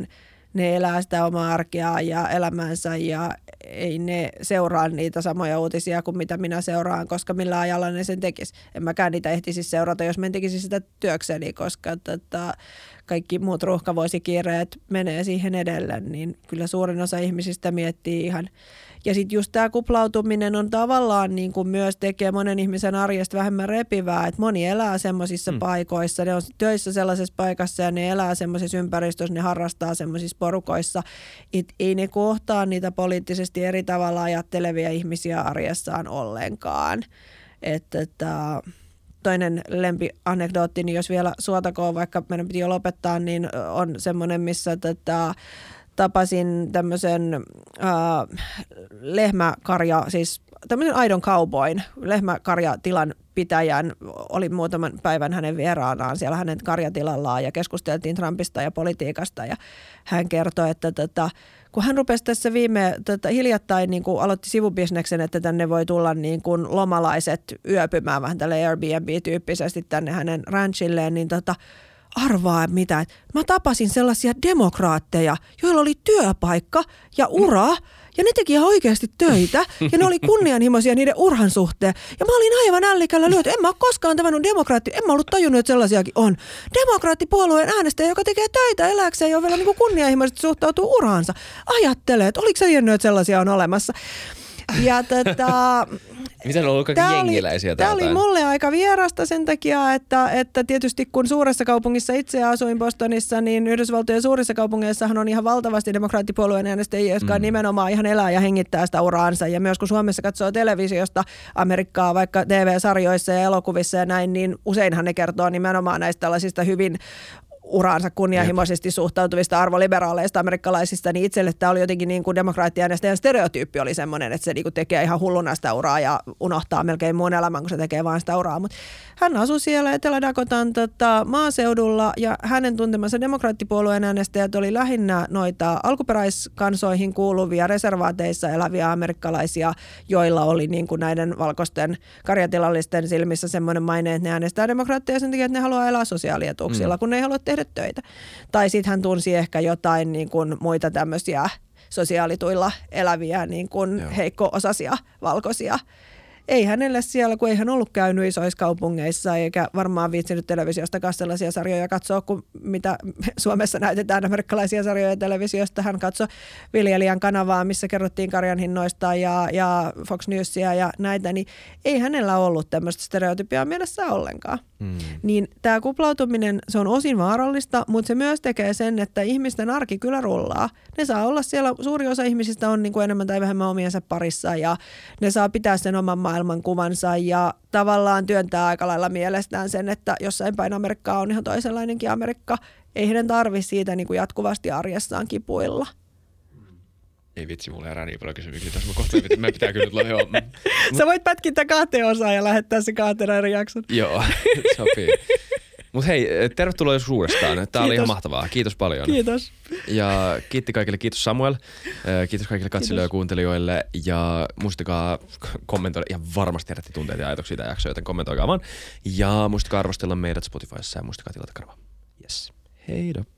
ne elää sitä omaa arkeaan ja elämäänsä ja ei ne seuraa niitä samoja uutisia kuin mitä minä seuraan, koska millä ajalla ne sen tekisi. En mäkään niitä ehtisi seurata, jos mä en tekisi sitä työkseni, koska kaikki muut ruuhkavuosikiireet menee siihen edelleen, niin kyllä suurin osa ihmisistä miettii ihan. Ja sitten just tämä kuplautuminen on tavallaan niin kuin myös tekee monen ihmisen arjesta vähemmän repivää, että moni elää semmoisissa paikoissa, ne on töissä sellaisessa paikassa ja ne elää semmoisissa ympäristöissä, ne harrastaa semmoisissa porukoissa, että ei ne kohtaa niitä poliittisesti eri tavalla ajattelevia ihmisiä arjessaan ollenkaan. Että toinen lempianekdootti, niin jos vielä suotakoon, vaikka meidän piti jo lopettaa, niin on semmoinen, missä tapasin tämmöisen lehmäkarja, siis tämmöisen aidon cowboyn, lehmäkarjatilan pitäjän. Olin muutaman päivän hänen vieraanaan siellä hänen karjatilallaan ja keskusteltiin Trumpista ja politiikasta ja hän kertoi, että kun hän rupesi tässä hiljattain niin kuin aloitti sivubisneksen, että tänne voi tulla niin kuin lomalaiset yöpymään vähän tälle Airbnb-tyyppisesti tänne hänen ranchilleen, niin arvaa mitä. Mä tapasin sellaisia demokraatteja, joilla oli työpaikka ja ura, ja ne teki ihan oikeasti töitä, ja ne oli kunnianhimoisia niiden urhan suhteen. Ja mä olin aivan ällikällä lyöty. En mä ole koskaan tavannut en mä ollut tajunnut, että sellaisiakin on. Demokraattipuolueen äänestäjä, joka tekee töitä eläkseen ja vielä niin kuin kunnianhimoisesti suhtautuu uraansa. Ajattelee, että oliko se tiennyt, että sellaisia on olemassa. Ja miten on ollut kaikki jengiläisiä Tämä oli mulle aika vierasta sen takia, että tietysti kun suuressa kaupungissa itse asuin Bostonissa, niin Yhdysvaltojen suurissa kaupungeissahan on ihan valtavasti demokraattipuolueen äänestäjiä, jotka nimenomaan ihan elää ja hengittää sitä uraansa. Ja myös kun Suomessa katsoo televisiosta Amerikkaa vaikka TV-sarjoissa ja elokuvissa ja näin, niin useinhan ne kertoo nimenomaan näistä tällaisista hyvin uraansa kunnianhimoisesti suhtautuvista arvoliberaaleista amerikkalaisista, niin itselle tämä oli jotenkin niin kuin demokraattiäänestäjän stereotyyppi oli semmoinen, että se niin kuin tekee ihan hulluna sitä uraa ja unohtaa melkein muun elämän, kun se tekee vaan sitä uraa. Mutta hän asui siellä Etelä-Dakotan maaseudulla ja hänen tuntemansa demokraattipuolueen äänestäjät oli lähinnä noita alkuperäiskansoihin kuuluvia reservaateissa eläviä amerikkalaisia, joilla oli niin kuin näiden valkoisten karjatilallisten silmissä semmoinen maine, että ne äänestää demokraatteja sen takia, että ne haluaa elää sosiaalietuuksilla, kun ne ei halua tehdä töitä. Tai sitten hän tunsi ehkä jotain niin kuin muita tämmöisiä sosiaalituilla eläviä niin kuin heikko-osaisia valkoisia. Ei hänelle siellä, kun ei hän ollut käynyt isoissa kaupungeissa eikä varmaan viitsinyt televisiosta sellaisia sarjoja katsoa, kuin mitä Suomessa näytetään amerikkalaisia sarjoja televisiosta. Hän katsoi Viljelijän kanavaa, missä kerrottiin karjan hinnoista ja Fox Newsia ja näitä, niin ei hänellä ollut tämmöistä stereotypiaa mielessä ollenkaan. Niin tämä kuplautuminen, se on osin vaarallista, mutta se myös tekee sen, että ihmisten arki kyllä rullaa. Ne saa olla siellä, suuri osa ihmisistä on niin kuin enemmän tai vähemmän omiensa parissa ja ne saa pitää sen oman maailmankuvansa ja tavallaan työntää aika lailla mielestään sen, että jossain päin Amerikkaa on ihan toisenlainenkin Amerikka. Ei heidän tarvitse siitä niin kuin jatkuvasti arjessaan kipuilla. Ei vitsi, mulla herää niin paljon kysymyksiä tässä. Mä pitää kyllä nyt Sä voit pätkittää 2 osaan ja lähettää se 2 eri jakson. Joo, sopii. Mutta hei, tervetuloa jos uudestaan. Tämä oli ihan mahtavaa. Kiitos paljon. Kiitos. Ja kiitos Samuel. Kiitos kaikille katselijoille ja kuuntelijoille. Ja muistakaa kommentoida. Ihan varmasti herätti tunteita ja ajatuksia tämä jakso, joten kommentoikaa vaan. Ja muistakaa arvostella meidät Spotifyssa ja muistakaa tilata kanava. Yes. Heidå.